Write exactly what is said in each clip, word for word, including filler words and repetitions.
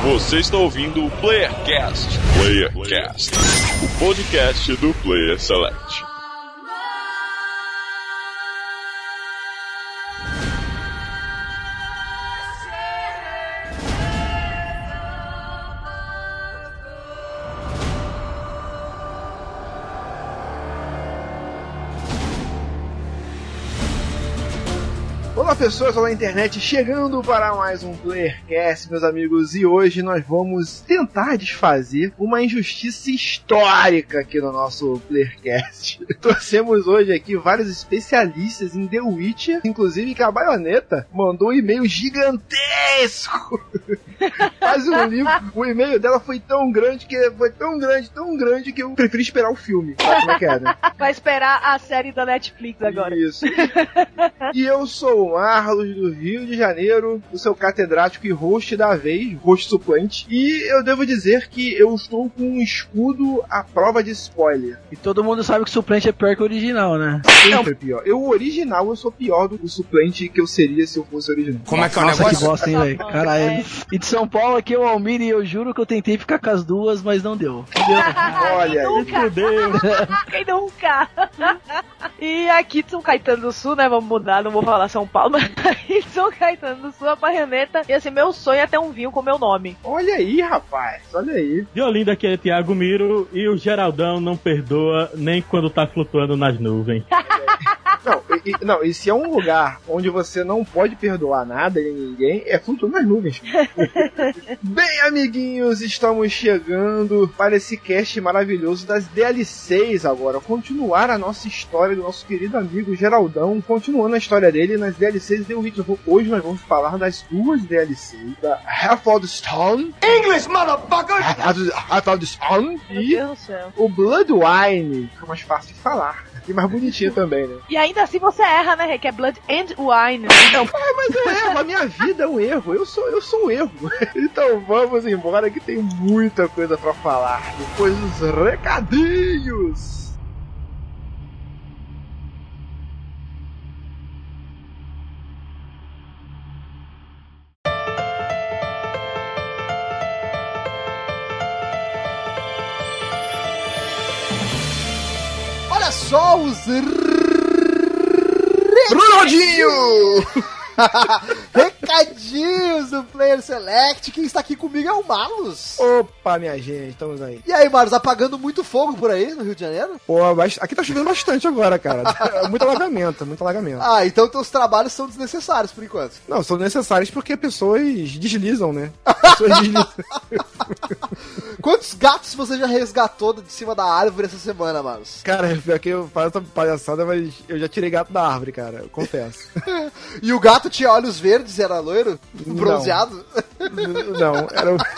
Você está ouvindo o PlayerCast. PlayerCast, o podcast do Player Select. Olá pessoas, olá internet, chegando para mais um PlayerCast, meus amigos, e hoje nós vamos tentar desfazer uma injustiça histórica aqui no nosso PlayerCast. Trouxemos hoje aqui vários especialistas em The Witcher, inclusive que a Bayonetta mandou um e-mail gigantesco. Mas o livro, o e-mail dela foi tão grande, que foi tão grande, tão grande que eu preferi esperar o filme. Sabe como é que é, né? Vai esperar a série da Netflix agora. Isso. E eu sou o Marlos, do Rio de Janeiro, o seu catedrático e host da vez, host suplente. E eu devo dizer que eu estou com um escudo à prova de spoiler. E todo mundo sabe que o suplente é pior que o original, né? Sempre pior. Eu, o original, eu sou pior do que o suplente que eu seria se eu fosse original. Como é que é o Nossa, negócio? que bosta, hein, velho? Caralho. É. E de São Paulo aqui é o Almir e eu juro que eu tentei ficar com as duas, mas não deu. Não deu. Olha aí. Nunca. Quem nunca? E aqui de São Caetano do Sul, né? Vamos mudar, não vou falar São Paulo, mas aqui de São Caetano do Sul, a Bayonetta. E assim, meu sonho é ter um vinho com meu nome. Olha aí, rapaz. Olha aí. De Olinda, aqui é Thiago Miro e o Geraldão não perdoa nem quando tá flutuando nas nuvens. Não e, não, e se é um lugar onde você não pode perdoar nada e ninguém, é flutuando nas nuvens. Bem, amiguinhos, estamos chegando para esse cast maravilhoso das D L Cs agora. Continuar a nossa história do nosso querido amigo Geraldão, continuando a história dele nas D L Cs de The Witcher. Hoje nós vamos falar das duas D L Cs, da Hearth of the Stone, English, motherfucker! Hearth of the Stone Meu e Deus do céu. o Bloodwine, que é mais fácil de falar. E mais bonitinho também, né? E ainda assim você erra, né, que é Blood and Wine. Né? Não, mas eu erro, a minha vida é um erro, eu sou, eu sou um erro. Então vamos embora que tem muita coisa pra falar. Depois dos recadinhos. Olha só os... Ronaldinho! Recadinhos do Player Select. Quem está aqui comigo é o Marlos. Opa, minha gente, estamos aí. E aí, Marlos, apagando muito fogo por aí no Rio de Janeiro? Pô, mas aqui tá chovendo bastante agora, cara. Muito alagamento, muito alagamento. Ah, então teus trabalhos são desnecessários por enquanto. Não, são necessários porque pessoas deslizam, né? Pessoas deslizam. Quantos gatos você já resgatou de cima da árvore essa semana, Marlos? Cara, pior que eu faço essa palhaçada, mas eu já tirei gato da árvore, cara, eu confesso. E o gato tinha olhos verdes e era loiro? Bronzeado? Não, era um...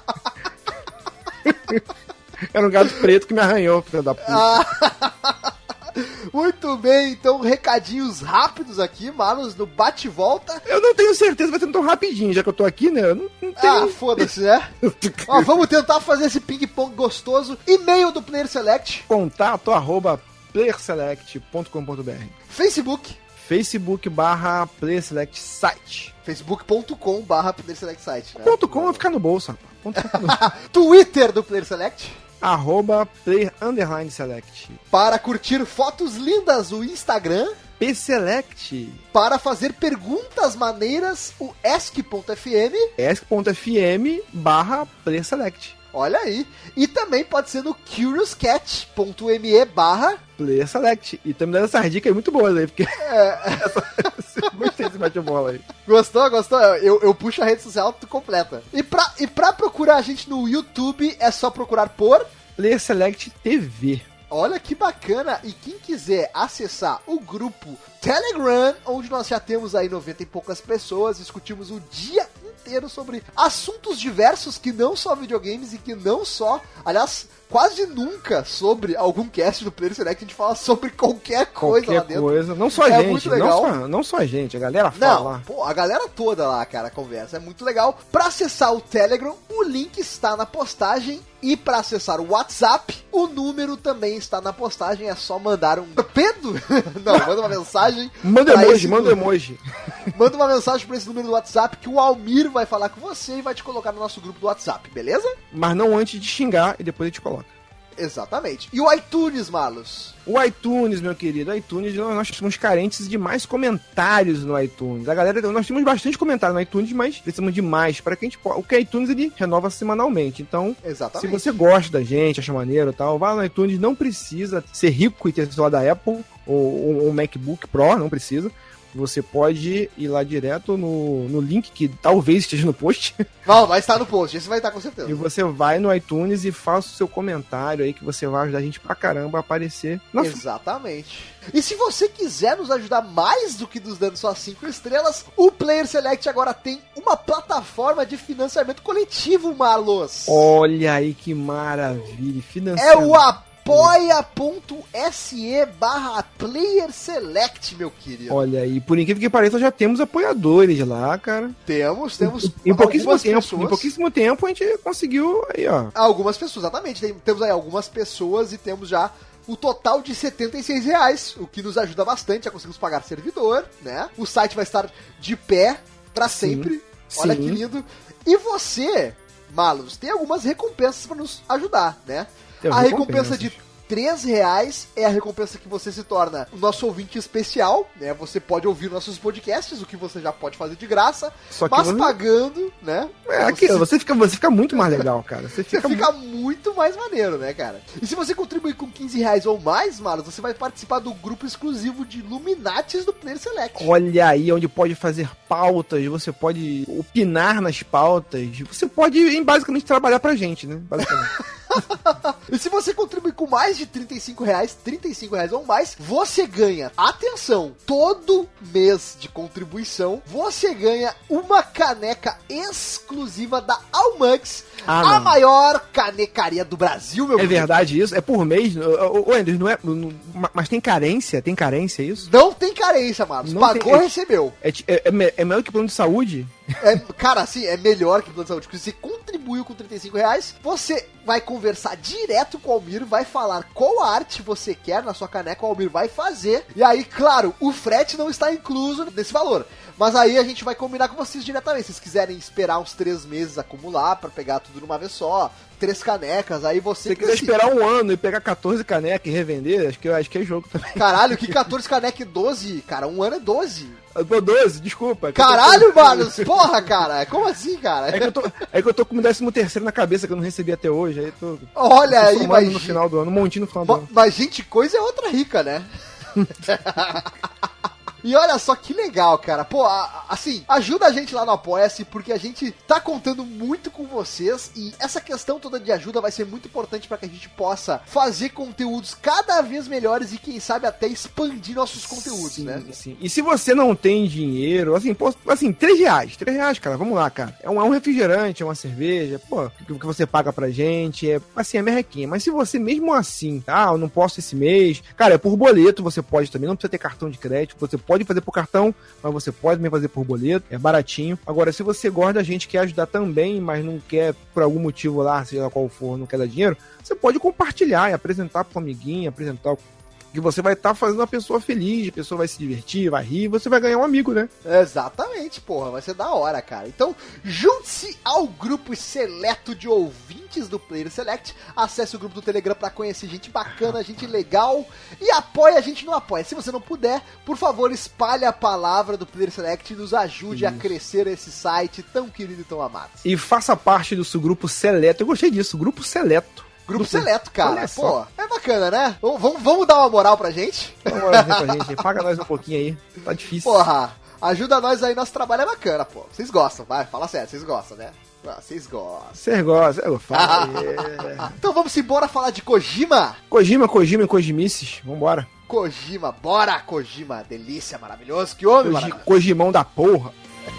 era um gato preto que me arranhou, filho da puta. Ah, muito bem, então recadinhos rápidos aqui, Marlos, no bate-volta. Eu não tenho certeza, vai ser tão rapidinho, já que eu tô aqui, né? Eu não, não tenho... Ah, foda-se, né? Ó, vamos tentar fazer esse ping-pong gostoso. E-mail do Player Select. Contato arroba player select ponto com ponto b r. Facebook. Facebook barra Player Select Site. facebook ponto com barra Player Select Site, né? Ponto com vai ficar no bolso, rapaz. Ponto ficar no bolso. Twitter do Player Select. Arroba Player Underline Select. Para curtir fotos lindas, o Instagram. P Select. Para fazer perguntas maneiras, o ask ponto f m. ask ponto f m barra Player Select. Olha aí. E também pode ser no curiouscat ponto m e barra Player Select. E também dando essas dicas muito boas aí, porque... É. Gostei desse bate-bola aí. Gostou? Gostou? Eu, eu puxo a rede social tu completa. E pra, e pra procurar a gente no YouTube, é só procurar por... Player Select T V. Olha que bacana. E quem quiser acessar o grupo Telegram, onde nós já temos aí noventa e poucas pessoas, discutimos o dia inteiro sobre assuntos diversos que não só videogames e que não só... Aliás... Quase nunca sobre algum cast do Player Select a gente fala sobre qualquer coisa qualquer lá dentro. Coisa. Não só a é gente, muito legal. Não, só, não só a gente, a galera fala Não, lá. Pô, a galera toda lá, cara, conversa. É muito legal. Pra acessar o Telegram, o link está na postagem. E pra acessar o WhatsApp, o número também está na postagem. É só mandar um... Pedro? Não, manda uma mensagem. Manda emoji, manda emoji. Manda uma mensagem pra esse número do WhatsApp que o Almir vai falar com você e vai te colocar no nosso grupo do WhatsApp, beleza? Mas não antes de xingar e depois a gente coloca. Exatamente. E o iTunes, Malus? O iTunes, meu querido, o iTunes, nós somos carentes de mais comentários no iTunes. A galera, nós temos bastante comentário no iTunes, mas precisamos de mais para que a gente possa. O que é iTunes, ele renova semanalmente. Então, exatamente, se você gosta da gente, acha maneiro e tal, vá no iTunes, não precisa ser rico e ter celular da Apple ou um MacBook Pro, não precisa. Você pode ir lá direto no, no link que talvez esteja no post. Não, vai estar no post, esse vai estar com certeza. E você vai no iTunes e faça o seu comentário aí que você vai ajudar a gente pra caramba a aparecer. Nossa. Exatamente. E se você quiser nos ajudar mais do que nos dando só cinco estrelas, o Player Select agora tem uma plataforma de financiamento coletivo, Marlos. Olha aí que maravilha. Financiamento. É o apoia.se barra Player Select, meu querido. Olha aí, por incrível que pareça, já temos apoiadores lá, cara. Temos, temos. Em, em pouquíssimo tempo, pessoas. em pouquíssimo tempo a gente conseguiu aí, ó. Algumas pessoas, exatamente. Tem, temos aí algumas pessoas e temos já o total de setenta e seis reais, o que nos ajuda bastante a conseguirmos pagar servidor, né? O site vai estar de pé pra sempre. Sim, olha sim. Que lindo. E você, Malus, tem algumas recompensas pra nos ajudar, né? A recompensa de três reais é a recompensa que você se torna o nosso ouvinte especial, né? Você pode ouvir nossos podcasts, o que você já pode fazer de graça, só que mas não... pagando, né? É, aqui, você... você, fica, você fica muito mais legal, cara. Você fica, você fica muito... muito mais maneiro, né, cara? E se você contribuir com quinze reais ou mais, Marlos, você vai participar do grupo exclusivo de Illuminates do Player Select. Olha aí, onde pode fazer pautas, você pode opinar nas pautas, você pode, basicamente, trabalhar pra gente, né? Basicamente. E se você contribuir com mais de trinta e cinco reais, trinta e cinco reais ou mais, você ganha, atenção, todo mês de contribuição, você ganha uma caneca exclusiva da Almux, ah, a maior canecaria do Brasil, meu É filho. Verdade isso? É por mês? Ô, Andrew, não é... Mas tem carência? Tem carência isso? Não tem carência, Marcos. Pagou, tem, recebeu. É, é, é, é melhor que plano de saúde? É, cara, assim, é melhor que plano de saúde. Porque você contribuiu com trinta e cinco reais, você vai conversar direto com o Almir, vai falar qual arte você quer na sua caneca, o Almir vai fazer. E aí, claro, o frete não está incluso nesse valor. Mas aí a gente vai combinar com vocês diretamente. Se vocês quiserem esperar uns três meses acumular pra pegar tudo numa vez só, três canecas, aí você... Se quiser esperar um ano e pegar quatorze canecas e revender, acho que, acho que é jogo também. Caralho, que quatorze canecas e doze? Cara, um ano é doze. doze, desculpa. Caralho, tô... mano, porra, cara. Como assim, cara? É que eu tô, é que eu tô com o décimo terceiro na cabeça que eu não recebi até hoje. Aí tô, Olha tô aí, mas... no final do ano, um montinho no final do mas, ano. Mas, gente, coisa é outra rica, né? E olha só que legal, cara. Pô, a, assim, ajuda a gente lá no Apoia-se, porque a gente tá contando muito com vocês e essa questão toda de ajuda vai ser muito importante para que a gente possa fazer conteúdos cada vez melhores e quem sabe até expandir nossos conteúdos, sim, né? Sim. E se você não tem dinheiro, assim, pô, assim, três reais, três reais, cara, vamos lá, cara. É um, é um refrigerante, é uma cerveja, pô, o que você paga pra gente, é, assim, é merrequinha. Mas se você mesmo assim, ah, eu não posso esse mês, cara, é por boleto, você pode também, não precisa ter cartão de crédito, você pode fazer por cartão, mas você pode também fazer por boleto, é baratinho. Agora, se você gosta da gente, quer ajudar também, mas não quer, por algum motivo lá, seja qual for, não quer dar dinheiro, você pode compartilhar e apresentar pro amiguinho, apresentar o que você vai estar tá fazendo a pessoa feliz, a pessoa vai se divertir, vai rir, você vai ganhar um amigo, né? Exatamente, porra, vai ser da hora, cara. Então, junte-se ao grupo seleto de ouvintes do Player Select, acesse o grupo do Telegram pra conhecer gente bacana, gente legal, e apoie a gente no Apoia. Se você não puder, por favor, espalhe a palavra do Player Select e nos ajude Isso. a crescer esse site tão querido e tão amado. E faça parte do seu grupo seleto, eu gostei disso, grupo seleto. Grupo seleto, cara. Pô, é bacana, né? Vamos, vamos dar uma moral pra gente? Dá uma moralzinha pra gente, paga nós um pouquinho aí. Tá difícil. Porra, ajuda nós aí, nosso trabalho é bacana, pô. Vocês gostam, vai, fala sério, vocês gostam, né? Vocês gostam. Vocês gostam, eu falo. yeah. Então vamos embora falar de Kojima? Kojima, Kojima e Kojimices, vambora. Kojima, bora, Kojima, delícia, maravilhoso, que homem, Koji, maravilhoso. Kojimão da porra.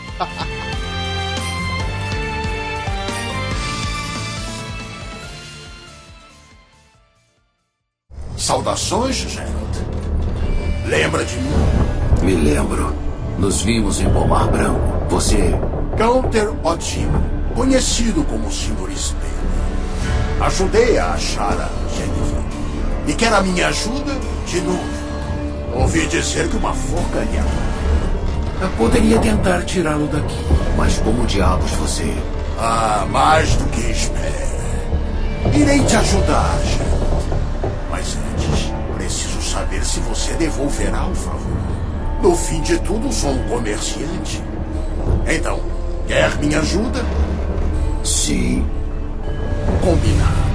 Saudações, Geralt. Lembra de mim? Me lembro. Nos vimos em Pomar Branco. Você... Counter Otima, conhecido como senhor Espelho. Ajudei a achar a Jennifer. E quer a minha ajuda de novo. Ouvi dizer que uma forca lhe amou. Eu poderia tentar tirá-lo daqui, mas como diabos você... Ah, mais do que espera. Irei te ajudar, gente. Mas antes, preciso saber se você devolverá o favor. No fim de tudo, sou um comerciante. Então, quer minha ajuda? Sim. Combinado.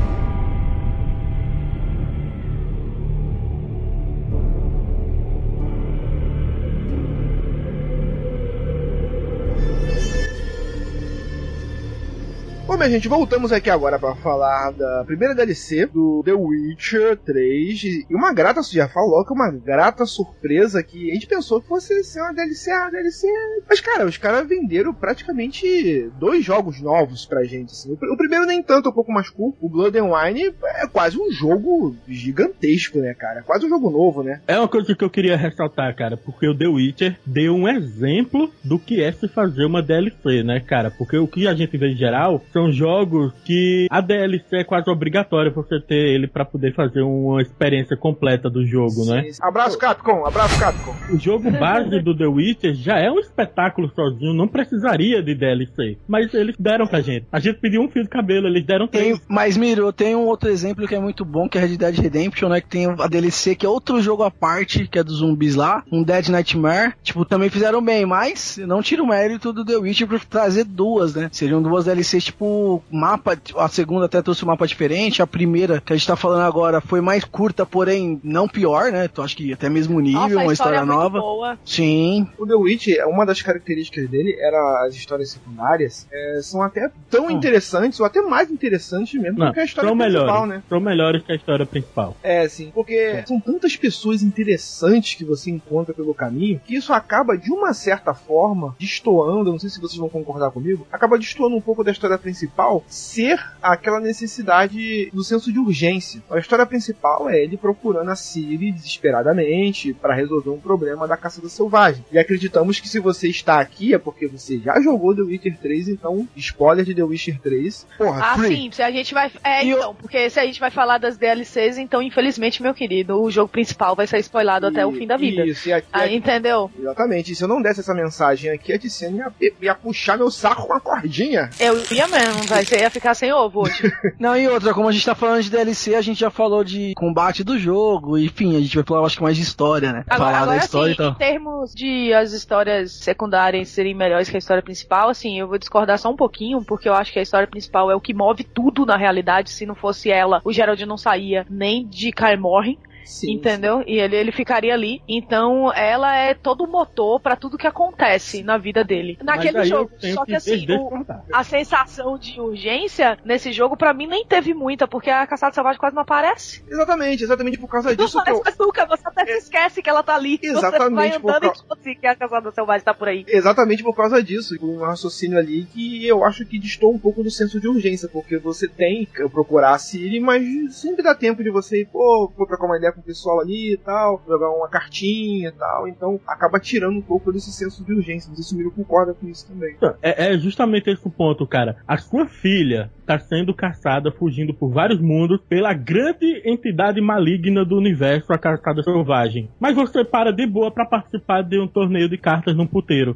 Bom, minha gente, voltamos aqui agora para falar da primeira D L C do The Witcher três. E uma grata, já falou que uma grata surpresa que a gente pensou que fosse ser uma D L C, uma D L C. Mas, cara, os caras venderam praticamente dois jogos novos pra gente. Assim. O primeiro nem tanto, um pouco mais curto. O Blood and Wine é quase um jogo gigantesco, né, cara? Quase um jogo novo, né? É uma coisa que eu queria ressaltar, cara, porque o The Witcher deu um exemplo do que é se fazer uma D L C, né, cara? Porque o que a gente vê em geral são jogos que a D L C é quase obrigatória você ter ele pra poder fazer uma experiência completa do jogo, sim, né? Sim. Abraço, Capcom! Abraço, Capcom! O jogo base do The Witcher já é um espetáculo sozinho, não precisaria de D L C. Mas eles deram pra gente. A gente pediu um fio de cabelo, eles deram três. Tem, mas, Miro, tem um outro exemplo que é muito bom, que é Red Dead Redemption, né? Que tem a D L C, que é outro jogo à parte, que é dos zumbis lá. Um Dead Nightmare. Tipo, também fizeram bem, mas não tira o mérito do The Witcher pra trazer duas, né? Seriam duas D L Cs, tipo, mapa, a segunda até trouxe um mapa diferente, a primeira, que a gente tá falando agora, foi mais curta, porém não pior, né? Então acho que até mesmo nível, nossa, uma história, história nova. Boa. Sim. O The Witcher, uma das características dele era as histórias secundárias, é, são até tão hum. interessantes, ou até mais interessantes mesmo, não, do que a história são principal, melhores, né? São melhores que a história principal. É, sim, porque é. são tantas pessoas interessantes que você encontra pelo caminho, que isso acaba, de uma certa forma, destoando, não sei se vocês vão concordar comigo, acaba destoando um pouco da história principal, ser aquela necessidade do senso de urgência. A história principal é ele procurando a Ciri desesperadamente para resolver um problema da caçada selvagem. E acreditamos que se você está aqui é porque você já jogou The Witcher três, então spoiler de The Witcher três. Porra, ah, free. sim, se a gente vai... É, e então, eu... porque se a gente vai falar das D L Cs, então infelizmente, meu querido, o jogo principal vai ser spoilado e, até o fim da vida. Isso, e aqui, ah, aqui, entendeu? Exatamente. E se eu não desse essa mensagem aqui, a Tiziane ia, ia puxar meu saco com a cordinha. Eu ia mesmo, vai ser, ia ficar sem ovo hoje. Não, e outra, como a gente tá falando de D L C, a gente já falou de combate do jogo, enfim, a gente vai falar, acho que mais de história, né? Agora, falar agora da história assim, e tal. Em termos de as histórias secundárias serem melhores que a história principal, assim, eu vou discordar só um pouquinho, porque eu acho que a história principal é o que move tudo na realidade. Se não fosse ela, o Geralt não saía nem de Kaer Morhen. Sim, entendeu? Sim. E ele, ele ficaria ali. Então, ela é todo o motor pra tudo que acontece na vida dele. Naquele jogo. Só que, que assim, o, a sensação de urgência nesse jogo, pra mim, nem teve muita, porque a Caçada Selvagem quase não aparece. Exatamente, exatamente por causa disso. Não aparece que eu... nunca, você até se esquece que ela tá ali. Exatamente. Você vai andando por... e tipo assim, que a Caçada Selvagem tá por aí. Exatamente por causa disso. Um raciocínio ali que eu acho que distou um pouco do senso de urgência, porque você tem que procurar a Ciri, mas sempre dá tempo de você ir, pô, vou trocar uma ideia com o pessoal ali e tal, jogar uma cartinha e tal, então acaba tirando um pouco desse senso de urgência. Não sei se o Miro concorda com isso também. É, é justamente esse o ponto, cara. A sua filha tá sendo caçada, fugindo por vários mundos, pela grande entidade maligna do universo, a Caçada Selvagem. Mas você para de boa pra participar de um torneio de cartas num puteiro.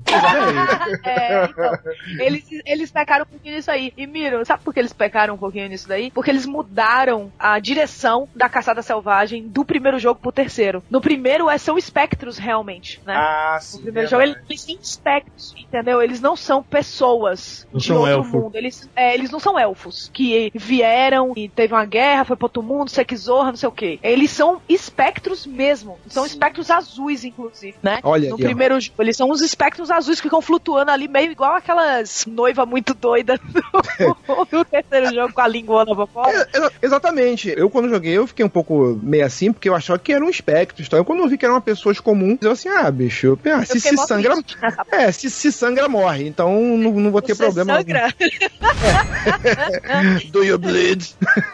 É, então, eles, eles pecaram um pouquinho nisso aí. E Miro, sabe por que eles pecaram um pouquinho nisso daí? Porque eles mudaram a direção da Caçada Selvagem do primeiro jogo pro terceiro. No primeiro é, são espectros realmente, né? Ah, sim. No primeiro jogo eles são espectros, entendeu? Eles não são pessoas não de são outro elfos. mundo. Eles, é, eles não são elfos que vieram e teve uma guerra, foi pro outro mundo, Sekizorra, não sei o quê. Eles são espectros mesmo. São sim. espectros azuis, inclusive, né? Olha no ali, primeiro ó. jogo, eles são uns espectros azuis que ficam flutuando ali, meio igual aquelas noivas muito doidas do, do terceiro jogo com a linguona pra fora. É, exatamente. Eu, quando joguei, eu fiquei um pouco meio assim, porque eu achava que eram espectros. Então, eu, quando eu vi que eram pessoas comuns, eu assim, ah, bicho, ah, se, se sangra. É, se, se sangra, morre. Então, não, não vou ter Você problema. Sangra? É. Do you bleed?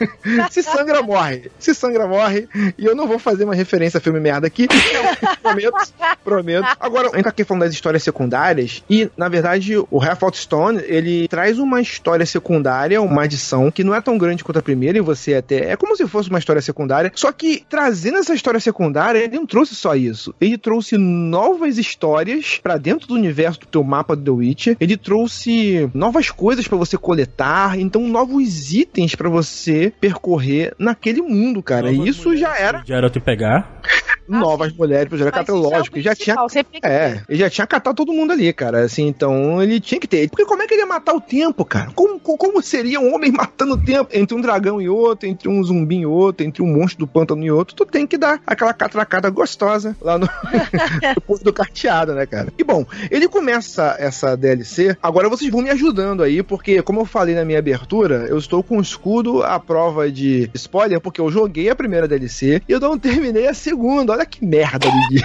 Se sangra, morre. Se sangra, morre. E eu não vou fazer uma referência a filme merda aqui. prometo, prometo. Agora, entra aqui falando das histórias secundárias. E, na verdade, o Half Out Stone, ele traz uma história secundária, uma adição, que não é tão grande quanto a primeira, e você até... É como se fosse uma história secundária. Só que, trazendo essa história secundária, ele não trouxe só isso. Ele trouxe novas histórias pra dentro do universo do teu mapa do The Witcher. Ele trouxe novas coisas pra você coletar. Então, novos itens pra você percorrer naquele mundo, cara. E isso já era... Já era te pegar? Novas mulheres pro jogo catológico. Ele já tinha... É, ele já tinha catado todo mundo ali, cara. Assim, então ele tinha que ter. Porque como é que ele ia matar o tempo, cara? Como, como seria um homem matando o tempo? Entre um dragão e outro, entre um zumbi e outro, entre um monstro do pântano e outro, tu tem que dar aquela catracada gostosa lá no depois do carteado, né, cara? E bom, ele começa essa D L C. Agora vocês vão me ajudando aí, porque como eu falei na minha abertura, eu estou com o escudo à prova de spoiler, porque eu joguei a primeira D L C e eu não terminei a segunda. Olha que merda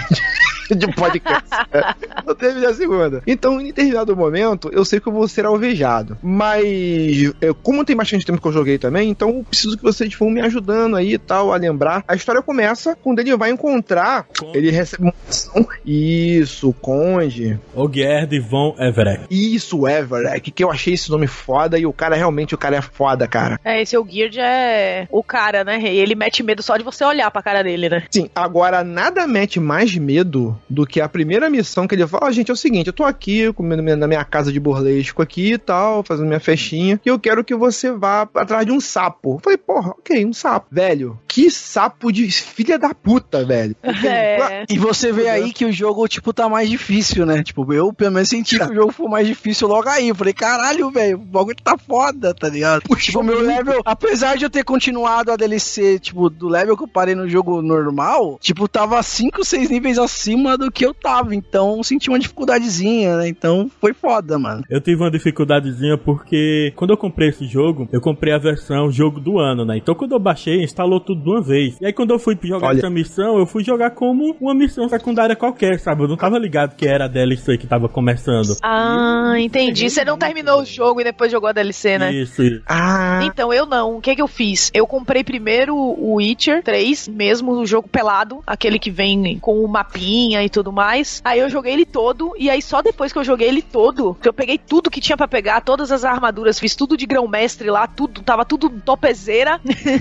de, de podcast. Eu terminei a segunda. Então, em determinado momento, eu sei que eu vou ser alvejado. Mas, como tem bastante tempo que eu joguei também, então eu preciso que vocês vão me ajudando aí e tal, a lembrar. A história começa quando ele vai encontrar... Conde. Ele recebe uma missão. Isso, Conde. Ogerd von Everett. Isso, Everett. Que eu achei esse nome foda e o cara, realmente, o cara é foda, cara. É, esse Ogerd é o cara, né? E ele mete medo só de você olhar pra cara dele, né? Sim, agora nada mete mais medo do que a primeira missão que ele fala, ah, gente, é o seguinte, eu tô aqui comendo na minha casa de burlesco aqui e tal, fazendo minha festinha, e eu quero que você vá atrás de um sapo. Eu falei, porra, ok, um sapo. Velho, que sapo de filha da puta, velho. É. E você vê aí que o jogo, tipo, tá mais difícil, né? Tipo, eu pelo menos senti que o jogo foi mais difícil logo aí. Eu falei, caralho, velho, o bagulho tá foda, tá ligado? Puxa, tipo, meu level, apesar de eu ter continuado a D L C, tipo, do level que eu parei no jogo normal, tipo, tava cinco, seis níveis acima do que eu tava, então senti uma dificuldadezinha, né? Então foi foda, mano. Eu tive uma dificuldadezinha porque quando eu comprei esse jogo, eu comprei a versão jogo do ano, né? Então quando eu baixei, instalou tudo de uma vez. E aí quando eu fui jogar Olha. essa missão, eu fui jogar como uma missão secundária qualquer, sabe? Eu não tava ligado que era a D L C que tava começando. Ah, e... entendi. Você não terminou o jogo e depois jogou a D L C, né? Isso, isso. Ah. Então eu não. O que que eu fiz? Eu comprei primeiro o Witcher três, mesmo o jogo pelado, aquele que vem com o mapinha e tudo mais. Aí eu joguei ele todo, e aí só depois que eu joguei ele todo, que eu peguei tudo que tinha pra pegar, todas as armaduras, fiz tudo de grão-mestre lá, tudo, tava tudo topezera.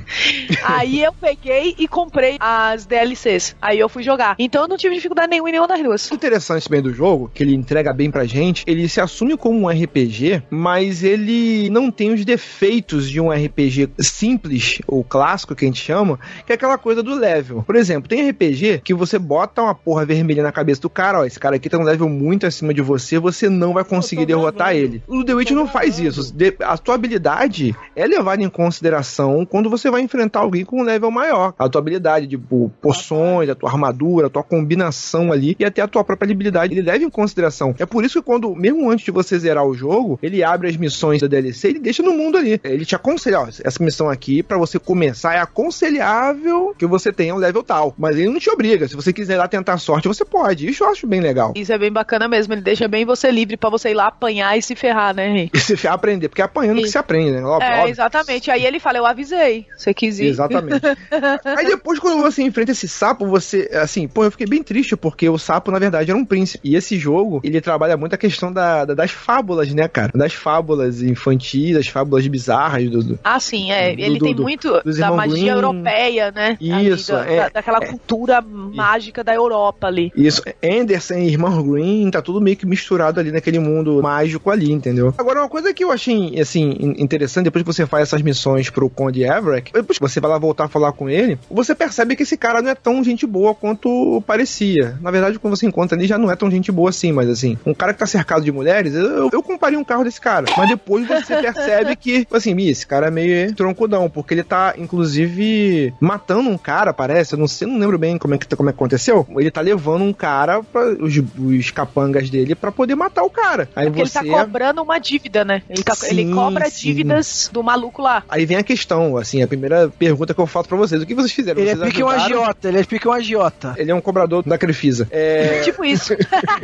Aí eu peguei e comprei as D L Cs. Aí eu fui jogar. Então eu não tive dificuldade nenhuma em nenhuma das duas. O interessante bem do jogo, que ele entrega bem pra gente, ele se assume como um R P G, mas ele não tem os defeitos de um R P G simples, ou clássico que a gente chama, que é aquela coisa do level. Por exemplo, tem R P G que você bota uma porra vermelha na cabeça do cara, ó, esse cara aqui tá um level muito acima de você, você não vai conseguir derrotar gravando. ele. O The Witcher não faz isso. A tua habilidade é levada em consideração quando você vai enfrentar alguém com um level maior. A tua habilidade de tipo, poções, a tua armadura, a tua combinação ali e até a tua própria habilidade, ele leva em consideração. É por isso que quando, mesmo antes de você zerar o jogo, ele abre as missões da D L C e ele deixa no mundo ali. Ele te aconselha, ó, essa missão aqui, pra você começar, é aconselhável que você tenha um level tal. Mas ele não te obriga. Se você quiser ir lá tentar sorte, você pode. Isso eu acho bem legal. Isso é bem bacana mesmo. Ele deixa bem você livre pra você ir lá apanhar e se ferrar, né, Henrique? E se ferrar, aprender. Porque é apanhando Isso. que se aprende, né? Óbvio, é, óbvio. exatamente. Aí ele fala, eu avisei. Você quis ir. Exatamente. Aí depois, quando você enfrenta esse sapo, você, assim, pô, eu fiquei bem triste, porque o sapo, na verdade, era um príncipe. E esse jogo, ele trabalha muito a questão da, da, das fábulas, né, cara? Das fábulas infantis, das fábulas bizarras. Do, do, ah, sim, é. Do, ele do, tem do, muito da magia Green. europeia, né? Isso, ali, é. Da, daquela é, cultura é, mágica da Europa ali. Isso. Anderson e Irmão Green, tá tudo meio que misturado ali naquele mundo mágico ali, entendeu? Agora, uma coisa que eu achei, assim, interessante, depois que você faz essas missões pro Conde Everett, depois que você vai lá voltar a falar com ele, você percebe que esse cara não é tão gente boa quanto parecia. Na verdade, quando você encontra ele, já não é tão gente boa assim, mas assim, um cara que tá cercado de mulheres, eu, eu compraria um carro desse cara. Mas depois você percebe que, assim, esse cara é meio troncudão, porque ele tá, inclusive, matando um cara, parece, eu não sei, não lembro bem como é que, como é que aconteceu. Ele tá levando levando um cara, pra, os, os capangas dele, pra poder matar o cara. Aí Porque você... ele tá cobrando uma dívida, né? Ele, tá, Sim, ele cobra sim. dívidas do maluco lá. Aí vem a questão, assim, a primeira pergunta que eu faço pra vocês. O que vocês fizeram? Ele vocês é pique um ajudaram? agiota, ele é pique um agiota. Ele é um cobrador da Crefisa. É... Tipo isso.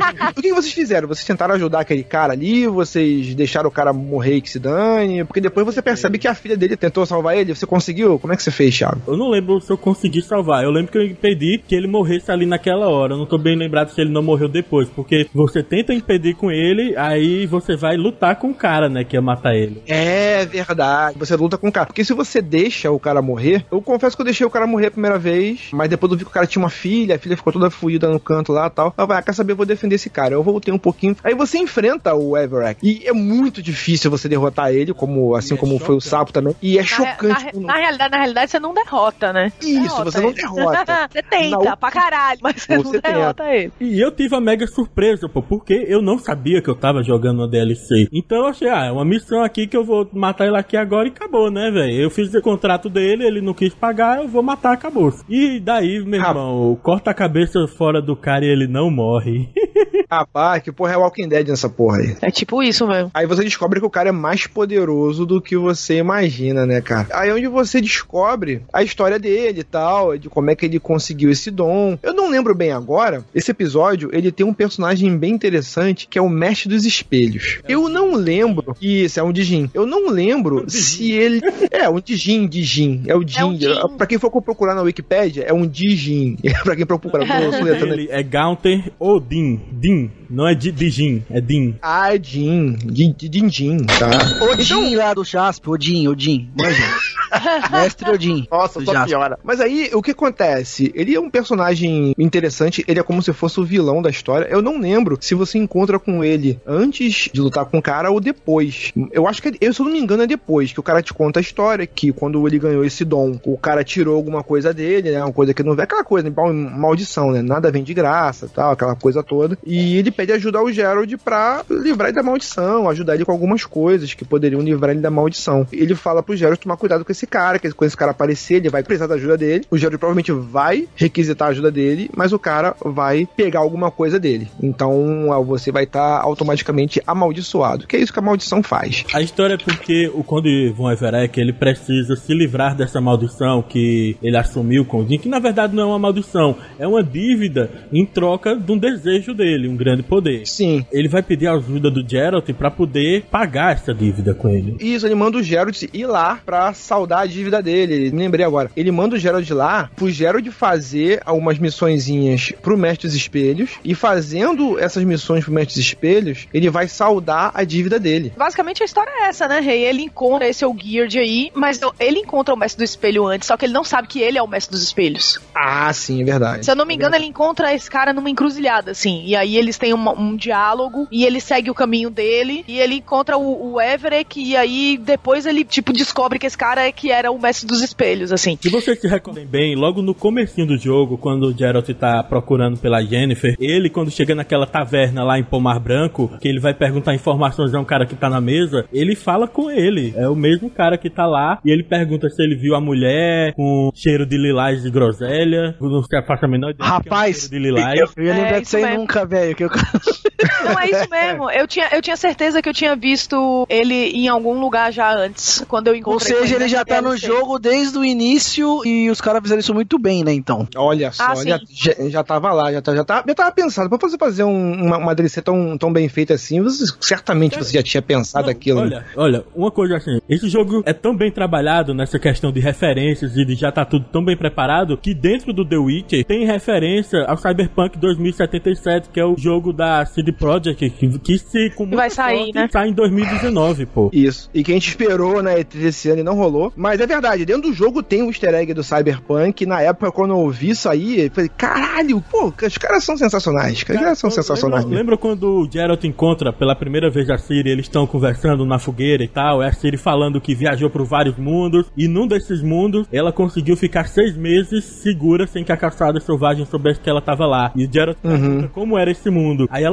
O que vocês fizeram? Vocês tentaram ajudar aquele cara ali? Vocês deixaram o cara morrer e que se dane? Porque depois você percebe que a filha dele tentou salvar ele. Você conseguiu? Como é que você fez, Thiago? Eu não lembro se eu consegui salvar. Eu lembro que eu impedi que ele morresse ali naquela hora. Eu não tô bem lembrado se ele não morreu depois. Porque você tenta impedir com ele, aí você vai lutar com o cara, né? Que ia matar ele. É verdade. Você luta com o cara. Porque se você deixa o cara morrer... Eu confesso que eu deixei o cara morrer a primeira vez, mas depois eu vi que o cara tinha uma filha, a filha ficou toda fodida no canto lá e tal. Eu falei, ah, quer saber, eu vou defender esse cara. Eu voltei um pouquinho. Aí você enfrenta o Everac. E é muito difícil você derrotar ele, como, assim E como é foi o sapo também. E é Na, chocante. na, na, realidade, na realidade, você não derrota, né? Isso, derrota você não ele. derrota. Você tenta, Na- pra caralho, mas você, Você não derrota ele. E eu tive a mega surpresa, pô, porque eu não sabia que eu tava jogando uma D L C. Então eu achei, ah, é uma missão aqui que eu vou matar ele aqui agora e acabou, né, velho? Eu fiz o contrato dele, ele não quis pagar, eu vou matar, acabou. E daí, meu Ah. irmão, corta a cabeça fora do cara e ele não morre. Rapaz, que porra é Walking Dead nessa porra aí. É tipo isso mesmo. Aí você descobre que o cara é mais poderoso do que você imagina, né, cara? Aí é onde você descobre a história dele e tal, de como é que ele conseguiu esse dom. Eu não lembro bem agora, esse episódio, ele tem um personagem bem interessante, que é o Mestre dos Espelhos. Eu não lembro... Isso, é um Dijin. Eu não lembro se ele... É, um Dijin, Dijin. É o Jin. É um Jin. Pra quem for procurar na Wikipédia, é um Dijin. pra quem procurar, eu tô soletrando Ele é Gaunter Odin. Din. Não é Di- Dijin, é Din. Ah, é Jin. Din, Din, Din, tá? Odin lá do Jasp, Odin, Odin. Manja. Mestre Odin. Nossa, do só Jasper. piora. Mas aí, o que acontece? Ele é um personagem interessante, ele é como se fosse o vilão da história. Eu não lembro se você encontra com ele antes de lutar com o cara ou depois. Eu acho que, eu, se eu não me engano, é depois, que o cara te conta a história, que quando ele ganhou esse dom, o cara tirou alguma coisa dele, né? Uma coisa que não vem, aquela coisa, mal- maldição, né? Nada vem de graça, tal, aquela coisa toda. E ele pede ajuda ao Gerald pra livrar ele da maldição, ajudar ele com algumas coisas que poderiam livrar ele da maldição. Ele fala pro Gerald tomar cuidado com esse cara, que quando esse cara aparecer, ele vai precisar da ajuda dele. O Gerald provavelmente vai requisitar a ajuda dele, mas o cara vai pegar alguma coisa dele. Então você vai estar tá automaticamente amaldiçoado, que é isso que a maldição faz. A história é porque o Conde von Everec, ele precisa se livrar dessa maldição que ele assumiu com o Odin, que na verdade não é uma maldição, é uma dívida em troca de um desejo dele, um grande poder. Sim. Ele vai pedir a ajuda do Geralt pra poder pagar essa dívida com ele. Isso, ele manda o Geralt ir lá pra saldar a dívida dele. Me lembrei agora. Ele manda o Geralt lá pro Geralt fazer algumas missõezinhas pro Mestre dos Espelhos, e fazendo essas missões pro Mestre dos Espelhos, ele vai saldar a dívida dele. Basicamente a história é essa, né, Rei? Ele encontra esse Olgierd aí, mas não, ele encontra o Mestre do Espelho antes, só que ele não sabe que ele é o Mestre dos Espelhos. Ah, sim, é verdade. Se eu não me engano, ele encontra esse cara numa encruzilhada, assim, e aí eles têm uma, um diálogo, e ele segue o caminho dele, e ele encontra o, o Everett, e aí depois ele, tipo, descobre que esse cara é que era o Mestre dos Espelhos, assim. Se vocês se recordem bem, logo no comecinho do jogo, quando o Geralt tá procurando pela Yennefer, ele, quando chega naquela taverna lá em Pomar Branco, que ele vai perguntar informações a um cara que tá na mesa, ele fala com ele. É o mesmo cara que tá lá, e ele pergunta se ele viu a mulher com cheiro de lilás de groselha. Não se afasta a menor ideia. Rapaz, que é um cheiro de lilás. eu ia É, lembrar isso disso aí mesmo. nunca, velho. Que eu... Não, é isso mesmo. Eu tinha, eu tinha certeza que eu tinha visto ele em algum lugar já antes, quando eu Ou encontrei com seja, ele na já tá no D L C. jogo desde o início e os caras fizeram isso muito bem, né, então. Olha só, Ah, já, sim. já, já tava lá, já, tá, já, tá, já tava pensado. Pra você fazer um, uma, uma D L C tão, tão bem feita assim, você, certamente você já tinha pensado Não, aquilo. Olha, olha, uma coisa assim, esse jogo é tão bem trabalhado nessa questão de referências e de já tá tudo tão bem preparado que dentro do The Witcher tem referência ao Cyberpunk dois mil e setenta e sete, que é o jogo da C D Projekt, que, que se com muita vai sair, sorte, né? sai em dois mil e dezenove, pô. Isso. E que a gente esperou na E três esse ano e não rolou. Mas é verdade, dentro do jogo tem um easter egg do Cyberpunk. Na época, quando eu ouvi isso aí, eu falei, caralho, pô, os caras são sensacionais. Os caras são sensacionais. Lembra, lembra quando o Geralt encontra pela primeira vez a Ciri, eles estão conversando na fogueira e tal, é a Ciri falando que viajou por vários mundos, e num desses mundos, ela conseguiu ficar seis meses segura sem que a caçada selvagem soubesse que ela tava lá. E o Geralt Uhum. pergunta como era esse mundo. Aí ela fala, é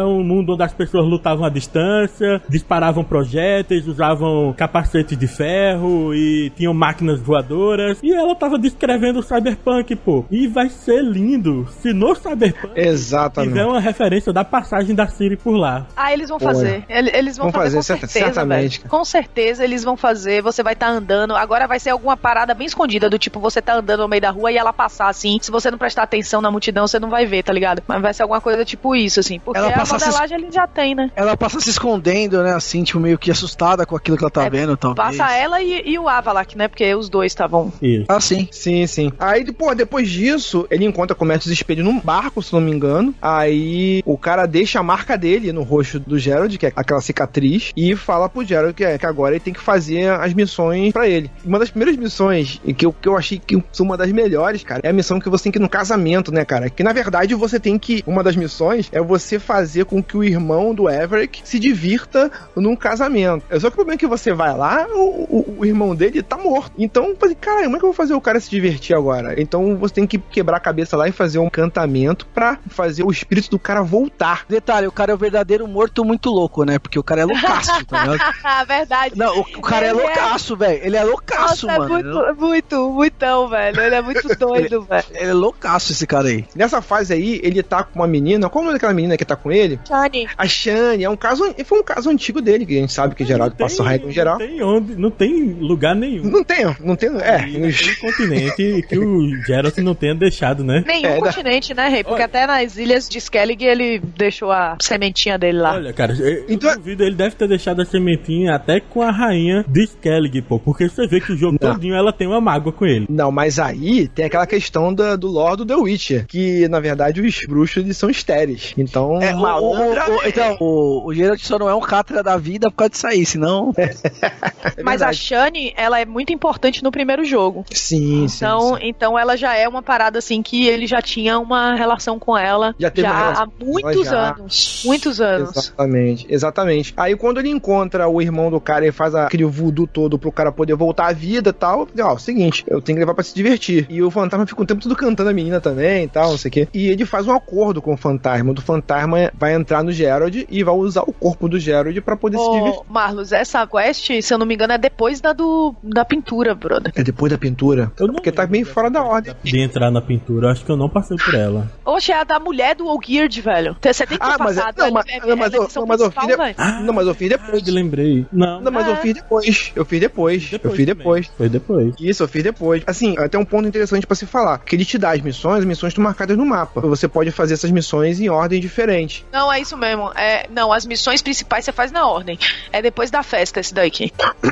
Era um mundo onde as pessoas lutavam à distância, disparavam projéteis, usavam capacetes de ferro e tinham máquinas voadoras. E ela tava descrevendo o Cyberpunk, pô. E vai ser lindo se no Cyberpunk Exatamente. tiver uma referência da passagem da Siri por lá. Ah, eles vão fazer. Eles vão, vão fazer, fazer, com certeza, certamente. velho. Com certeza eles vão fazer. Você vai estar tá andando. Agora vai ser alguma parada bem escondida, do tipo, você tá andando no meio da rua e ela passar assim. Se você não prestar atenção na multidão, você não vai ver, tá ligado? Mas vai ser alguma coisa tipo isso, assim. Porque Ela a passa modelagem se... ele já tem, né? Ela passa se escondendo, né? Assim, tipo, meio que assustada com aquilo que ela tá É, vendo, talvez. Passa ela e, e o Avalak, né? Porque os dois estavam... Isso. Ah, sim. Sim, sim. Aí, pô, depois disso, ele encontra com o Mestre dos Espelhos num barco, se não me engano. Aí o cara deixa a marca dele no rosto do Gerald, que é aquela cicatriz, e fala pro Gerald que, é, que agora ele tem que fazer as missões pra ele. Uma das primeiras missões, e que eu, que eu achei que são uma das melhores, cara, é a missão que você tem que ir no casamento, né, cara? Que na verdade você tem que. Uma das missões é você fazer com que o irmão do Everett se divirta num casamento. Só que o problema é que você vai lá, o, o, o irmão dele tá morto. Então, eu falei, cara, como é que eu vou fazer o cara se divertir agora? Então você tem que quebrar a cabeça lá e fazer um encantamento pra fazer o espírito do cara voltar. Detalhe, o cara é o verdadeiro morto muito louco, né? Porque o cara é loucaço, tá ligado? Verdade. Não, o, o cara Ele é loucaço, velho. Ele é loucaço, Nossa, mano. é muito, muito, muitão, velho. Ele é muito doido, velho. Ele é loucaço, esse cara aí. Nessa fase aí, ele tá com uma menina. Qual é o nome daquela menina que tá com ele? Shani. A Shani. É um caso, foi um caso antigo dele, que a gente sabe que Geraldo passou raiva em geral. Não tem onde, não tem lugar nenhum. Não tem, não tem. É. E naquele continente que o Geralt não tenha deixado, né? Nenhum É, continente, né, Rei? Porque Olha. até nas ilhas de Skellig ele deixou a sementinha dele lá. Olha, cara, eu, Então- eu duvido, ele deve ter deixado a sementinha até com a rainha de Skellig, pô. Porque você vê que o jogo Não. todinho ela tem uma mágoa com ele. Não, mas aí tem aquela questão da, do lore do The Witcher, que na verdade os bruxos eles são estéreis. Então, É, o, o, malandra- o, então, o, o Geralt só não é um cátedra da vida por causa disso aí, senão... é Mas a verdade. Shani, ela é muito importante no primeiro jogo. Sim, sim, Então, sim. então ela já é uma parada assim que ele já tinha uma relação com ela Já teve uma há relação com muitos ela já. anos. Muitos anos. Exatamente, exatamente. Aí quando ele encontra o irmão do cara e faz aquele voodoo todo pro cara poder voltar à vida e tal, ó, seguinte, eu tenho que levar pra se divertir. E o fantasma fica o tempo todo cantando a menina também e tal, não sei o quê. E ele faz um acordo com o fantasma. O fantasma vai entrar no Gerald e vai usar o corpo do Gerald pra poder se divertir. Ô, Marlos, essa quest, se eu não me engano, é depois da do da pintura, brother. É depois da pintura? Eu não Porque tá lembro meio dessa fora da coisa ordem. De entrar na pintura, eu acho que eu não passei por ela. Oxe, é a da mulher do Olgierd, velho. Você tem que ter Ah, mas é- passado. não, velho. mas- É- não, é mas a eu- edição não, mas eu principal, fiz- velho. Ah, Não, mas eu fiz depois. Eu lembrei. Não, Não, mas eu É. fiz depois. Eu fiz depois. eu fiz também. depois. Foi depois. Isso, eu fiz depois. Assim, até um ponto interessante pra se falar, que ele te dá as missões, as missões estão marcadas no mapa. Você pode fazer essas missões em ordem diferente. Não, é isso mesmo. É, não, as missões principais você faz na ordem. É depois da festa esse daqui.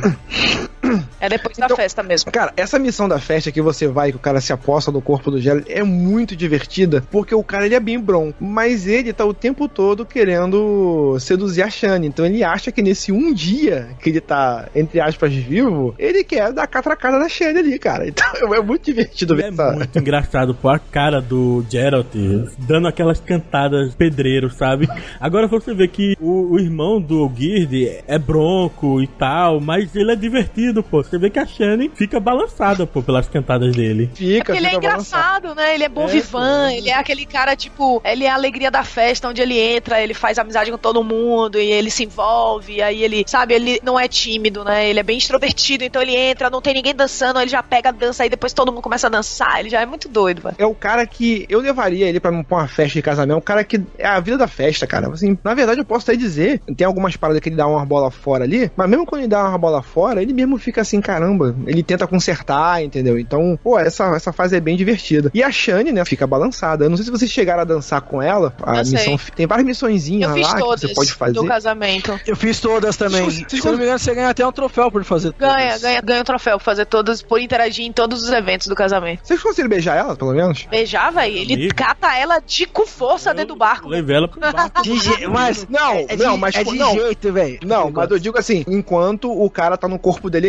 É depois da Então- festa mesmo. Cara, essa missão da festa que você vai, que o cara se aposta no corpo do Geralt, é muito divertida, porque o cara ele é bem bronco, mas ele tá o tempo todo querendo seduzir a Shani. Então ele acha que nesse um dia que ele tá, entre aspas, vivo, ele quer dar a catracada na Shani ali, cara. Então é muito divertido ver É essa. muito engraçado, pô, a cara do Geralt dando aquelas cantadas pedreiro, sabe? Agora você vê que o, o irmão do Olgierd é bronco e tal, mas ele é divertido, pô. Você vê que a Shani fica balançada, pô, pelas cantadas dele. Fica, Porque ele é fica balançado. engraçado, né? Ele é bom É, vivan, pô. ele é aquele cara, tipo, ele é a alegria da festa, onde ele entra, ele faz amizade com todo mundo, e ele se envolve, e aí ele, sabe, ele não é tímido, né? Ele é bem extrovertido, então ele entra, não tem ninguém dançando, ele já pega a dança, aí depois todo mundo começa a dançar, ele já é muito doido, velho. É o cara que eu levaria ele pra, pra uma festa de casamento. É um cara que é a vida da festa, cara. Assim, na verdade, eu posso até dizer, tem algumas paradas que ele dá uma bola fora ali, mas mesmo quando ele dá uma bola fora, ele mesmo fica assim, caramba, ele tenta consertar, entendeu? Então, pô, essa, essa fase é bem divertida. E a Shani, né, fica balançada. Eu não sei se vocês chegaram a dançar com ela. A Eu sei. missão tem várias missõezinhas Eu fiz lá todas que você pode fazer. do casamento. Eu fiz todas também. Se- se- Se eu não me engano, você ganha até um troféu por fazer Ganha, todas. ganha, ganha um troféu por fazer todas, por interagir em todos os eventos do casamento. Vocês conseguiram beijar ela, pelo menos? Beijar, velho, ele Amigo. cata ela de com força Eu dentro do barco. Levei ela pro barco. De je... Mas, Não, é não, de, mas é pô, de não. jeito, velho. Não, mas eu digo assim, enquanto o cara tá no corpo dele ainda.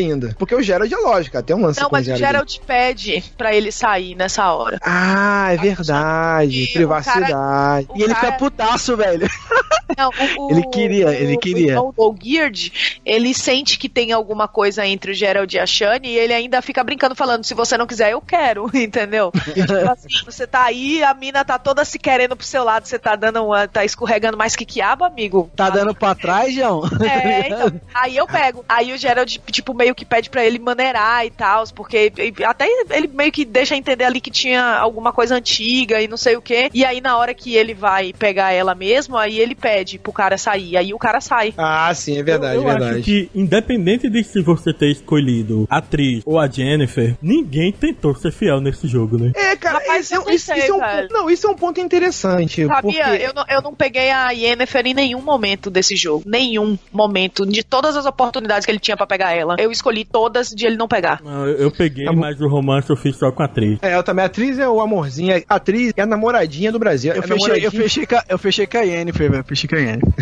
porque o Gerald é lógico, tem um lance Não, com mas o o Gerald. Gerald pede pra ele sair nessa hora. Ah, é verdade. E Privacidade. o cara- E ele cara- fica putaço, velho. Não, o, o, Ele queria, ele o- queria. O, o Geard, ele sente que tem alguma coisa entre o Gerald e a Shani e ele ainda fica brincando, falando, se você não quiser, eu quero, entendeu? Tipo assim, você tá aí, a mina tá toda se querendo pro seu lado, você tá dando uma, tá escorregando mais que quiabo, amigo. Tá dando pra trás, João? É, então, aí eu pego. Aí o Gerald, tipo, meio que pede pra ele maneirar e tal, porque até ele meio que deixa entender ali que tinha alguma coisa antiga e não sei o que. E aí na hora que ele vai pegar ela mesmo, aí ele pede pro cara sair. Aí o cara sai. Ah, sim, é verdade, eu, eu verdade. acho que, independente de se você ter escolhido a atriz ou a Jennifer, ninguém tentou ser fiel nesse jogo, né? É, cara, Rapaz, isso, eu é- não isso- sei, isso é um velho. ponto, não, isso é um ponto interessante. Sabia? Porque... Eu, não, eu não peguei a Yennefer em nenhum momento desse jogo. Nenhum momento. De todas as oportunidades que ele tinha pra pegar ela. Eu escolhi todas de ele não pegar. Não, eu, eu peguei, Tá mas o romance eu fiz só com a atriz. É, eu também. A atriz é o amorzinho. A atriz é a namoradinha do Brasil. Eu é a fechei, eu namoradinha- fechei, com a- eu fechei com a Yennefer, velho. Fechei com a Yennefer.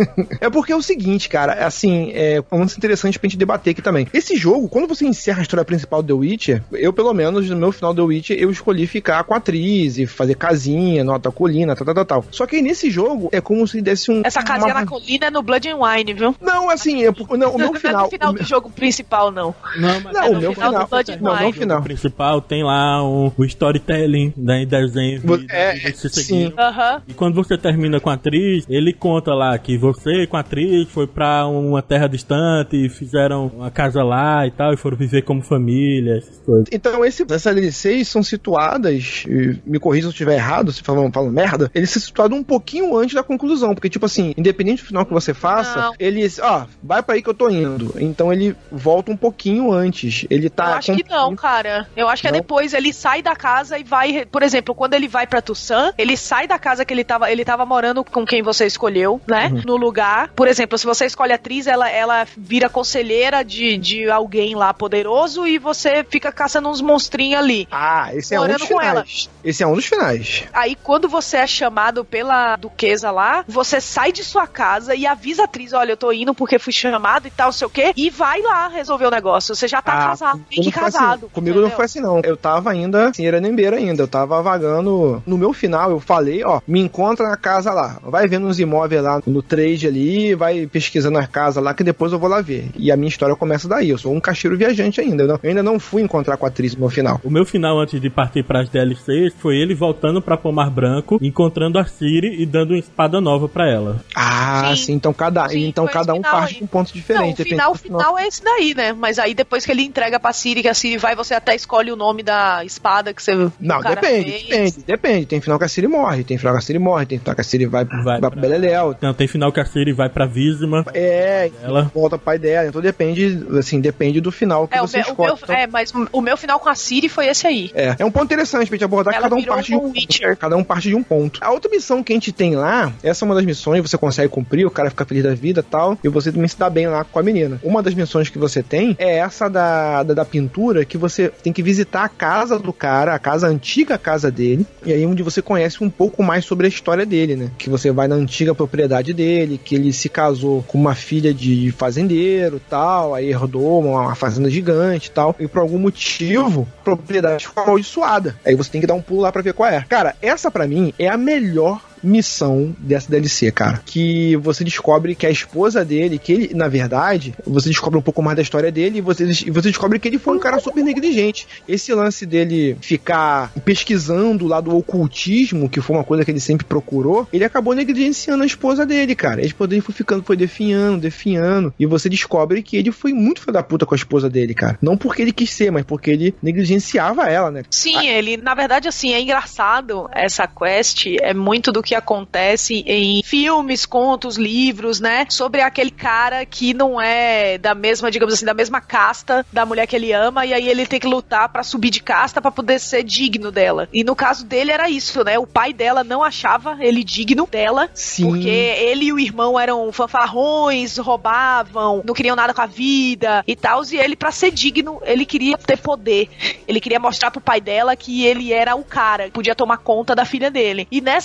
É porque é o seguinte, cara, assim, é um lance interessante pra gente debater aqui também. Esse jogo, quando você encerra a história principal do The Witcher, eu, pelo menos, no meu final do The Witcher, eu escolhi ficar com a atriz e fazer casinha, nota colina, tal, tal, tal, tal. Só que aí nesse jogo, é como se desse um... Essa casinha uma- na colina é no Blood and Wine, viu? Não, assim, é, por- não, o meu Não é final... no final o do meu- jogo principal, não. Não, mas Não, é o no meu final final... do Blood and Não, não o Wine. final. o principal tem lá um, o storytelling, né, em desenho. vida, É, vida que se sim. seguiram. Aham. E quando você termina com a atriz, ele conta lá que você com a atriz foi pra uma terra distante e fizeram uma casa lá e tal, e foram viver como família, essas coisas. Então, esse, essas D L Cs são situadas, e me corrija se eu estiver errado, se falam, falam merda, eles são situados um pouquinho antes da conclusão, porque, tipo assim, independente do final que você faça, Não. eles, ó, vai pra aí que eu tô indo. Então ele volta um pouquinho antes. Ele tá. Eu acho que não, cara. Eu acho que é Não? depois ele sai da casa e vai, por exemplo, quando ele vai pra Tussan, ele sai da casa que ele tava, ele tava morando com quem você escolheu, né? Uhum. No lugar. Por exemplo, se você escolhe a atriz, ela, ela vira conselheira de, de alguém lá poderoso e você fica caçando uns monstrinhos ali. Ah, esse é um Morando dos com finais. Esse é um dos finais. Aí, quando você é chamado pela duquesa lá, você sai de sua casa e avisa a atriz, olha, eu tô indo porque fui chamado e tal, sei o quê, e vai lá resolver o negócio. Você já tá Ah, casado, comigo meio que não foi assim. casado. Comigo entendeu? não foi assim, não. Eu tava ainda, assim, era nembeira ainda. Eu tava vagando. No meu final, eu falei, ó, me encontra na casa lá. Vai vendo uns imóveis lá no trade ali, vai pesquisando as casas lá, que depois eu vou lá ver. E a minha história começa daí. Eu sou um caixeiro viajante ainda. Eu, não- eu ainda não fui encontrar com a atriz no meu final. O meu final antes de partir pras D L Cs foi ele voltando pra Pomar Branco, encontrando a Ciri e dando uma espada nova pra ela. Ah, sim. Sim. então cada, Sim, então foi cada esse um final parte aí. de um ponto diferente. Não, o depende final, do final é esse daí, né? Mas aí depois que ele entrega pra Ciri, que a Ciri vai, você até escolhe o nome da espada que você Não, o cara depende, fez. depende, depende. Tem final que a Ciri morre, tem final que a Ciri morre, tem final que a Ciri vai, vai, Vai vai pra- pro Beleléu. Não, tem final que a Ciri vai pra Vizima. É, Ela. volta pro pai dela. Então depende, assim, depende do final que É, o você meu, o escolhe. meu- Então, é, mas o meu final com a Ciri foi esse aí. é, é um ponto interessante pra gente abordar que Ela cada um virou parte de um um Witcher. Cada um parte de um ponto. A outra missão que a gente tem lá, essa é uma das missões, você consegue cumprir, o cara fica feliz da vida e tal, e você também se dá bem lá com a menina. Uma das missões que você tem é essa da, da, da pintura, que você tem que visitar a casa do cara, a casa, a antiga casa dele, e aí onde você conhece um pouco mais sobre a história dele, né? Que você vai na antiga propriedade dele, que ele se casou com uma filha de fazendeiro tal, aí herdou uma, uma fazenda gigante e tal, e por algum motivo, a propriedade ficou amaldiçoada. Aí você tem que dar um pulo lá pra ver qual é. Cara, essa pra mim é a melhor missão dessa D L C, cara, que você descobre que a esposa dele, que ele, na verdade, você descobre um pouco mais da história dele e você, e você descobre que ele foi um cara super negligente. Esse lance dele ficar pesquisando lá do ocultismo, que foi uma coisa que ele sempre procurou, ele acabou negligenciando a esposa dele, cara. A esposa dele foi ficando, foi definhando, definhando, e você descobre que ele foi muito filho da puta com a esposa dele, cara. Não porque ele quis ser, mas porque ele negligenciava ela, né? Sim, ele, na verdade, assim, é engraçado essa quest, é muito do que acontece em filmes, contos, livros, né? Sobre aquele cara que não é da mesma, digamos assim, da mesma casta da mulher que ele ama, e aí ele tem que lutar pra subir de casta pra poder ser digno dela. E no caso dele era isso, né? O pai dela não achava ele digno dela, Sim. porque ele e o irmão eram fanfarrões, roubavam, não queriam nada com a vida e tal, e ele, pra ser digno, ele queria ter poder. Ele queria mostrar pro pai dela que ele era o cara, podia tomar conta da filha dele. E nessa incessante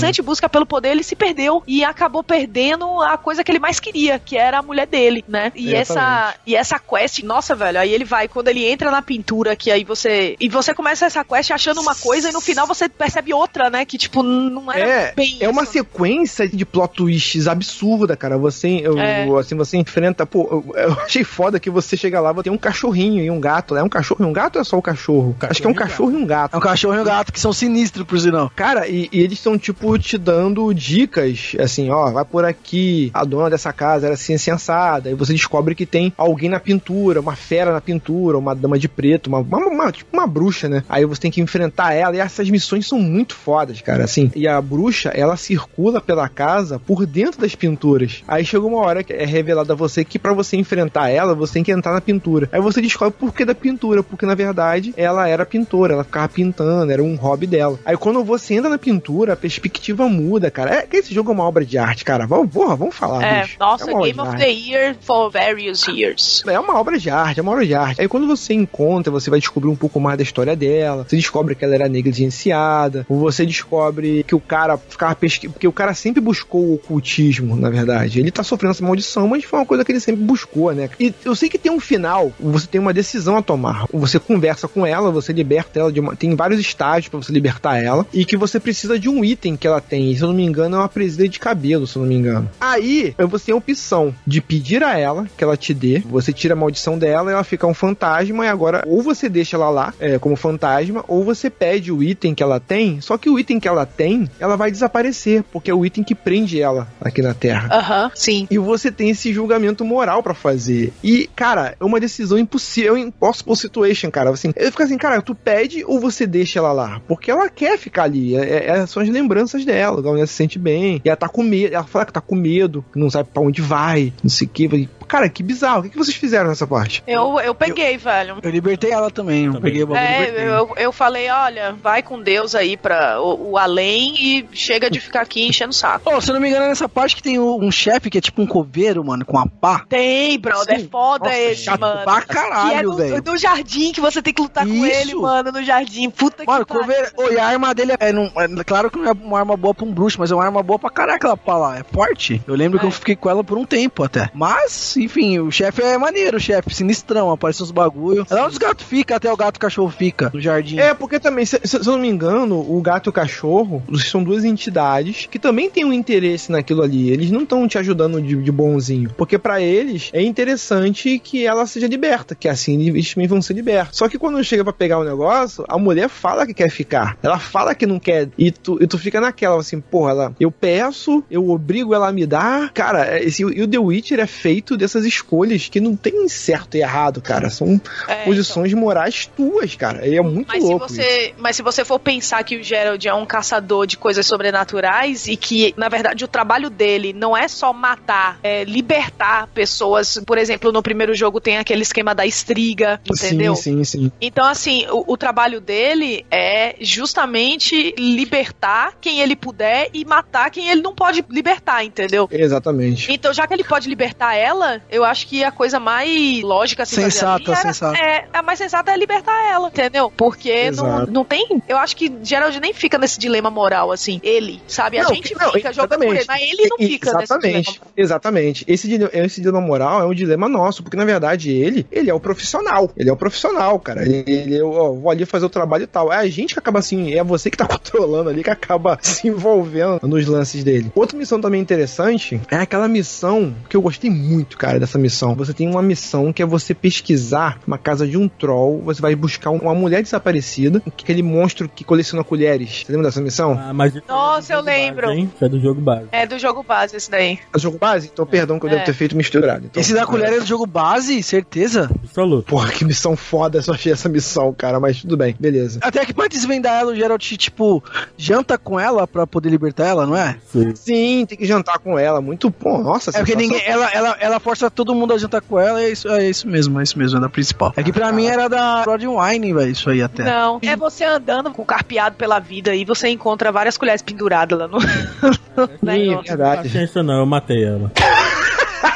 constante busca pelo poder, ele se perdeu e acabou perdendo a coisa que ele mais queria, que era a mulher dele, né? E essa, e essa quest, nossa, velho, aí ele vai, quando ele entra na pintura, que aí você, e você começa essa quest achando uma coisa e no final você percebe outra, né? Que tipo, não era é, bem É isso. uma sequência de plot twists absurda, cara. Você, eu, É. assim, você enfrenta, pô, eu, eu achei foda que você chega lá, tem um cachorrinho e um gato, né? É um cachorro e um gato ou é só o cachorro? Cachorro Acho que é um e um cachorro e um gato. É um cachorro e um gato que são sinistros, por sinal. Cara, e, e eles estão, tipo, te dando dicas, assim, ó, vai por aqui, a dona dessa casa era assim, assim, assada, e você descobre que tem alguém na pintura, uma fera na pintura, uma dama de preto, uma, uma, uma, tipo uma bruxa, né? Aí você tem que enfrentar ela, e essas missões são muito fodas, cara, assim, e a bruxa, ela circula pela casa por dentro das pinturas. Aí chega uma hora que é revelado a você que pra você enfrentar ela, você tem que entrar na pintura. Aí você descobre por que da pintura, porque na verdade ela era pintora, ela ficava pintando, era um hobby dela. Aí quando você entra na pintura, a perspectiva muda, cara. É que esse jogo é uma obra de arte, cara. Vamos, porra, vamos falar, É, bicho. nossa, é uma Game obra of de the arte. Year for various years. É uma obra de arte, é uma obra de arte. Aí quando você encontra, você vai descobrir um pouco mais da história dela. Você descobre que ela era negligenciada. Ou você descobre que o cara ficava pesquisando. Porque o cara sempre buscou o ocultismo, na verdade. Ele tá sofrendo essa maldição, mas foi uma coisa que ele sempre buscou, né? E eu sei que tem um final, você tem uma decisão a tomar. Você conversa com ela, você liberta ela de uma... Tem vários estágios pra você libertar ela. E que você precisa de um item que ela tem. E, se eu não me engano, é uma presilha de cabelo, se eu não me engano. Aí, você tem a opção de pedir a ela que ela te dê. Você tira a maldição dela, ela fica um fantasma. E agora, ou você deixa ela lá é, como fantasma, ou você pede o item que ela tem. Só que o item que ela tem, ela vai desaparecer. Porque é o item que prende ela aqui na Terra. Aham, uh-huh, sim. E você tem esse julgamento moral pra fazer. E, cara, é uma decisão impossível, impossible situation, cara. Assim, eu fico assim, cara, tu pede ou você deixa ela lá? Porque ela quer ficar ali. É, é, são as lembranças dela. Ela se sente bem. E ela tá com medo. Ela fala que tá com medo, que não sabe pra onde vai, não sei o que. Cara, que bizarro. O que, que vocês fizeram nessa parte? Eu, eu peguei, eu, velho. Eu libertei ela também. Eu também. peguei o bagulho. É, eu, eu falei, olha, vai com Deus aí pra o, o além e chega de ficar aqui enchendo o saco. Oh, se eu não me engano, é nessa parte que tem um chefe que é tipo um coveiro, mano, com uma pá. Tem, brother. Sim. É foda. Nossa, esse, chato mano. pra caralho, velho. velho. No jardim que você tem que lutar Isso. com ele, mano, no jardim. Puta mano, que pariu. Coveiro, oh, e a arma dele é, não, é. Claro que não é uma arma boa pra um bruxo, mas é uma arma boa pra caralho aquela pá lá. É forte. Eu lembro é. que eu fiquei com ela por um tempo até. Mas, enfim, o chefe é maneiro, o chefe. Sinistrão, aparece uns bagulho. É lá onde os gatos ficam, até o gato e o cachorro fica, no jardim. É, porque também, se, se eu não me engano, o gato e o cachorro são duas entidades que também têm um interesse naquilo ali. Eles não estão te ajudando de, de bonzinho. Porque pra eles é interessante que ela seja liberta, que assim eles também vão ser libertos. Só que quando chega pra pegar o negócio, a mulher fala que quer ficar. Ela fala que não quer. E tu, e tu fica naquela, assim, porra, ela, eu peço, eu obrigo ela a me dar. Cara, esse, e o The Witcher é feito dessas escolhas que não tem certo e errado, cara. São é, posições então. morais tuas, cara. E é muito mas louco. Se você, mas se você for pensar que o Geralt é um caçador de coisas sobrenaturais e que, na verdade, o trabalho dele não é só matar, é libertar pessoas. Por exemplo, no primeiro jogo tem aquele esquema da estriga, entendeu? Sim, sim, sim. Então, assim, o, o trabalho dele é justamente libertar quem ele puder e matar quem ele não pode libertar, entendeu? Exatamente. Então, já que ele pode libertar ela, eu acho que a coisa mais lógica assim, sensata, era, sensata. É, a mais sensata é libertar ela, entendeu? Porque não, não tem. Eu acho que Gerald nem fica nesse dilema moral, assim. Ele, sabe? A não, gente não, fica jogando por ele, mas ele não fica exatamente, nesse dilema. Exatamente. Esse dilema, esse dilema moral é um dilema nosso, porque na verdade ele, ele é o profissional. Ele é o profissional, cara. Ele, ele eu ó, vou ali fazer o trabalho e tal. É a gente que acaba assim, é você que tá controlando ali, que acaba se envolvendo nos lances dele. Outra missão também interessante é aquela missão que eu gostei muito, cara, dessa missão. Você tem uma missão que é você pesquisar uma casa de um troll, você vai buscar uma mulher desaparecida, aquele monstro que coleciona colheres. Você lembra dessa missão? Ah, mas Nossa, é eu lembro. Base, hein? Isso é do jogo base. É do jogo base esse daí. É do jogo base? Então, perdão que eu É. devo ter feito misturado. Então, Esse da colher é do jogo base, certeza? Absoluto. Porra, que missão foda, eu só achei essa missão, cara, mas tudo bem, beleza. Até que pra desvendar ela, o Geralt, tipo, janta com ela pra poder libertar ela, não é? Sim. Sim, tem que jantar com ela, muito bom, nossa. É porque sensação. ninguém, ela, ela, ela força todo mundo a jantar com ela, é isso, é isso mesmo, é isso mesmo, é da principal. É que pra mim era da Blood Wine, velho, isso aí até. Não, é você andando com carpeado pela vida e você encontra várias colheres penduradas lá no... Sim, é verdade. Paciência não, eu matei ela.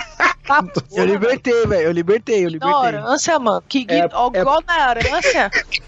Tá, Eu libertei, velho. Eu libertei, eu libertei. ignorância, mano. Que É, ó, é- ignorância.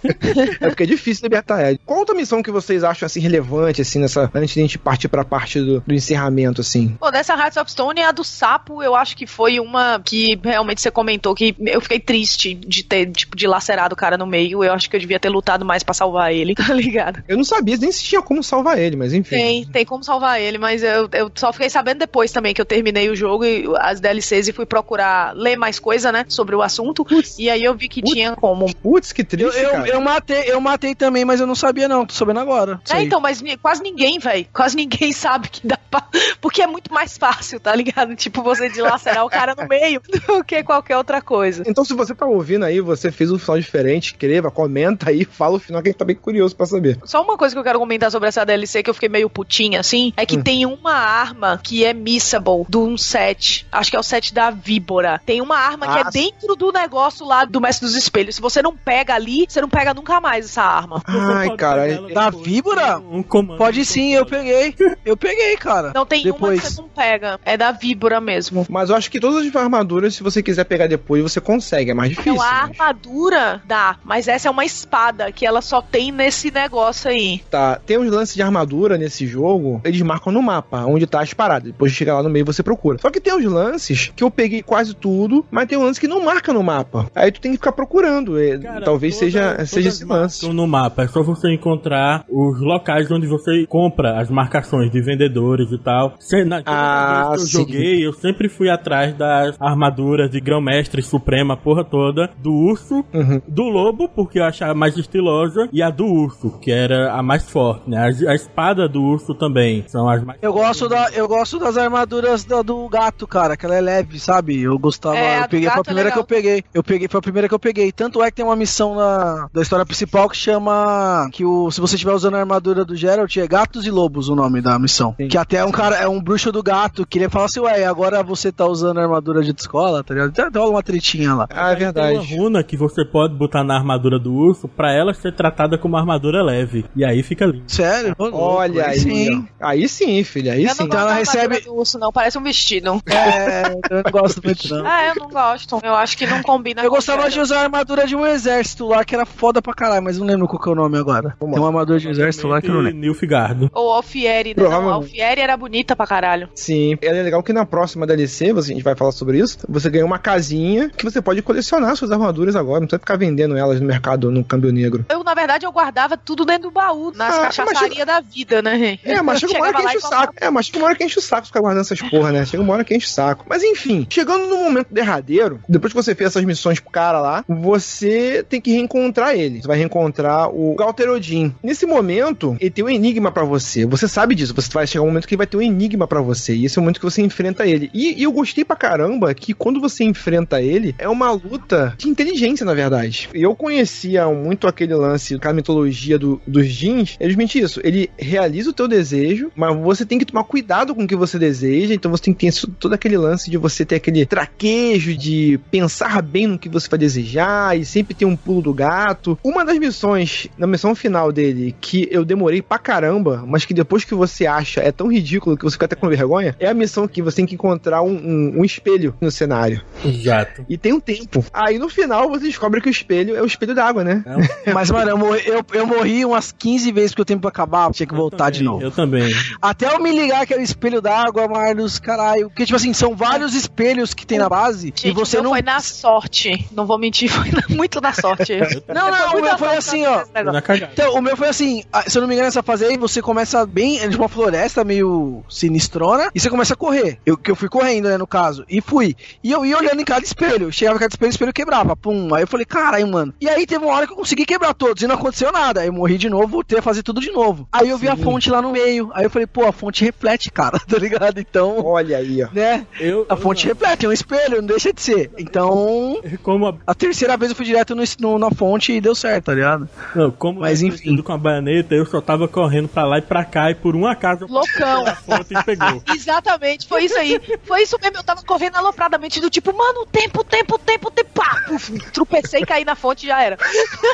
É porque é difícil libertar ela. Qual outra missão que vocês acham assim relevante, assim, nessa. Antes de a gente partir pra parte do, do encerramento, assim? Pô, dessa Hearts of Stone, a do sapo, eu acho que foi uma que realmente você comentou que eu fiquei triste de ter, tipo, dilacerado o cara no meio. Eu acho que eu devia ter lutado mais pra salvar ele, tá ligado? Eu não sabia nem se tinha como salvar ele, mas enfim. Tem, tem como salvar ele, mas eu, eu só fiquei sabendo depois também que eu terminei o jogo e as D L Cs e fui procurar ler mais coisa, né, sobre o assunto. Putz. E aí eu vi que Putz. tinha como. Putz, que Eu, triste, eu, cara. eu matei, eu matei também, mas eu não sabia não, tô sabendo agora. Isso É, aí. então, mas ni- quase ninguém, velho. Quase ninguém sabe que dá pra. Porque é muito mais fácil, tá ligado? Tipo, você dilacerar o cara no meio do que qualquer outra coisa. Então, se você tá ouvindo aí, você fez um final diferente, escreva, comenta aí, fala o final que a gente tá bem curioso pra saber. Só uma coisa que eu quero comentar sobre essa D L C que eu fiquei meio putinha, assim, é que Hum. tem uma arma que é missable do um set. Acho que é o set da Víbora. Tem uma arma que Ah, é dentro do negócio lá do Mestre dos Espelhos. Se você não pega ali, você não pega nunca mais essa arma. Ai, pode cara. pegar é- ela Da depois víbora? com Um comando. Pode sim, eu peguei. Eu peguei, cara. Não tem uma Depois. que você não pega. É da Víbora mesmo. Mas eu acho que todas as armaduras, se você quiser pegar depois, você consegue. É mais difícil. Então, a mas- armadura dá, mas essa é uma espada que ela só tem nesse negócio aí. Tá, tem uns lances de armadura nesse jogo, eles marcam no mapa, onde tá as paradas. Depois de chegar lá no meio, você procura. Só que tem uns lances que eu peguei quase tudo, mas tem um lance que não marca no mapa. Aí tu tem que ficar procurando. é, Cara, Talvez toda- seja, todas seja esse lance. marcam no mapa, é só você encontrar os locais onde você compra as marcações de vendedores e tal. Se, na, todas Ah, as vezes que eu sim. joguei, eu sempre fui atrás das armaduras de grão-mestre suprema, a porra toda, do urso, Uhum. do lobo, porque eu achava mais estilosa, e a do urso, que era a mais forte, né? A, a espada do urso também, são as mais Eu gosto, da, eu gosto das armaduras da- do gato, cara, que ela é leve, sabe? Eu gostava, É, a eu do peguei, foi a gato é primeira que legal. eu peguei. Eu peguei, foi a primeira que eu peguei. Tanto é que tem uma missão na, da história principal que chama, que o, se você estiver usando a armadura do Geralt, é Gatos e Lobos o nome da missão. Sim. Que até é um cara, é um bruxo do gato, que ele fala assim, ué, agora você tá usando a armadura de escola, tá ligado? Até rola uma tretinha lá. Ah, é Tem uma verdade. runa que você pode botar na armadura do urso pra ela ser tratada como armadura leve. E aí fica lindo. Sério? Ô, louco, Olha aí. Sim. ó. Aí sim, filho. Aí eu sim. não Então gosto ela da armadura recebe- do urso, não. Parece um vestido. É, eu não gosto muito não. É, eu não gosto. Eu acho que não combina Eu com gostava o de usar a armadura de um exército lá, que era foda pra caralho, mas não lembro qual que é o nome agora. Vamos Tem lá. uma armadura de um exército lá que eu não lembro. Nilfgaard. Ou Alfieri, né? Não, Provavelmente. Alfieri era bonita pra caralho. Sim, é legal que na próxima D L C, você, a gente vai falar sobre isso, você ganha uma casinha que você pode colecionar suas armaduras agora, não precisa ficar vendendo elas no mercado, no câmbio negro. Eu, na verdade, eu guardava tudo dentro do baú, nas Ah, cachaçarias da vida, né? É, mas chega uma hora Chegava que lá enche e o falava, saco. É, mas chega uma hora que enche o saco ficar guardando essas porra, né? Chega uma hora que enche o saco. Mas enfim, chegando no momento derradeiro, depois que você fez essas missões pro cara lá, você tem que reencontrar ele. Você vai reencontrar o Galterodin. Nesse momento, ele tem um enigma pra você. Você sabe disso. Você vai chegar um momento que ele vai ter um enigma pra você. E esse é o momento que você enfrenta ele. E, e eu gostei pra caramba que quando você enfrenta ele, é uma luta de inteligência, na verdade. Eu conhecia muito aquele lance, aquela mitologia do, dos jeans. É justamente isso. Ele realiza o teu desejo, mas você tem que tomar cuidado com o que você deseja. Então você tem que ter isso- todo aquele lance de você ter aquele traquejo de pensar bem no que você vai desejar e sempre ter um pulo do gato. Uma das missões, na missão final dele, que eu demorei pra caramba, mas que depois que você acha é tão ridículo que você fica até com vergonha, é a missão que você tem que encontrar um, um- um espelho no cenário. Exato. E tem um tempo. Aí no final você descobre que o espelho é o espelho d'água, né? Mas, mano, eu morri, eu, eu morri umas quinze vezes porque o tempo acabava, tinha que voltar de novo. Eu também. Até eu me ligar aquele espelho d'água, Marlos, caralho. Porque, tipo assim, são vários espelhos que tem na base Gente, e você então não. foi na sorte. Não vou mentir, foi na- muito na sorte. Não, não, o meu foi assim, ó. Na cagada. Então, o meu foi assim, ah, se eu não me engano, nessa fase aí, você começa bem, é de uma floresta meio sinistrona, e você começa a correr. Eu, que eu fui correndo, né, no caso, e fui. E eu ia olhando em cada espelho, chegava em cada espelho, o espelho quebrava, pum. Aí eu falei, caralho, mano. E aí teve uma hora que eu consegui quebrar todos, e não aconteceu nada. Aí eu morri de novo, voltei a fazer tudo de novo. Aí eu vi a fonte lá no meio, aí eu falei, pô, a fonte reflete, cara, tá ligado? Então, Olha aí, ó. né, Eu, a fonte reflete, é um espelho, não deixa de ser. Então, eu- como a, a terceira vez eu fui direto no, no- na fonte e deu certo, tá ligado? não, como Mas, eu enfim. estudo com a baioneta, eu só tava correndo pra lá e pra cá e por um acaso eu Loucão. a fonte e pegou. Exatamente, foi isso aí. Foi isso mesmo, eu tava correndo alopradamente do tipo, mano, tempo, tempo, tempo, tempo, pá, puf, tropecei, caí na fonte e já era.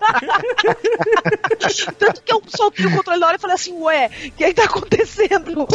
Tanto que eu soltei o controle na hora e falei assim, ué, o que é que tá acontecendo?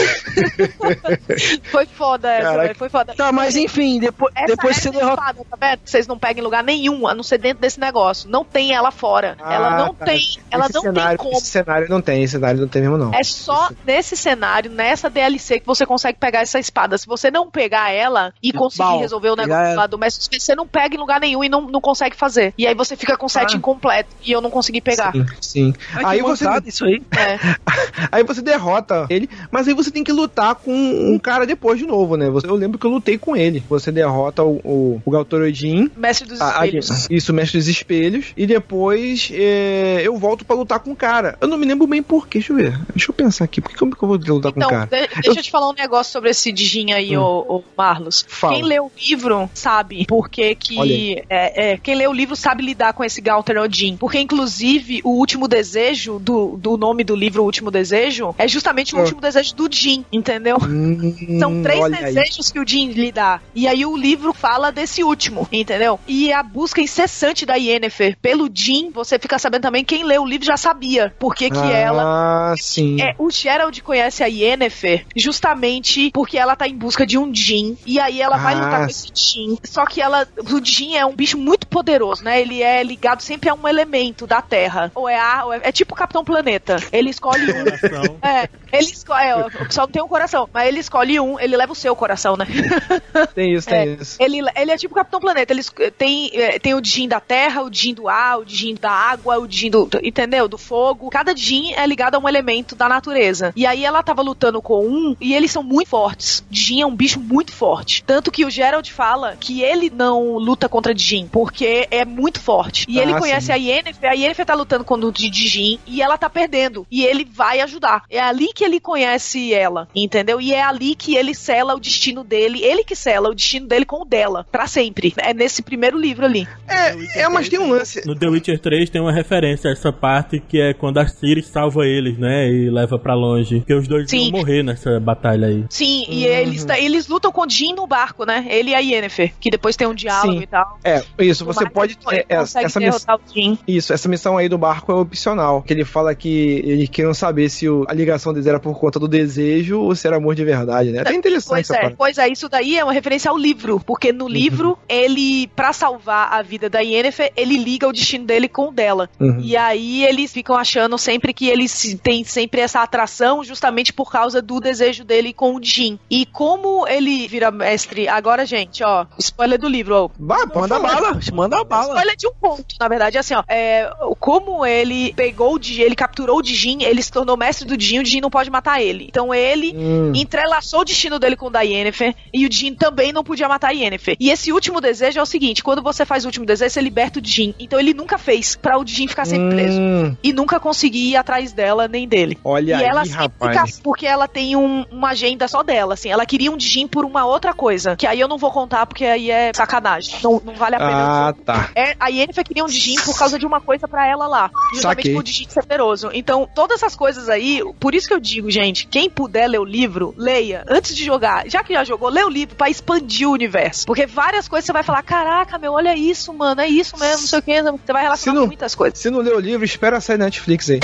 Foi foda essa, velho, foi foda. Tá, mas enfim, depois, essa depois essa você derrota... espada, tá vendo? Vocês não pegam em lugar nenhum, a não ser dentro desse negócio. Não tem ela fora. Ah, ela não tá. tem, ela esse não cenário, tem como. Esse cenário não tem, esse cenário não tem mesmo não. É só esse... nesse cenário, nessa D L C que você consegue pegar essa espada. Se você não pegar ela e conseguir Bom, resolver o negócio lá do mestre, você não pega em lugar nenhum e não, não consegue fazer. E aí você fica com sete Ah. incompleto e eu não consegui pegar. Sim, sim. Ai, Aí que você mancada isso aí. É. Aí você derrota ele, mas aí você tem que lutar com um cara depois de novo, né? Você, eu lembro que eu lutei com ele. Você derrota o, o, o Galtorodin. Mestre dos a- a- espelhos. Isso, mestre dos espelhos. E depois é, eu volto pra lutar com o cara. Eu não me lembro bem por quê. Deixa eu ver. Deixa eu pensar aqui. Por que, como que eu vou lutar Então, com o cara? de- deixa eu te falar um negócio sobre esse Dijin aí, Hum. ô, ô Marlos. Fala. Quem lê o livro sabe porque Olha que. aí. É, é, quem lê o livro sabe lidar com esse Galterodin. Porque, inclusive, o último desejo do, do nome do livro, O Último Desejo, é justamente o Ah. último desejo do Jin, entendeu? Hum, São três olha aí. desejos que o Jin lhe dá. E aí o livro fala desse último, entendeu? E a busca incessante da Yennefer pelo Jin, você fica sabendo também, quem lê o livro já sabia por que que ah, ela... sim. É, o Geralt conhece a Yennefer justamente porque ela tá em busca de um Jin. E aí ela vai Ah, lutar com esse Jin. Só que ela, o Jin é um bicho muito poderoso, né? Ele é ligado sempre a um elemento da Terra. Ou é ar, ou é, é tipo o Capitão Planeta. Ele escolhe um. Coração. É, ele escolhe. É, o pessoal não tem um coração, mas ele escolhe um, ele leva o seu coração, né? Tem isso, tem É, isso. Ele, ele é tipo o Capitão Planeta. Ele es- tem, é, tem o Jin da terra, o Jin do ar, o Jin da água, o Jin do. Entendeu? Do fogo. Cada Jin é ligado a um elemento da natureza. E aí ela tava lutando com um e eles são muito fortes. Jin é um bicho muito forte. Tanto que o Geralt fala que ele não luta contra Jin, porque é muito forte. E Ah, ele conhece sim. a Yennefer, a Yennefer tá lutando contra o Jin e ela tá perdendo. E ele vai ajudar. É ali que ele conhece ela, entendeu? E é ali que ele sela o destino dele, ele que sela o destino dele com o dela, pra sempre. É nesse primeiro livro ali. É, é, mas tem um lance. No The Witcher três tem uma referência a essa parte que é quando a Ciri salva eles, né? E leva pra longe. Porque os dois Sim. vão morrer nessa batalha aí. Sim, e Uhum. eles, tá- eles lutam com o Jin no barco, né? Ele e a Yennefer, que depois tem um diálogo Sim. e tal. É, isso, No você barco pode. ele é, essa, consegue essa missão. derrotar o Jin. Isso, essa missão aí do barco é opcional. Que ele fala que eles queriam saber se o- a ligação deles era por conta do desejo ou se era amor de verdade, né? É até interessante Pois essa é, parte. pois é, isso daí é uma referência ao livro, porque no livro, ele, pra salvar a vida da Yennefer, ele liga o destino dele com o dela. Uhum. E aí eles ficam achando sempre que eles se- têm sempre essa atração justamente por causa do desejo dele com o Jin. E como ele vira mestre, agora, gente, ó, spoiler do livro, ó. Bah, pode Manda falar. bala, manda bala. Spoiler de um ponto, na verdade, assim, ó, é, como ele pegou o Jin, ele capturou o Jin, ele se tornou mestre do Jin, o Jin não pode matar ele. Então ele Hum. entrelaçou o destino dele com o da Yennefer e o Jin também não podia matar a Yennefer. E esse último desejo é o seguinte, quando você faz o último desejo, você liberta o Jin. Então ele nunca fez pra o Jin ficar sempre preso. Hum, E nunca conseguir ir atrás dela, nem dele. olha e aí, ela sempre rapaz. fica, porque ela tem um- uma agenda só dela, assim. Ela queria um Jin por uma outra coisa, que aí eu não vou contar, porque aí é sacanagem. Não, não vale a pena. Ah, tá. É, a Yennefer queria um Dijin por causa de uma coisa pra ela lá. Justamente Saquei. por Dijin ser poderoso. Então, todas essas coisas aí, por isso que eu digo, gente, quem puder ler o livro, leia. Antes de jogar, já que já jogou, lê o livro pra expandir o universo. Porque várias coisas você vai falar, caraca, meu, olha isso, mano, é isso mesmo, não sei o que. Você vai relacionar Se não- com muitas coisas. Se não ler o livro, espera sair na Netflix aí.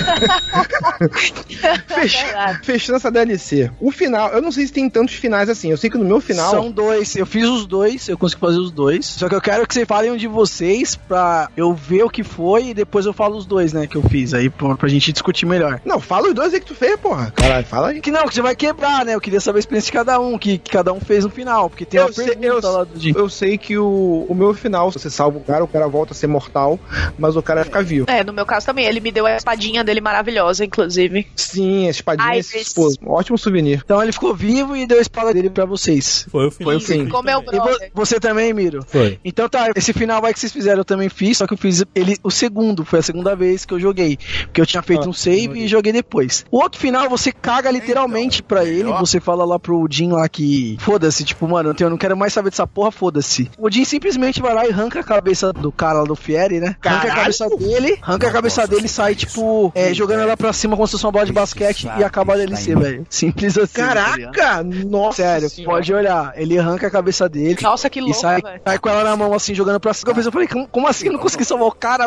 Fech- Verdade. Fechando essa D L C. O final, eu não sei se tem tantos finais assim. Eu sei que no meu final. São dois, eu fiz os dois, eu consegui fazer os dois. Só que eu quero que vocês falem um de vocês pra eu ver o que foi e depois eu falo os dois, né, que eu fiz. Aí pra, pra gente discutir melhor. Não, fala os dois aí que tu fez, porra. Caralho, fala aí. Que não, que você vai quebrar, né? Eu queria saber a experiência de cada um, que, que cada um fez no final. Porque tem Eu uma sei- pergunta eu- lá do Jim. Eu sei que o, o meu final, você salva o cara, o cara volta a ser mortal, mas o cara fica vivo. É, no meu caso também. Ele me deu a espadinha dele maravilhosa, inclusive. Sim, a espadinha, Ai, esse, esse- pô, um ótimo souvenir. Então ele ficou vivo e deu a espada dele pra vocês. Foi o fim. Foi o fim. Como é o E vo- brother. você também, Miro? Foi. Então tá, esse final vai que vocês fizeram eu também fiz, só que eu fiz ele o segundo, foi a segunda vez que eu joguei. Porque eu tinha feito Ah, um save joguei. e joguei depois. O outro final você caga literalmente pra ele, você fala lá pro Jim lá que foda-se, tipo, mano, eu, tenho- eu não quero mais saber dessa porra, foda-se. O Jim simplesmente vai lá e arranca a cabeça do cara lá do Fieri, né? Arranca a Caralho! cabeça dele, arranca a cabeça dele e sai, tipo, é, jogando ela pra cima como se fosse uma bola de basquete e acaba a D L C, velho. Simples assim. tá ligado? Caraca! Nossa! Sério, senhora. pode olhar. Ele arranca a cabeça dele. Nossa, que E louco, sai, velho. sai com ela na mão assim, jogando pra cima. Eu falei, como, como assim eu não consegui salvar o cara, velho? Tá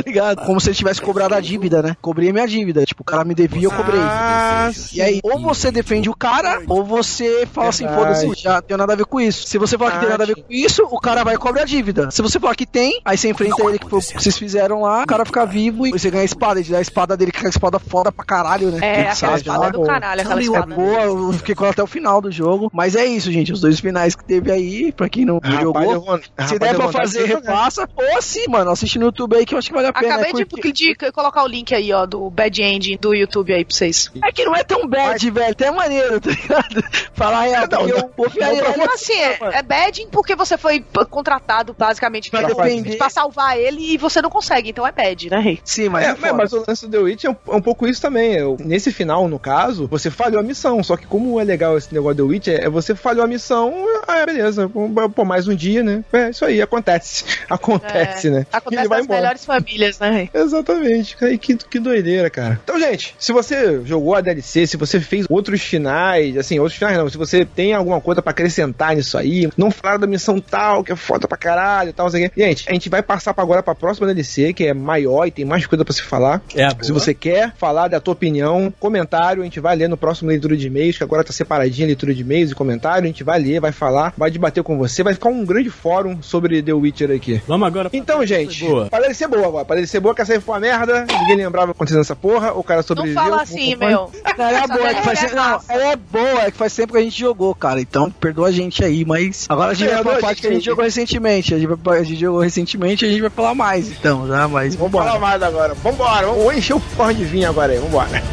tá ligado? Como se ele tivesse cobrado a dívida, né? Cobrei a minha dívida. Tipo, o cara me devia, eu cobrei. Ah, e aí, ou você defende o cara, ou você fala assim, foda-se, já tem nada a ver com isso. Se você falar que tem nada a ver com isso, o cara vai cobrar a dívida. Se você falar que tem, aí você enfrenta ele, que foi o que vocês fizeram lá, o cara fica vivo e você ganha a espada. Ele dá a espada dele, que é a espada foda pra caralho, né? É, aquela espada é do caralho, aquela espada. É boa, eu fiquei com ela até o final do jogo. Mas é isso, gente. Os dois finais que teve aí, pra quem não rapaz, jogou, vou, se rapaz, der pra fazer, refaça. Ou se, mano, assiste no YouTube aí que eu acho que vale a pena. Acabei né, de, de colocar o link aí, ó, do Bad End do YouTube aí pra vocês. É que não é tão bad, mas... velho. Até maneiro, tá ligado? Falar real, não, porque não, eu confiaria. Como assim? É, é bad porque você foi contratado, basicamente, pra, defender. pra salvar ele e você não consegue, então é bad, né, Rei? Sim, mas... É, é mas o lance do The Witch é um, é um pouco isso também. Eu, nesse final, no caso, você falhou a missão. Só que como é legal esse negócio do The Witch, é, é você falhou a missão, ah, beleza, pô, mais um dia, né? É isso aí, acontece. Acontece, é, né? Acontece nas melhores famílias, né, Rei? Exatamente. Que, que doideira, cara. Então, gente, se você jogou a D L C, se você fez outros finais, assim, outros finais não, se você tem alguma coisa pra acrescentar nisso aí, não falaram da missão tal, que é foda pra caralho e tal, não sei o quê. Gente, a gente vai passar pra agora pra próxima D L C, que é maior e tem mais coisa pra se falar. É se você quer falar da tua opinião, comentário, a gente vai ler no próximo leitura de e-mails, que agora tá separadinha a leitura de e-mails e comentário, a gente vai ler, vai falar, vai debater com você, vai ficar um grande fórum sobre The Witcher aqui. Vamos agora pra Então, gente, boa. Pra D L C boa agora, pra D L C boa, que essa aí foi uma merda, ninguém lembrava acontecendo essa porra, o cara sobreviveu. Não fala assim, meu. Não, ela é boa, é que faz sempre, não, ela é boa, é que faz tempo que a gente jogou, cara, então perdoa a gente aí, mas agora a gente vai pra uma parte que a gente jogou recentemente, a gente, vai, a gente jogou recentemente e a gente vai falar mais, então, já, mas vamos falar mais agora, vambora, vamos encher o porra de vinho agora aí, vambora.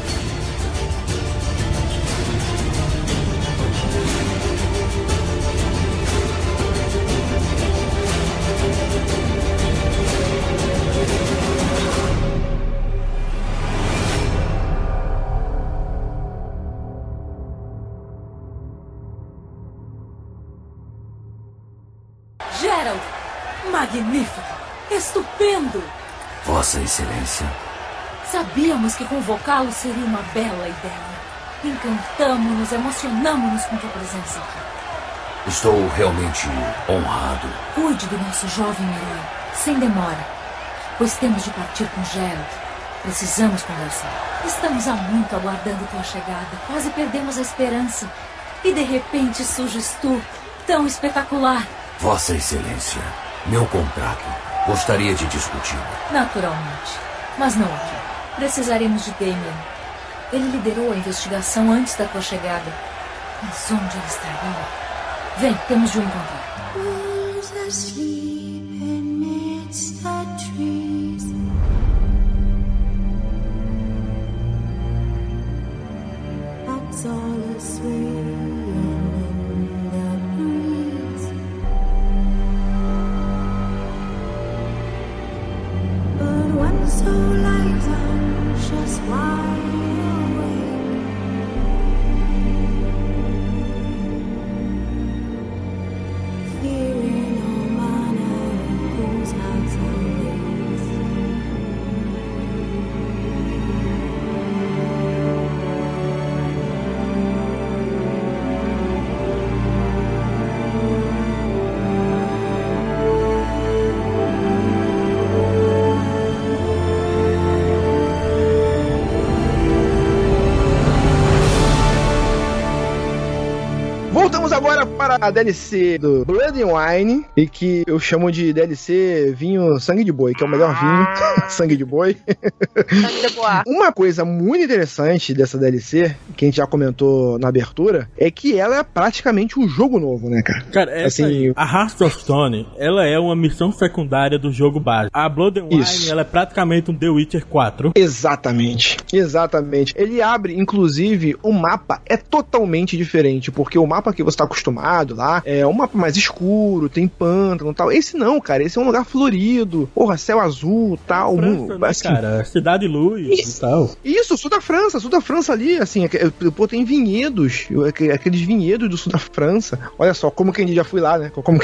Geralt! Magnífico! Estupendo! Vossa Excelência. Sabíamos que convocá-lo seria uma bela ideia. Encantamo-nos, emocionamo-nos com tua presença aqui. Estou realmente honrado. Cuide do nosso jovem herói, sem demora, pois temos de partir com Geralt. Precisamos conversar. Estamos há muito aguardando tua chegada. Quase perdemos a esperança. E de repente surges tu, tão espetacular. Vossa Excelência, meu contrato. Gostaria de discutir. Naturalmente. Mas não aqui. Precisaremos de Damien. Ele liderou a investigação antes da tua chegada. Mas onde ele estaria? Vem, temos de o encontrar. Wolves asleep amidst the trees. Bats all asleep. So light, I'm just wide awake. Fearing all manner of fools, hearts and ways. Agora para a D L C do Blood and Wine, e que eu chamo de D L C vinho sangue de boi, que é o melhor vinho, sangue de boi. Sangue de boa. Uma coisa muito interessante dessa D L C, que a gente já comentou na abertura, é que ela é praticamente um jogo novo, né, cara? Cara, essa assim, aí, a Heart of Stone, ela é uma missão secundária do jogo base. A Blood and Wine, isso, ela é praticamente um The Witcher quatro. Exatamente, exatamente. Ele abre, inclusive, o mapa é totalmente diferente, porque o mapa que você tá acostumado lá é um mapa mais escuro, tem pântano e tal. Esse não, cara, esse é um lugar florido, porra, céu azul e tal. França, né, assim, cara, cidade luz e, e tal. Isso, sul da França, sul da França ali, assim, pô, tem vinhedos, aqueles vinhedos do sul da França. Olha só, como que a gente já fui lá, né? Como que,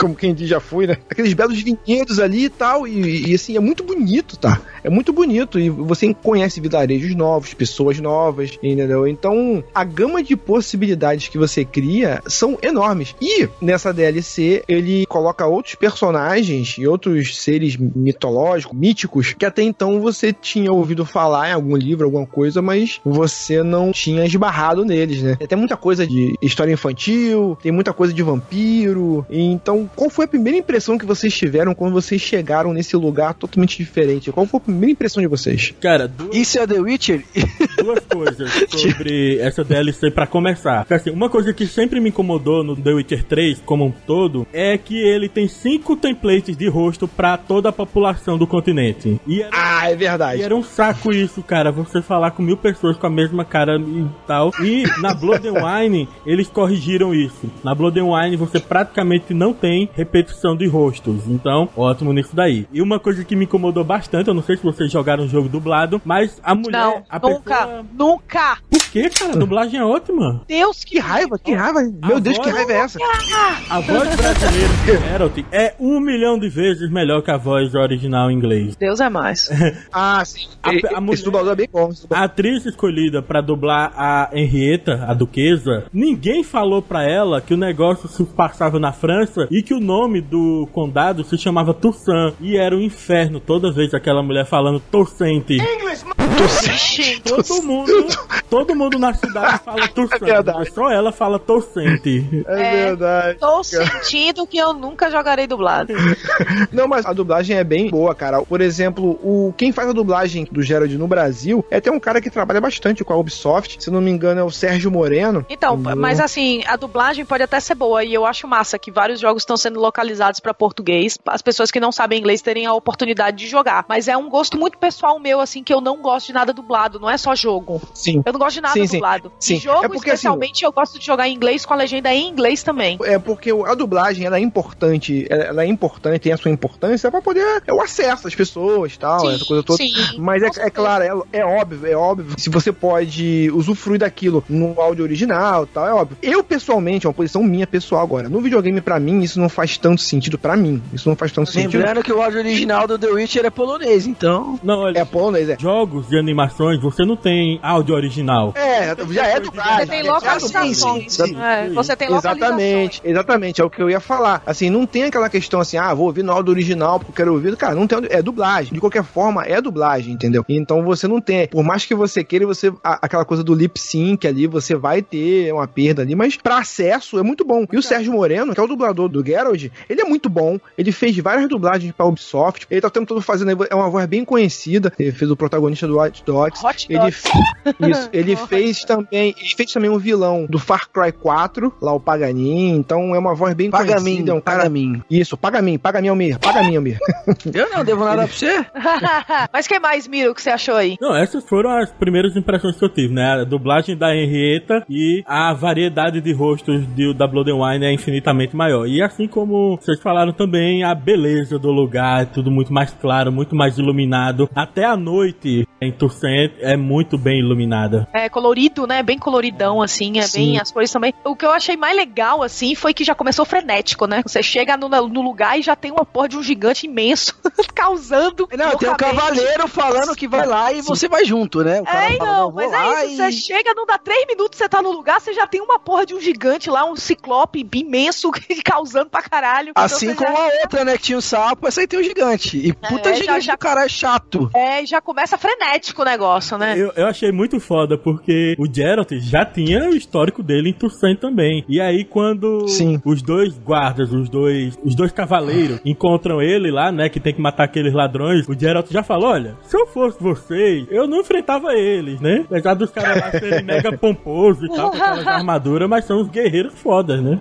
como quem diz, já fui, né? Aqueles belos vinhedos ali e tal, e, e assim, é muito bonito, tá? É muito bonito, e você conhece vilarejos novos, pessoas novas, entendeu? Então, a gama de possibilidades que você cria são enormes. E, nessa D L C, ele coloca outros personagens e outros seres mitológicos, míticos, que até então você tinha ouvido falar em algum livro, alguma coisa, mas você não tinha esbarrado neles, né? Tem muita coisa de história infantil, tem muita coisa de vampiro. Então, qual foi a primeira impressão que vocês tiveram quando vocês chegaram nesse lugar totalmente diferente? Qual foi a primeira impressão de vocês? Cara, duas... Isso é The Witcher? Duas coisas sobre essa D L C pra começar. Assim, uma coisa que sempre me incomodou no The Witcher três, como um todo, é que ele tem cinco templates de rosto pra toda a população do continente. E era... Ah, é verdade. E era um saco isso, cara, você falar com mil pessoas com a mesma cara e tal. E na Blood and Wine, eles corrigiram isso. Na Blood and Wine, você praticamente não tem repetição de rostos. Então, ótimo nisso daí. E uma coisa que me incomodou bastante, eu não sei se vocês jogaram um jogo dublado, mas a mulher... Não, a nunca, pessoa... nunca. Por que, cara? A dublagem é ótima. Deus, que raiva, que raiva. Meu A Deus, voz... que raiva é essa? A voz brasileira de Geralt é um milhão de vezes melhor que a voz original em inglês. Deus é mais. Ah, sim. A, a mulher, esse dublador é bem bom. A atriz escolhida pra dublar a Henrietta, a duquesa, ninguém falou pra ela que o negócio se passava na França e que o nome do condado se chamava Toussaint. E era um inferno toda vez aquela mulher falando Toussaint. Toussaint. Todo mundo, todo mundo na cidade fala Toussaint. É verdade. Só ela fala Toussaint. É, é verdade. Tô sentindo que eu nunca jogarei dublado. Não, mas a dublagem é bem boa, cara. Por exemplo, o quem faz a dublagem do Geralt no Brasil é até um cara que trabalha bastante com a Ubisoft. Se não me engano, é o Sérgio Moreno. Então, no... mas assim, a dublagem pode até ser boa e eu acho massa que vários jogos estão sendo localizados pra português, as pessoas que não sabem inglês terem a oportunidade de jogar. Mas é um gosto muito pessoal meu, assim, que eu não gosto de nada dublado, não é só jogo. Sim. Eu não gosto de nada sim, dublado. Sim. E jogo, é porque, especialmente, assim, eu gosto de jogar em inglês com a legenda em inglês também. É porque a dublagem, ela é importante, ela é importante, tem a sua importância pra poder, é o acesso às pessoas e tal, sim, essa coisa toda. Sim, mas é, é claro, é, é óbvio, é óbvio, se você pode usufruir daquilo no áudio original e tal, é óbvio. Eu, pessoalmente, é uma posição minha pessoal agora, no videogame, pra mim, isso não faz tanto sentido pra mim. Isso não faz tanto Lembrando sentido. Lembrando que o áudio original do The Witcher é polonês, então... Não, olha, é polonês, é. Jogos de animações, você não tem áudio original. É, já é dublagem. Você tem localizações. É, você tem localizações. Exatamente, exatamente, é o que eu ia falar. Assim, não tem aquela questão assim, ah, vou ouvir no áudio original porque eu quero ouvir. Cara, não tem, é dublagem. De qualquer forma, é dublagem, entendeu? Então você não tem, por mais que você queira, você, a, aquela coisa do lip sync ali, você vai ter uma perda ali, mas pra acesso é muito bom. E o Sérgio Moreno, que é o dublador do Geralt, ele é muito bom, ele fez várias dublagens pra Ubisoft, ele tá o tempo todo fazendo, é uma voz bem conhecida, ele fez o protagonista do Hot Dogs. Hot ele, Dogs. Isso, ele fez também, ele fez também um vilão do Far Cry quatro, lá o Paganin, então é uma voz bem Paga conhecida, mim, é um cara... paga mim. Isso, paga mim, paga mim, Almir, paga mim, Almir. Eu não devo nada pra você. Mas que mais, Miro, que você achou aí? Não, essas foram as primeiras impressões que eu tive, né? A dublagem da Henrietta e a variedade de rostos de, da Blood and Wine é infinitamente maior. E assim como vocês falaram também, a beleza do lugar, tudo muito mais claro, muito mais iluminado. Até a noite em Toussaint é muito bem iluminada. É colorido, né? Bem coloridão, assim, é Sim. bem as cores também. O que eu achei mais legal, assim, foi que já começou frenético, né? Você chega no, no lugar e já tem uma porra de um gigante imenso causando. Não, tem um cavaleiro falando que vai lá e Sim. você vai junto, né? O cara É, fala, não, não, mas vou lá é isso. e... Você chega, não dá três minutos, você tá no lugar, você já tem uma porra de um gigante lá, um ciclope imenso causando pra caralho. Assim então, como já... a outra, né? Que tinha um sapo, essa aí tem um gigante. E puta É, gigante já- do cara é chato. É, e já começa frenético o negócio, né? Eu, eu achei muito foda, porque o Geralt já tinha o histórico dele em Toussaint também. E aí, quando Sim. os dois guardas, os dois os dois cavaleiros encontram ele lá, né, que tem que matar aqueles ladrões, o Geralt já falou, olha, se eu fosse vocês, eu não enfrentava eles, né? Apesar dos caras lá serem mega pomposos e tal, com aquelas armaduras, mas são os guerreiros fodas, né?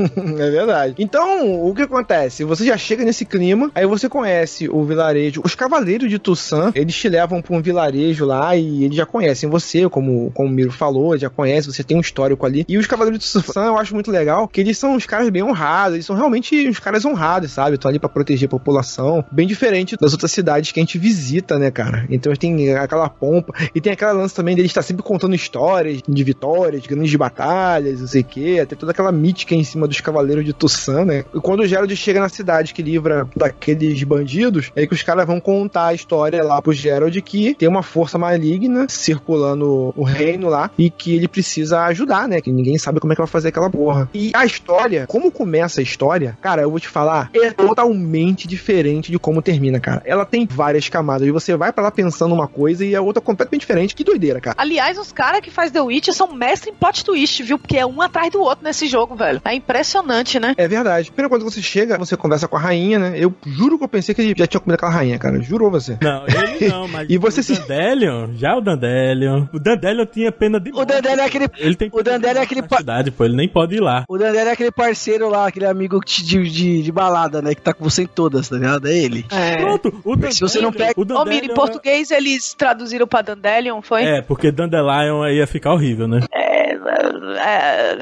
É verdade. Então, o que acontece? Você já chega nesse clima, aí você conhece o vilarejo, os cavaleiros de Toussaint, eles te levam pra um vilarejo vilarejo lá e eles já conhecem você, como, como o Miro falou, já conhece, você tem um histórico ali. E os Cavaleiros de Tsusan eu acho muito legal, que eles são uns caras bem honrados, eles são realmente uns caras honrados, sabe? Estão ali pra proteger a população, bem diferente das outras cidades que a gente visita, né, cara? Então tem aquela pompa, e tem aquela lance também deles estar sempre contando histórias de vitórias, grandes batalhas, não sei o quê, até toda aquela mítica em cima dos Cavaleiros de Tsusan, né? E quando o Geralt chega na cidade que livra daqueles bandidos, é que os caras vão contar a história lá pro Geralt que tem uma força maligna circulando o reino lá e que ele precisa ajudar, né? Que ninguém sabe como é que vai fazer aquela porra. E a história, como começa a história, cara, eu vou te falar, é totalmente diferente de como termina, cara. Ela tem várias camadas e você vai pra lá pensando uma coisa e a outra completamente diferente. Que doideira, cara. Aliás, os caras que faz The Witcher são mestre em plot twist, viu? Porque é um atrás do outro nesse jogo, velho. É impressionante, né? É verdade. Primeiro, quando você chega, você conversa com a rainha, né? Eu juro que eu pensei que ele já tinha comido aquela rainha, cara. Jurou você. Não, ele não, mas e você o se... Dandelion, já o Dandelion. O Dandelion tinha pena de O Dandelion é aquele... Ele tem o Dandelion é aquele... Pa... cidade, pô, ele nem pode ir lá. O Dandelion é aquele parceiro lá, aquele amigo de, de, de balada, né? Que tá com você em todas, tá ligado? É ele. É. Pronto, o Dandelion... Se você não pega... O Ô, Miri, em português eles traduziram pra Dandelion, foi? É, porque Dandelion ia ficar horrível, né? É... é...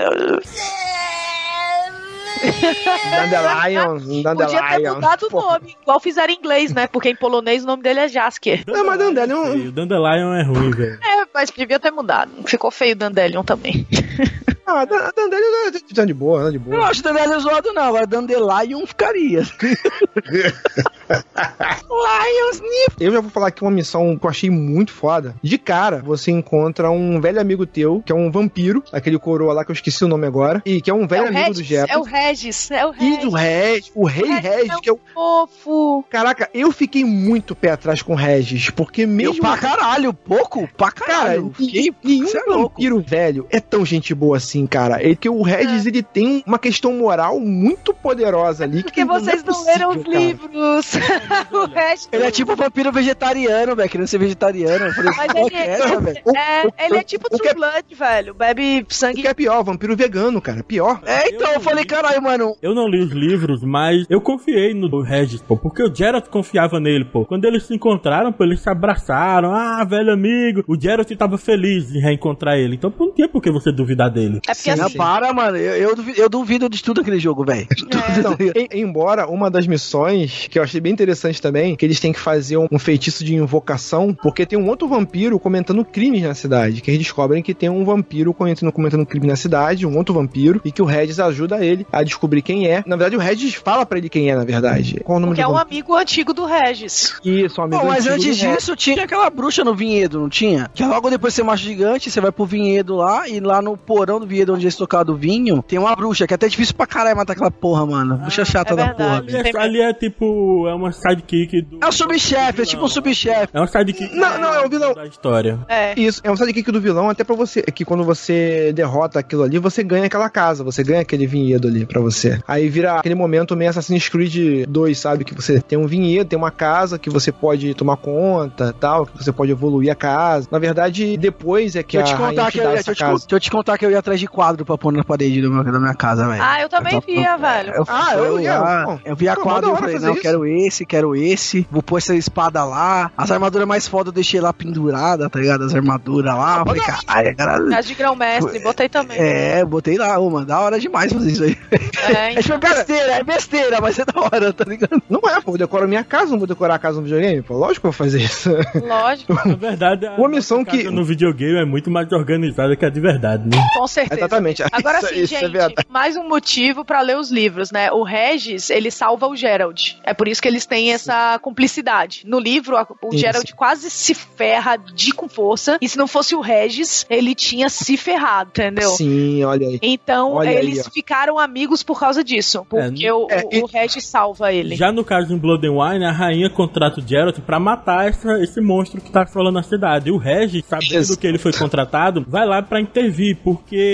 Dandelion, Dandelion. Podia ter mudado o nome, igual fizeram em inglês, né? Porque em polonês o nome dele é Jaskier. Não, mas Dandelion... É, o Dandelion é ruim, velho. É, mas devia ter mudado. Ficou feio o Dandelion também. Ah, Dandelion tá de boa, tá de boa. Eu não acho Dandelion zoado, não. Agora Dandelion ficaria. Lions Nip. Eu já vou falar aqui uma missão que eu achei muito foda. De cara, você encontra um velho amigo teu, que é um vampiro, aquele coroa lá que eu esqueci o nome agora, e que é um velho é amigo Regis, do Geralt. É o Regis, é o Regis. E do Regis, o rei Regis, Regis é que é o fofo. Caraca, eu fiquei muito pé atrás com o Regis, porque mesmo... Eu pra caralho, pouco, pra caralho. Cara, fiquei... nenhum é vampiro velho é tão gente boa assim, cara. É que o Regis, é. ele tem uma questão moral muito poderosa ali. Porque que vocês não, é possível, leram os cara. livros. O Regis... Ele é tipo um vampiro vegetariano, velho, querendo ser vegetariano. Eu falei, mas ele é, essa, velho? é, o, ele o, é tipo o, True o Blood, velho. Bebe sangue. O que é pior, vampiro vegano, cara. Pior. É, então, eu, eu falei, caralho, mano. Eu não li os livros, mas eu confiei no Regis, pô, porque o Geralt confiava nele, pô. Quando eles se encontraram, pô, eles se abraçaram. Ah, velho amigo. O Geralt tava feliz em reencontrar ele. Então não tinha por que você duvidar dele. É porque Sim, assim... Não, para, mano. Eu, eu, duvido, eu duvido de tudo aquele jogo, velho. É. Então, em, embora uma das missões, que eu achei bem interessante também, que eles têm que fazer um, um feitiço de invocação, porque tem um outro vampiro comentando crimes na cidade, que eles descobrem que tem um vampiro comentando, comentando crime na cidade, um outro vampiro, e que o Regis ajuda ele a descobrir quem é. Na verdade, o Regis fala pra ele quem é, na verdade. Qual o nome Porque do é um vampiro? amigo antigo do Regis. Isso, um amigo Bom, mas antigo antes do Regis. disso, tinha aquela bruxa no vinhedo, não tinha? Que logo depois você macho gigante, você vai pro vinhedo lá, e lá no porão do vinhedo onde eles tocaram o vinho, tem uma bruxa, que é até difícil pra caralho matar aquela porra, mano. Bruxa chata é da verdade. porra. Ali é, ali é tipo, é uma sidekick do... É um subchefe, é tipo um subchefe. É um sidekick Não, não, é o vilão. da história. É. Isso, é um sidekick do vilão, até pra você, que quando você derrota aquilo ali, você ganha aquela casa, você ganha aquele vinhedo ali pra você. Aí vira aquele momento meio Assassin's Creed dois, sabe? Que você tem um vinhedo, tem uma casa que você pode tomar conta, tal, que você pode evoluir a casa. Na verdade, depois é que Deixa eu a te contar rainha que te eu, dá ia- essa deixa eu te, casa. deixa eu te contar que eu ia atrás de quadro pra pôr na parede do meu, da minha casa, velho. Ah, eu também via, velho. Eu, Ah, eu- eu, eu- lá, bom, eu vi a pô, quadra mó e da eu hora falei, fazer não, isso. quero esse, quero esse, vou pôr essa espada lá, as armaduras mais foda eu deixei lá pendurada, tá ligado? As armaduras lá, eu falei, caralho, caralho. As de grão-mestre, botei também. É, botei lá, ô, mano, da hora demais fazer isso aí. É, É tipo besteira, é besteira, mas é da hora, tá ligado? Não é, pô, eu decoro minha casa, não vou decorar a casa no videogame, pô. Lógico que eu vou fazer isso. lógico, Na verdade, a Uma missão nossa casa que- no videogame é muito mais organizada que a de verdade, né? com certeza. Exatamente. Agora Isso- sim, isso é gente, verdade. mais um motivo pra ler os livros, né? O Regis, ele salva o Geralt. É por isso que eles têm essa cumplicidade. No livro, a- o Isso. Geralt quase se ferra de com força, e se não fosse o Regis, ele tinha se ferrado, entendeu? Sim, olha aí. Então, Olha aí, eles ó. ficaram amigos por causa disso. Porque É, o, é, o, o Regis salva ele. Já no caso em Blood and Wine, a rainha contrata o Geralt pra matar essa, esse monstro que tá falando na cidade. E o Regis, sabendo Isso. que ele foi contratado, vai lá pra intervir, porque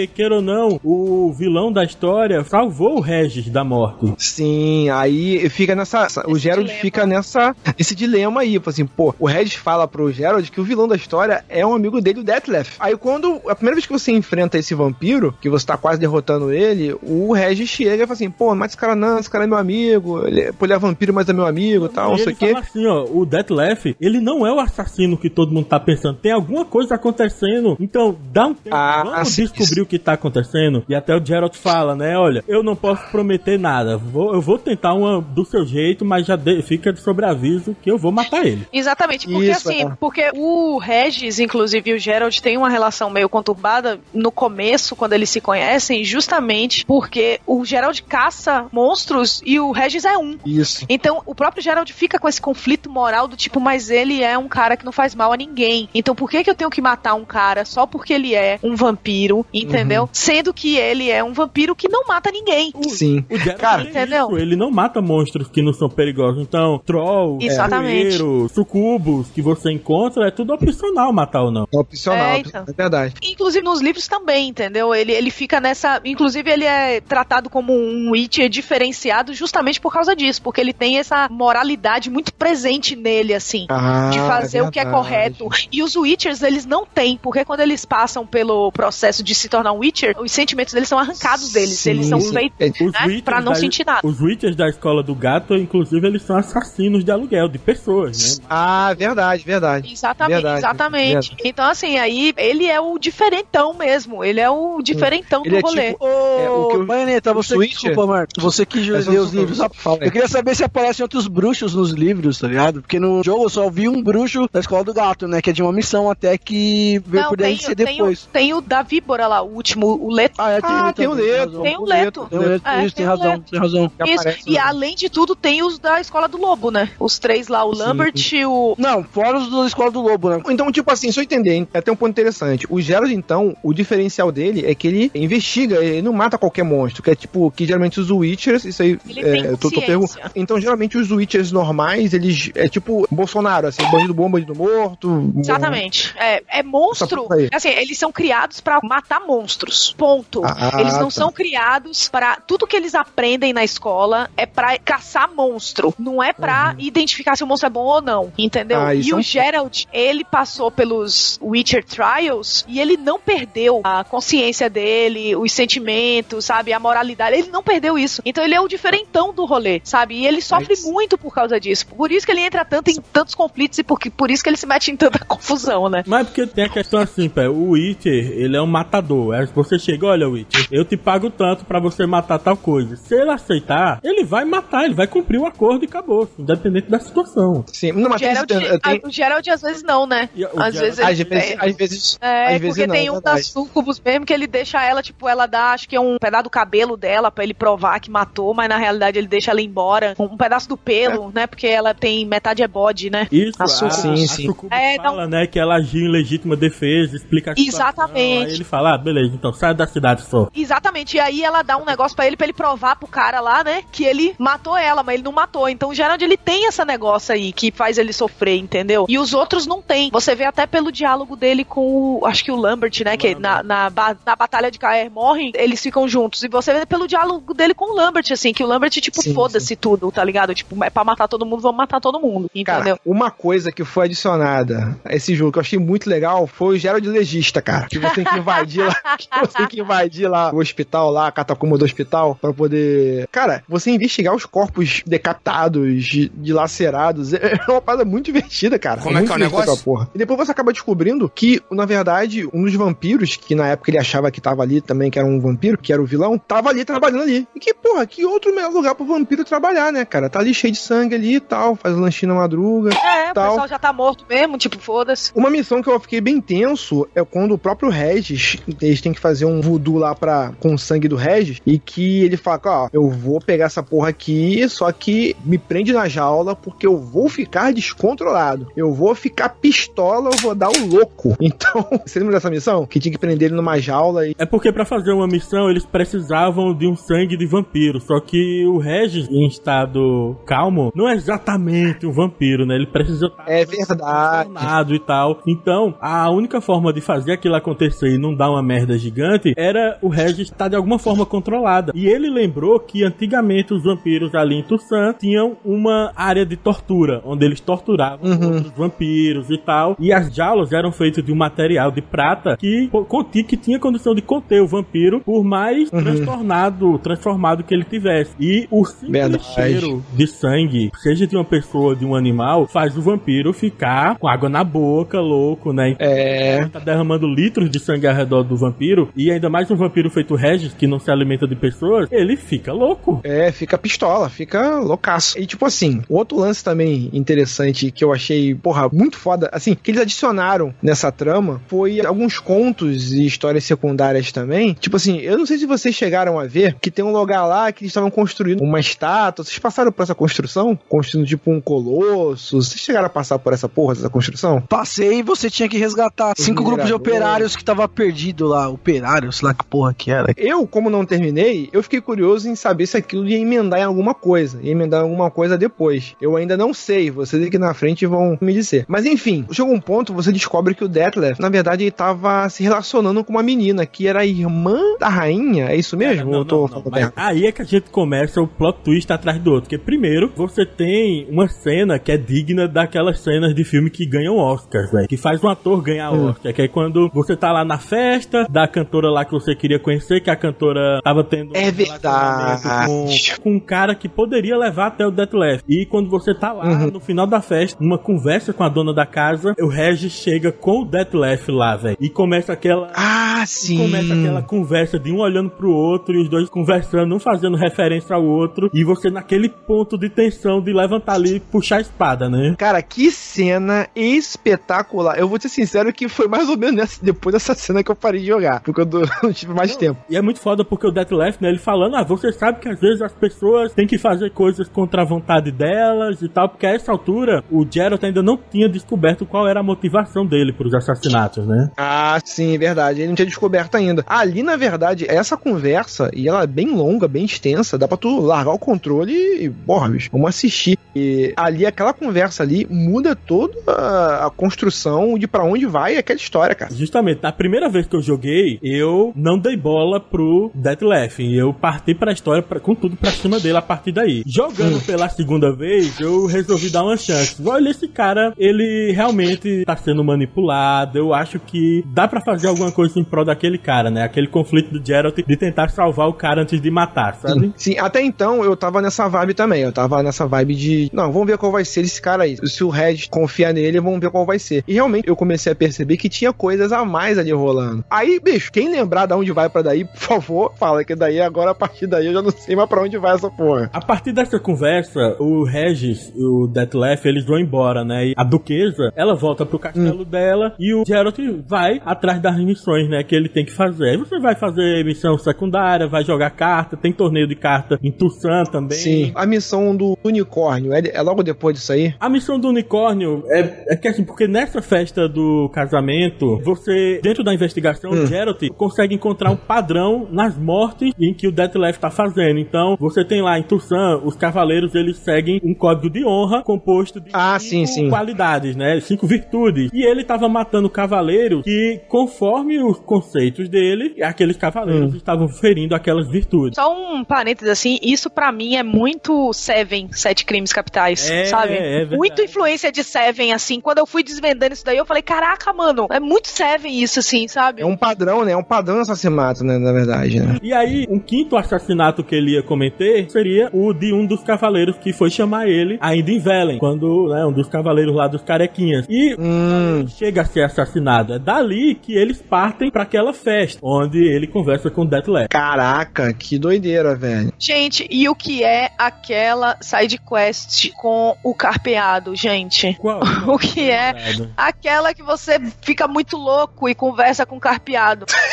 porque, queira ou não, o vilão da história salvou o Regis da morte. Sim, aí fica nessa... Esse o Geralt dilema. fica nessa... Esse dilema aí, assim, pô, o Regis fala pro Geralt que o vilão da história é um amigo dele, o Detlef. Aí quando... A primeira vez que você enfrenta esse vampiro, que você tá quase derrotando ele, o Regis chega e fala assim, pô, não mata esse cara não, esse cara é meu amigo, ele, pô, ele é vampiro, mas é meu amigo e tal, não sei o quê. Fala assim, ó, o Detlef, ele não é o assassino que todo mundo tá pensando, tem alguma coisa acontecendo, então dá um tempo, ah, vamos assim, descobrir isso. o que tá acontecendo. E até o Geralt fala, né, olha, eu não posso prometer nada, vou, eu vou tentar uma do seu jeito, mas já de, fica de sobreaviso que eu vou matar ele. Exatamente, porque isso, assim, é. porque o Regis, inclusive, e o Geralt tem uma relação meio conturbada no começo, quando eles se conhecem, justamente porque o Geralt caça monstros e o Regis é um. Isso. Então, o próprio Geralt fica com esse conflito moral do tipo, mas ele é um cara que não faz mal a ninguém. Então, por que que eu tenho que matar um cara só porque ele é um vampiro, entendeu? Uhum. Sendo que ele é um vampiro que não mata ninguém. Sim. O Geralt, cara, entendeu? Isso, ele não mata monstros que não são perigosos. Então, troll, coelho, sucubos que você encontra, é tudo opcional matar ou não. É opcional, é, então. é verdade. Inclusive nos livros também, entendeu? Ele, ele fica nessa... Inclusive ele é tratado como um Witcher diferenciado justamente por causa disso, porque ele tem essa moralidade muito presente nele, assim, ah, de fazer é o que é correto. E os Witchers, eles não têm, porque quando eles passam pelo processo de se tornar um Witcher, os sentimentos deles são arrancados deles, sim, eles são feitos, né, pra não da, sentir nada. Os Witchers da Escola do Gato, inclusive, eles são assassinos de aluguel, de pessoas, né? Ah, verdade, verdade. Exatamente, verdade, exatamente. Verdade. Então, assim, aí ele é o diferentão mesmo, ele é o diferentão ele do é rolê. Tipo, é, o que eu... Maneta, você que, desculpa, Marcos, você que leu os livros, eu queria saber se aparecem outros bruxos nos livros, tá ligado? Porque no jogo eu só vi um bruxo da Escola do Gato, né, que é de uma missão até que veio Não, por D L C tem, depois. Tem o, tem o da Víbora lá, o último, o Leto. Ah, é, tem, ah, tem o Leto. Tem o Leto. Tem o Leto, é, isso, tem, tem razão, Leto. tem razão. Isso, e além de tudo tem os da Escola do Lobo, né? Os três lá, o Lambert e o... Não, fora os da Escola do Lobo, né? Então, tipo assim, só entender, hein? É até um ponto interessante. O Geralt, então, o diferencial dele é que ele investiga, ele não mata qualquer monstro, que é tipo, que geralmente os Witchers, isso aí, ele é, tem eu tô, tô perguntando. Então, geralmente os Witchers normais, eles, é tipo Bolsonaro, assim, bandido bom, bandido morto. Exatamente. É, é monstro, assim, eles são criados pra matar monstros, ponto. Ah, eles não tá. são criados pra, tudo que eles aprendem na escola é pra caçar monstro, não é pra uhum. identificar se o monstro é bom ou não, entendeu? Ah, e é o um... Geralt, ele passou pelos Witcher Trials e ele não perdeu a consciência dele, os sentimentos, sabe, a moralidade, ele não perdeu isso. Então ele é o diferentão do rolê, sabe? E ele sofre Mas... muito por causa disso. Por isso que ele entra tanto em tantos conflitos e por, por isso que ele se mete em tanta confusão, né? Mas porque tem a questão assim, pé, o Witcher, ele é um matador. Aí você chega, olha, Witcher, eu te pago tanto pra você matar tal coisa. Se ele aceitar, ele vai matar, ele vai cumprir o acordo e acabou, independente da situação. Sim, não, mas o Geralt, tem, tem... o Geralt às vezes não, né? E, às, Geralt... vezes às ele... vezes é, às vezes É, às vezes porque não, tem é um das sucubus mesmo que ele deixa ela, tipo, ela dá, acho que é um pedaço do cabelo dela pra ele provar que matou, mas na realidade ele deixa ela embora. Um pedaço do pelo, é. né? Porque ela tem metade é bode, né? Isso, a sucubus. sim, sim. A sucubus é, fala, não... né, que ela agiu em legítima defesa, explica a situação. Exatamente. Aí ele fala, ah, beleza, então sai da cidade só. Exatamente, e aí ela dá um negócio pra ele, pra ele provar pro cara lá, né, que ele matou ela, mas ele não matou. Então o Geralt, ele tem esse negócio aí que faz ele sofrer, entendeu? E os outros não tem. Você vê até pelo diálogo dele com o, acho que o Lambert, né, que na, na, na batalha de Caer Morhen, eles ficam juntos. E você vê pelo diálogo dele com o Lambert, assim, que o Lambert, tipo, foda-se tudo, tá ligado? Tipo, é pra matar todo mundo, vamos matar todo mundo, entendeu? Cara, uma coisa que foi adicionada a esse jogo que eu achei muito legal foi o Geralt legista, cara. Que você tem que invadir lá, que você tem que invadir lá o hospital lá, a catacumba do hospital, pra poder... Cara, você investigar os corpos decapitados, dilacerados, é uma parada muito divertida, cara. Como é, é que é o negócio? Porra. E depois você acaba descobrindo que, na verdade, um dos vampiros, que na época ele achava que tava ali também, que era um vampiro, que era o vilão, tava ali trabalhando ali. E que, porra, que outro melhor lugar pro vampiro trabalhar, né, cara? Tá ali cheio de sangue ali e tal, faz lanchinho na madruga. É, tal. O pessoal já tá morto mesmo, tipo, foda-se. Uma missão que eu fiquei bem tenso é quando o próprio Regis, eles têm que fazer um voodoo lá pra, com o sangue do Regis, e que ele fala, ó, eu vou pegar essa porra aqui, só que me prende na jaula, porque eu vou ficar descontrolado. Eu vou ficar pistola, eu vou dar o louco. Então, você lembra dessa missão? Que tinha que prender ele numa jaula e... É porque pra fazer uma missão, eles precisavam de um sangue de vampiro, só que o Regis, em estado calmo, não é exatamente um vampiro, né? Ele precisa já tava é verdade. e tal. Então, a única forma de fazer aquilo acontecer e não dar uma merda gigante era o Regis estar de alguma forma controlada. E ele lembrou que antigamente os vampiros ali em Toussaint tinham uma área de tortura, onde eles torturavam uhum. outros vampiros e tal. E as jaulas eram feitas de um material de prata que, que tinha condição de conter o vampiro por mais uhum. transtornado, transformado que ele tivesse. E o simples Verdade. cheiro de sangue, seja de uma pessoa ou de um animal, faz o vampiro ficar com água na boca, louco, né? É. Tá derramando litros de sangue ao redor do vampiro, e ainda mais um vampiro feito Regis, que não se alimenta de pessoas, ele fica louco. É, fica pistola, fica loucaço. E tipo assim, outro lance também interessante que eu achei, porra, muito foda, assim, que eles adicionaram nessa trama, foi alguns contos e histórias secundárias também. Tipo assim, eu não sei se vocês chegaram a ver que tem um lugar lá que eles estavam construindo uma estátua. Vocês passaram por essa construção? Construindo tipo um colosso. Vocês chegaram a passar por essa porra dessa construção? Passei e você tinha que resgatar Os cinco grupos de operários que tava perdido lá. Operários, sei lá que porra que era. Eu, como não terminei, eu fiquei curioso em saber se aquilo ia emendar em alguma coisa. Ia emendar em alguma coisa depois. Eu ainda não sei. Vocês aqui na frente vão me dizer. Mas enfim, chegou um ponto, você descobre que o Detlef, na verdade, ele tava se relacionando com uma menina que era a irmã da rainha. É isso mesmo? Cara, não, eu tô não, não, mas aí é que a gente começa o plot twist atrás do outro. Porque primeiro, você tem uma cena que é digna daquelas cenas de filme que ganham Oscars, velho. Que faz um ator ganhar hum. Oscar. Que é quando você tá lá na festa da cantora lá que você queria conhecer, que a cantora tava tendo é um verdade com, com um cara que poderia levar até o Detlef. E quando você tá lá uhum. no final da festa, numa conversa com a dona da casa, o Regis chega com o Detlef lá, velho. E começa aquela... Ah, sim! Começa aquela conversa de um olhando pro outro e os dois conversando, um fazendo referência ao outro. E você naquele ponto de tensão de levantar ali e puxar a espada, né? Cara, que cena espetacular. Eu vou ser sincero que foi mais ou menos nessa, depois dessa cena que eu parei de jogar. Porque eu não tive mais não. tempo. E é muito foda porque o Detlef, né, ele falando, ah, você sabe que às vezes as pessoas têm que fazer coisas contra a vontade delas e tal, porque a essa altura o Geralt ainda não tinha descoberto qual era a motivação dele pros assassinatos, né? Ah, sim, verdade. Ele não tinha descoberto ainda. Ali, na verdade, essa conversa, e ela é bem longa, bem extensa, dá pra tu largar o controle e, porra, bicho, vamos assistir. E ali, aquela conversa ali, muda toda a, a construção de pra onde vai aquela história, cara. Justamente, na primeira vez que eu joguei, eu não dei bola pro Detlef, e eu parti pra história pra, com tudo pra cima dele a partir daí. Jogando hum. pela segunda vez, eu resolvi dar uma chance. Olha, esse cara, ele realmente tá sendo manipulado, eu acho que dá pra fazer alguma coisa em prol daquele cara, né? Aquele conflito do Geralt de tentar salvar o cara antes de matar, sabe? Sim, Sim. Até então eu tava nessa vibe também, eu tava nessa vibe de, não, vamos ver qual vai ser esse cara aí. Se o Red confia nele, vamos ver qual vai ser. E realmente eu comecei a perceber que tinha coisas a mais ali rolando. Aí, bicho, quem lembrar de onde vai pra daí, por favor, fala que daí agora, a partir daí, eu já não sei mais pra onde vai essa porra. A partir dessa conversa, o Regis e o Detlef, eles vão embora, né? E a duquesa, ela volta pro castelo hum. dela e o Geralt vai atrás das missões, né? Que ele tem que fazer. Aí você vai fazer missão secundária, vai jogar carta, tem torneio de carta em Toussaint também. Sim. A missão do unicórnio, é, é logo depois disso aí? A missão do unicórnio é, é que assim, porque nessa festa do casamento, você, dentro da investigação, hum. o Geralt consegue encontrar um padrão nas mortes em que o Detlef tá fazendo. Então, você tem lá em Toussaint, os cavaleiros, eles seguem um código de honra composto de ah, cinco sim, sim. qualidades, né? Cinco virtudes. E ele tava matando cavaleiros que, conforme os conceitos dele, aqueles cavaleiros hum. estavam ferindo aquelas virtudes. Só um parênteses assim, isso pra mim é muito Seven, Sete Crimes Capitais, é, sabe? É muito influência de Seven, assim. Quando eu fui desvendando isso daí, eu falei, caraca, mano, é muito Seven isso, assim, sabe? É um padrão, né? É um padrão assassinato, né? Na verdade, né? E aí, um quinto assassinato que ele ia cometer seria o de um dos cavaleiros que foi chamar ele ainda em Velen, quando, né, um dos cavaleiros lá dos carequinhas. E hum. chega a ser assassinado. É dali que eles partem pra aquela festa, onde ele conversa com o Detlef. Caraca, que doideira, velho. Gente, e o que é aquela side quest com o carpeado, gente? Qual? O que é aquela que você fica muito louco e conversa com o carpeado?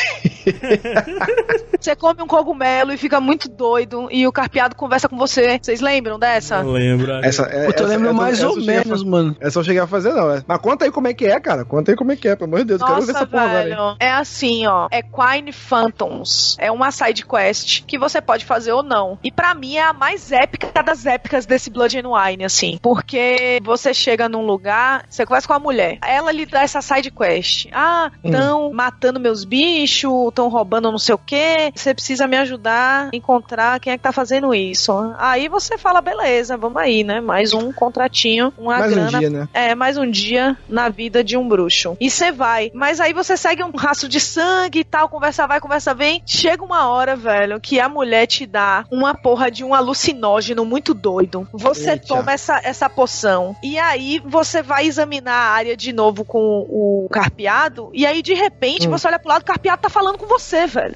Você come um cogumelo e fica muito doido e o carpeado conversa com você. Vocês lembram dessa? Não lembro. Essa, é, Eu tô essa, lembrando essa, mais essa ou eu cheguei a menos, fa- mano. Essa eu cheguei a fazer, não. Mas conta aí como é que é, cara. Conta aí como é que é, pelo amor de Deus. Eu quero ver essa Nossa, porra agora, velho. hein? É assim, ó. É Quine Phantoms. É uma side quest que você pode fazer ou não. E pra mim é a mais épica das épicas desse Blood and Wine, assim. Porque você chega num lugar, você conversa com a mulher. Ela lhe dá essa side quest. Ah, estão hum. matando meus bichos, estão roubando não sei o quê. Você precisa me ajudar a encontrar quem é que tá fazendo isso. Aí você fala, beleza, vamos aí, né? Mais um contratinho, uma Mais grana. um dia, né? É, mais um dia na vida de um bruxo. E você vai. Mas aí você segue um rastro de sangue e tal, conversa vai, conversa vem. Chega uma hora, velho, que a mulher te dá uma porra de um alucinógeno muito doido. Você Eita. toma essa, essa poção. E aí você vai examinar a área de novo com o carpeado. E aí, de repente, hum. você olha pro lado, o carpeado tá falando com você, velho.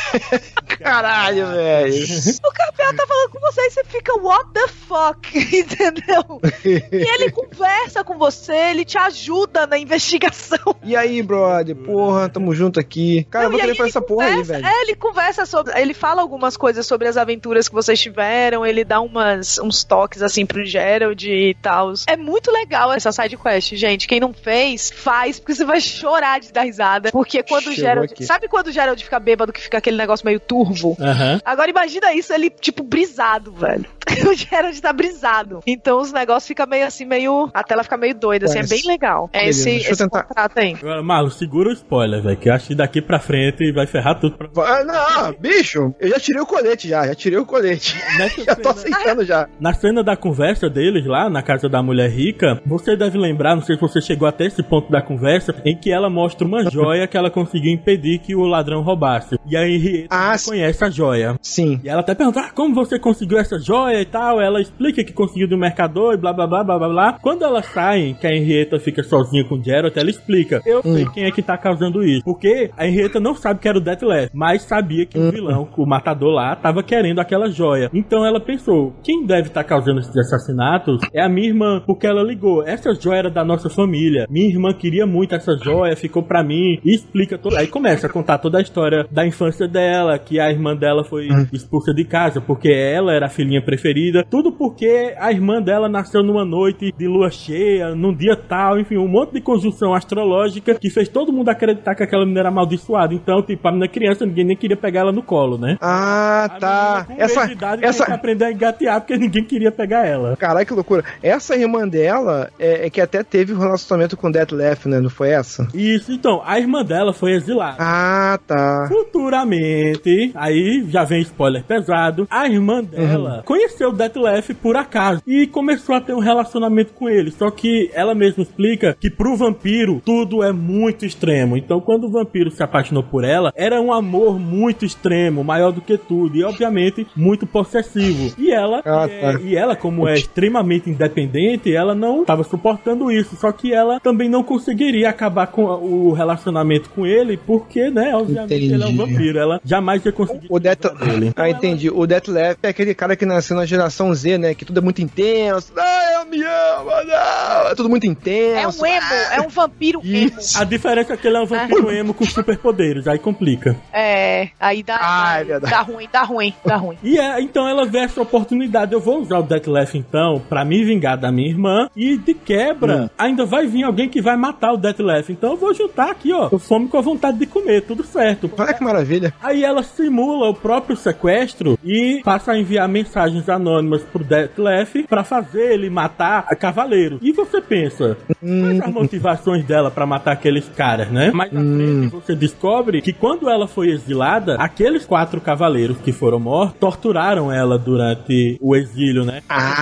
Caralho, velho. O carpeado tá falando com você e você fica, what the fuck? Entendeu? E ele conversa com você, ele te ajuda na investigação. E aí, brother? Porra, tamo junto aqui. Cara, Não, eu vou querer fazer essa porra conversa, aí, velho. É, ele conversa sobre. Ele fala algumas coisas sobre as aventuras que vocês tiveram, ele dá umas, uns toques assim pro Gerald e tal. É muito legal essa side quest, gente. Quem não fez, faz, porque você vai chorar de dar risada. Porque quando Chegou o Gerald. aqui. Sabe quando o Gerald fica bêbado, que fica aquele negócio meio turvo? Uhum. Agora imagina isso, ele, tipo, brisado, velho. O Gerald tá brisado. Então os negócios ficam meio assim, meio. A tela fica meio doida, assim, é bem legal. É Beleza, esse, deixa eu esse tentar- contrato aí. Agora, Marlon, segura o spoiler, velho, que eu acho que daqui pra frente vai ferrar tudo pra... Ah, não, bicho, eu já tirei o colete já, já tirei o colete. Nessa Já tô cena- aceitando já. Na cena da conversa deles lá, na casa da mulher rica, você deve lembrar, não sei se você chegou até esse ponto da conversa, em que ela mostra uma joia que ela conseguiu impedir que o ladrão roubasse. E a Henrietta Ah, conhece a joia. Sim. E ela até pergunta, ah, como você conseguiu essa joia e tal? Ela explica que conseguiu do mercador e blá blá blá blá blá blá. Quando elas saem, que a Henrietta fica sozinha com o Geralt, ela explica, eu Hum. sei quem é que tá causando isso. Porque a Henrietta não sabe que era o Deathless, mas sabia que Hum. o vilão, o matador lá, tava querendo aquela joia. Então ela pensou, quem deve estar causando esses assassinatos é a minha irmã, porque ela ligou, essa joia era da nossa família, minha irmã queria muito essa joia, ficou pra mim, e explica toda... Aí começa a contar toda a história da infância dela, que a irmã dela foi Hum. expulsa de casa, porque ela era a filhinha preferida, tudo porque a irmã dela nasceu numa noite de lua cheia, num dia tal, enfim, um monte de conjunção astrológica que fez todo mundo acreditar que aquela menina era amaldiçoada. Então, tipo, a menina criança, ninguém nem queria pegar ela no colo, né? Ah, A tá. menina com Essa, idade essa... tem que aprender a engatear porque ninguém queria pegar ela. Caralho, que loucura. Essa irmã dela é, é que até teve um relacionamento com Deathless, né? Não foi essa? Isso, então, a irmã dela foi exilada. Ah, tá. Futuramente, aí já vem spoiler pesado, a irmã dela Uhum. conheceu o Deathless por acaso e começou a ter um relacionamento com ele, só que ela mesma explica que pro vampiro tudo é muito extremo, então quando o vampiro se apaixonou por ela, era um amor muito extremo, maior do que tudo, e obviamente muito possessivo, e ela, Ah, é, tá. e ela como é extremamente independente, ela não estava suportando isso, só que ela também não conseguiria acabar com o relacionamento com ele, porque, né, obviamente Entendi. ele é um vampiro, ela jamais ia conseguir O Death... se livrar dele. Ah, entendi. O Deathless é aquele cara que nasceu na geração Z, né? Que tudo é muito intenso. Ah, eu me amo, não. É tudo muito É intenso. um emo, é um vampiro emo. A diferença é que ele é um vampiro emo com superpoderes, aí complica. É, aí dá, Ah, é dá, verdade. dá ruim, dá ruim, dá ruim. E é, então ela vê essa oportunidade, eu vou usar o Deathless então pra me vingar da minha irmã, e de quebra Hum. ainda vai vir alguém que vai matar o Deathless, então eu vou juntar aqui, ó, eu fome com a vontade de comer, tudo certo. Olha que maravilha. Aí ela simula o próprio sequestro e passa a enviar mensagens anônimas pro Deathless pra fazer ele matar a cavaleiros. E você pensa, quais as motivações dela pra matar aqueles caras, né? Mais à frente você descobre que quando ela foi exilada, aqueles quatro cavaleiros que foram mortos torturaram ela durante o exílio, né?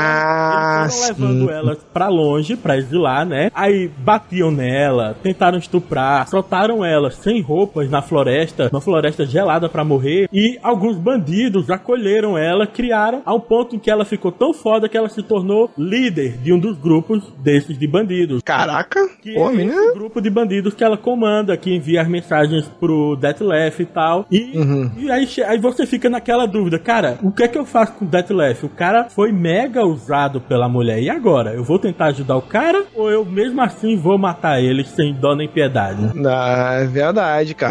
Ah, Eles foram sim. levando elas pra longe, pra exilar, né? Aí batiam nela, tentaram estuprar, soltaram ela sem roupas na floresta, uma floresta gelada pra morrer, e alguns bandidos acolheram ela, criaram ao ponto em que ela ficou tão foda que ela se tornou líder de um dos grupos desses de bandidos. Caraca. Que Pô, é menina. esse grupo de bandidos que ela comanda, que envia as mensagens pro Deathless e tal. E, Uhum. e aí, che- aí você fica naquela dúvida, cara, o que é que eu faço com o Deathless? O cara foi mega usado pela mulher, e agora? Eu vou tentar ajudar o cara ou eu mesmo assim vou matar ele sem dó nem piedade? Ah, é verdade, cara. Isso aí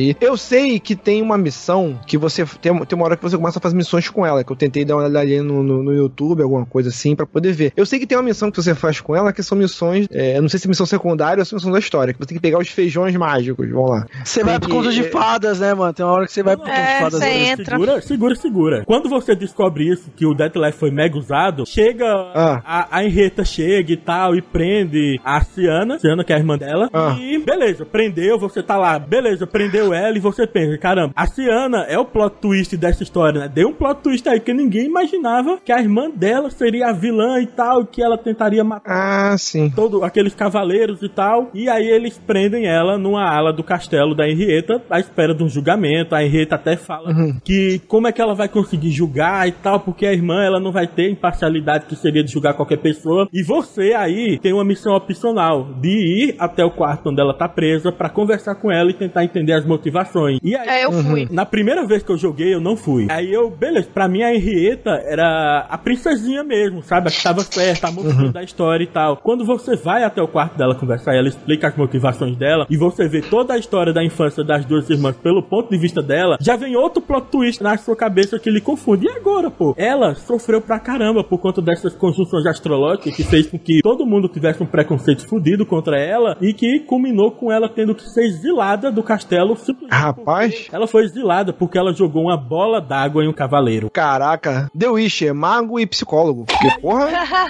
aí. Eu sei que tem uma missão que você... Tem, tem uma hora que você começa a fazer missões com ela, que eu tentei dar uma olhada ali no, no, no YouTube, alguma coisa assim, pra poder ver. Eu sei que tem uma missão que você faz com ela, que são missões... É, eu não sei se é missão secundária ou se é missão da história, que você tem que pegar os feijões mágicos, vamos lá. Você tem vai pro que, conto de é... fadas, né, mano? Tem uma hora que você vai pro conto É, de fadas. você Né? entra. Segura, segura, segura. Quando você descobre isso, que o Detlef foi mega usado, chega... Ah. A, a Henrietta chega e tal, e prende a Ciana, Ciana que é a irmã dela, Ah. e beleza, prendeu, você tá lá, beleza, prendeu ela e você pensa, caramba, a Ciana é o plot twist dessa história, né? Deu um plot twist aí que ninguém imaginava que a irmã dela seria a vilã e tal, que ela tentaria matar Ah, sim. todos aqueles cavaleiros e tal, e aí eles prendem ela numa ala do castelo da Henrietta, à espera de um julgamento. A Henrietta até fala Uhum. que como é que ela vai conseguir julgar e tal, porque a irmã, ela não vai ter imparcialidade que seria de julgar qualquer pessoa, e você aí tem uma missão opcional de ir até o quarto onde ela tá presa pra conversar com ela e tentar entender as motivações. E aí, É, eu fui. na primeira vez que eu joguei, eu não fui. Aí eu, beleza, pra mim a Henrietta era a princesinha mesmo, sabe? A que tava certa, a mocinha da história e tal. Quando você vai até o quarto dela conversar, ela explica as motivações dela, e você vê toda a história da infância das duas irmãs pelo ponto de vista dela, já vem outro plot twist na sua cabeça que lhe confunde. E agora, pô? Ela sofreu pra caramba por conta dessas conjunções astrológicas que fez com que todo mundo tivesse um preconceito fudido contra ela, e que culminou com ela tendo que ser exilada do castelo simplesmente. Rapaz. Ela foi exilada porque ela jogou uma bola d'água em um cavaleiro. Caraca. The Witcher, mago e psicólogo. Que porra?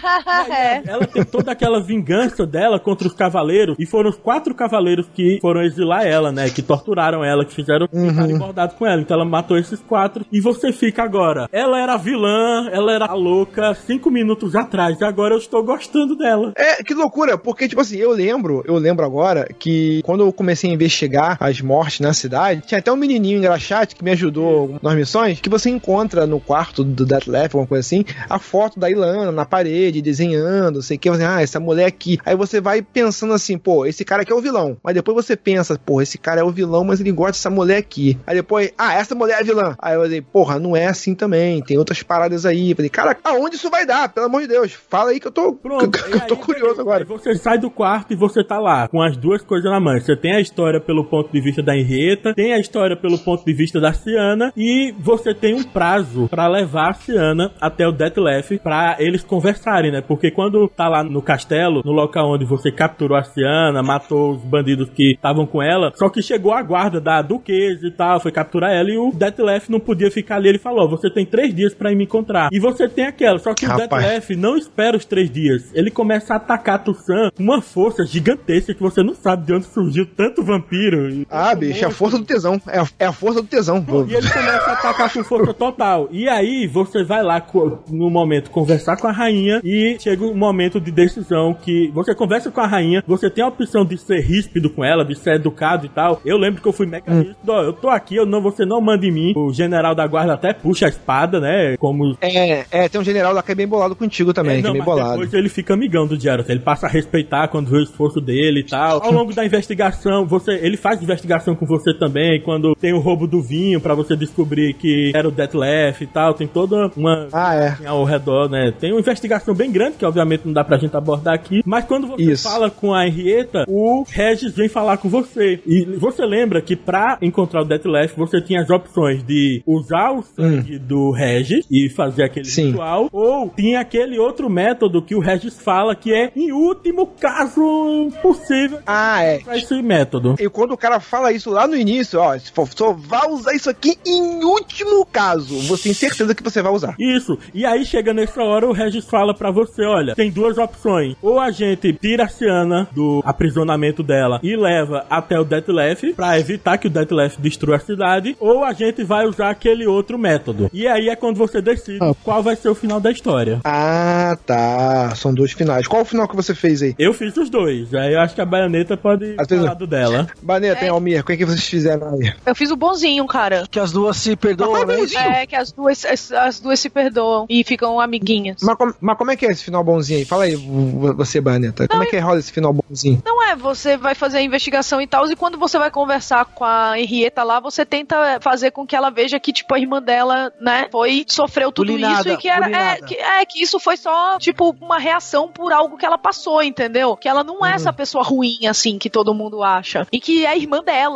É. Ela tem toda aquela vingança dela contra os cavaleiros, e foram os quatro cavaleiros que foram exilar ela, né? Que torturaram ela, que fizeram ficar engordado com ela. Então ela matou esses quatro, e você fica agora. Ela era a vilã, ela era a louca cinco minutos atrás, e agora eu estou gostando dela. É, que loucura, porque, tipo assim, eu lembro, eu lembro agora que quando eu comecei a investigar as mortes na cidade, tinha até um menininho engraxate que me ajudou nas missões, que você encontra no quarto do Detlef, alguma coisa assim, a foto da Ilana na parede, desenhando, sei o que, você, ah, essa mulher aqui. Aí você vai pensando assim, pô, esse cara aqui é o vilão. Mas depois você pensa, pô, esse cara é o vilão, mas ele gosta dessa mulher aqui. Aí depois, ah, essa mulher é a vilã. Aí eu falei, porra, não é assim também, tem outras paradas aí. Eu falei, cara, aonde isso vai dar? Pelo amor de Deus, fala aí que eu tô, Pronto, que, que eu tô aí, curioso agora. Aí você sai do quarto e você tá lá, com as duas coisas na mão. Você tem a história pelo ponto de vista da Henrietta, tem a história pelo ponto de vista da Ciana, e você tem um prazo pra levar a Ciana até o Detlef pra eles conversarem, né? Porque quando tá lá no castelo, no local onde você capturou a Ciana, matou os bandidos que estavam com ela, só que chegou a guarda da duquesa e tal, foi capturar ela, e o Detlef não podia ficar ali. Ele falou, você tem três dias pra ir me encontrar. E você tem aquela, só que Rapaz. o Detlef não espera os três dias. Ele começa a atacar Toussaint com uma força gigantesca que você não sabe de onde surgiu tanto vampiro. E Ah, tanto bicho, é a monstro. força do tesão. É a, é a força do tesão. E ele começa a atacar com força total. E aí, você vai lá co- no momento conversar com a rainha, e chega um momento de decisão que você conversa com a rainha, você tem a opção de ser ríspido com ela, de ser educado e tal. Eu lembro que eu fui mega ríspido. Ó, eu tô aqui, eu não, você não manda em mim. O general da guarda até puxa a espada, né? Como... É, é, tem um general lá que é bem bolado contigo também, É, que é não, bem mas bolado. depois ele fica amigão do Geralt, ele passa a respeitar quando vê o esforço dele e tal. Ao longo da investigação, você, ele faz investigação com você também, quando tem o roubo do vinho, pra você descobrir que era o Detlef e tal, tem toda uma... Ah, é. ao redor, né? Tem uma investigação bem grande, que obviamente não dá pra gente abordar aqui, mas quando você Isso. fala com a Henrietta, o Regis vem falar com você. E você lembra que pra encontrar o Detlef, você tinha as opções de usar o sangue do Regis e fazer aquele Sim. ritual, ou tinha aquele outro método que o Regis fala que é, em último caso possível, Ah, é. pra esse método. E quando o cara fala isso lá no início, ó, se for- só vai usar isso aqui em último caso, você tem certeza que você vai usar. Isso. E aí chega nessa hora, o Regis fala pra você, olha, tem duas opções. Ou a gente tira a Ciana do aprisionamento dela e leva até o Detlef pra evitar que o Detlef destrua a cidade, ou a gente vai usar aquele outro método. E aí é quando você decide qual vai ser o final da história. Ah, tá. São dois finais. Qual o final que você fez aí? Eu fiz os dois. Aí eu acho que a Baioneta pode Ah, fez- falar do dela. Baneta, É. hein, Almir? O que, é que vocês fizeram aí? Eu fiz o bonzinho, cara. Que as duas se perdoam, né? É, que as duas, as, as duas se perdoam e ficam amiguinhas. Mas, com- mas como é que é esse final bonzinho aí? Fala aí, v- você, Baneta. Como é que rola esse final bonzinho? Não é, você vai fazer a investigação e tal, e quando você vai conversar com a Henrietta lá, você tenta fazer com que ela veja que, tipo, a irmã dela, né, foi, sofreu tudo Bulinada, isso e que era, é bulinada. que, é, que isso foi só, tipo, uma reação por algo que ela passou, entendeu? Que ela não é essa pessoa ruim, assim, que todo mundo acha. E que é a irmã dela, entendeu?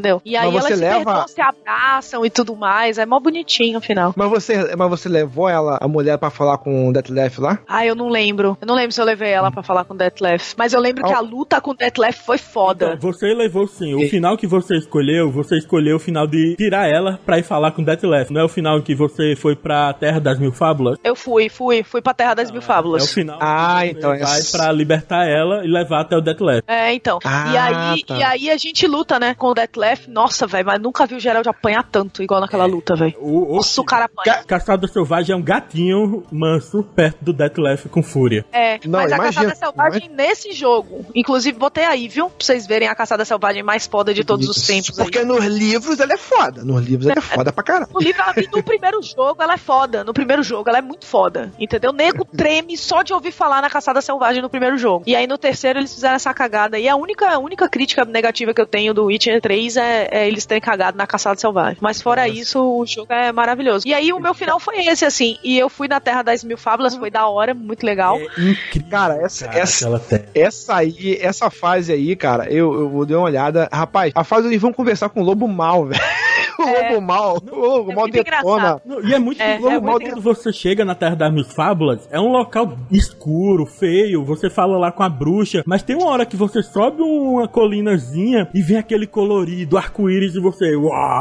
entendeu? E aí Mas você elas se leva- perdoam, se abraçam e tudo mais, é mó bonitinho o final. Mas você, mas você levou ela, a mulher, pra falar com o Detlef lá? Ah, eu não lembro. Eu não lembro se eu levei ela pra falar com o Detlef. Mas eu lembro que a luta com o Detlef foi foda. Então, você levou sim. O final que você escolheu, você escolheu o final de tirar ela pra ir falar com o Detlef. Não é o final em que você foi pra Terra das Mil Fábulas? Eu fui, fui, fui pra Terra das Mil Fábulas. É o final Ah, que você então é- vai pra libertar ela e levar até o Detlef. É, então. Ah, e, aí, tá. e aí a gente luta, né, com o Detlef. Nossa, velho, mas nunca vi o Geralt apanhar tanto igual naquela luta, velho. O, o Nossa, o cara apanha. Ca Caçador Selvagem é um gatinho manso perto do Detlef com fúria. É, Não, mas a imagina- Caçada Selvagem nesse jogo, inclusive botei aí, viu? Pra vocês verem a Caçada Selvagem mais foda de todos os tempos. Porque aí. nos livros ela é foda. Nos livros ela é foda pra caralho. No livro, ela, e no primeiro jogo ela é foda. No primeiro jogo ela é muito foda. Entendeu? O nego treme só de ouvir falar na Caçada Selvagem no primeiro jogo. E aí no terceiro eles fizeram essa cagada. E a única, a única crítica negativa que eu tenho do Witcher três é, é eles terem cagado na Caçada Selvagem. Mas fora isso, o jogo é maravilhoso. E aí o meu final foi esse, assim. E eu fui na Terra das Mil Fábulas, foi da hora, muito legal. É incrível. Cara, essa, Cara, essa, aquela terra. essa aí, essa fase aí, cara, eu, eu vou dar uma olhada. Rapaz, a fase onde vão conversar com o Lobo Mal, velho. O É. Lobo Mal, o Lobo É Mal muito detona. engraçado. Não, e é muito É, louco, é muito quando você chega na Terra das Mil Fábulas, é um local escuro, feio, você fala lá com a bruxa, mas tem uma hora que você sobe uma colinazinha e vem aquele colorido, arco-íris e você,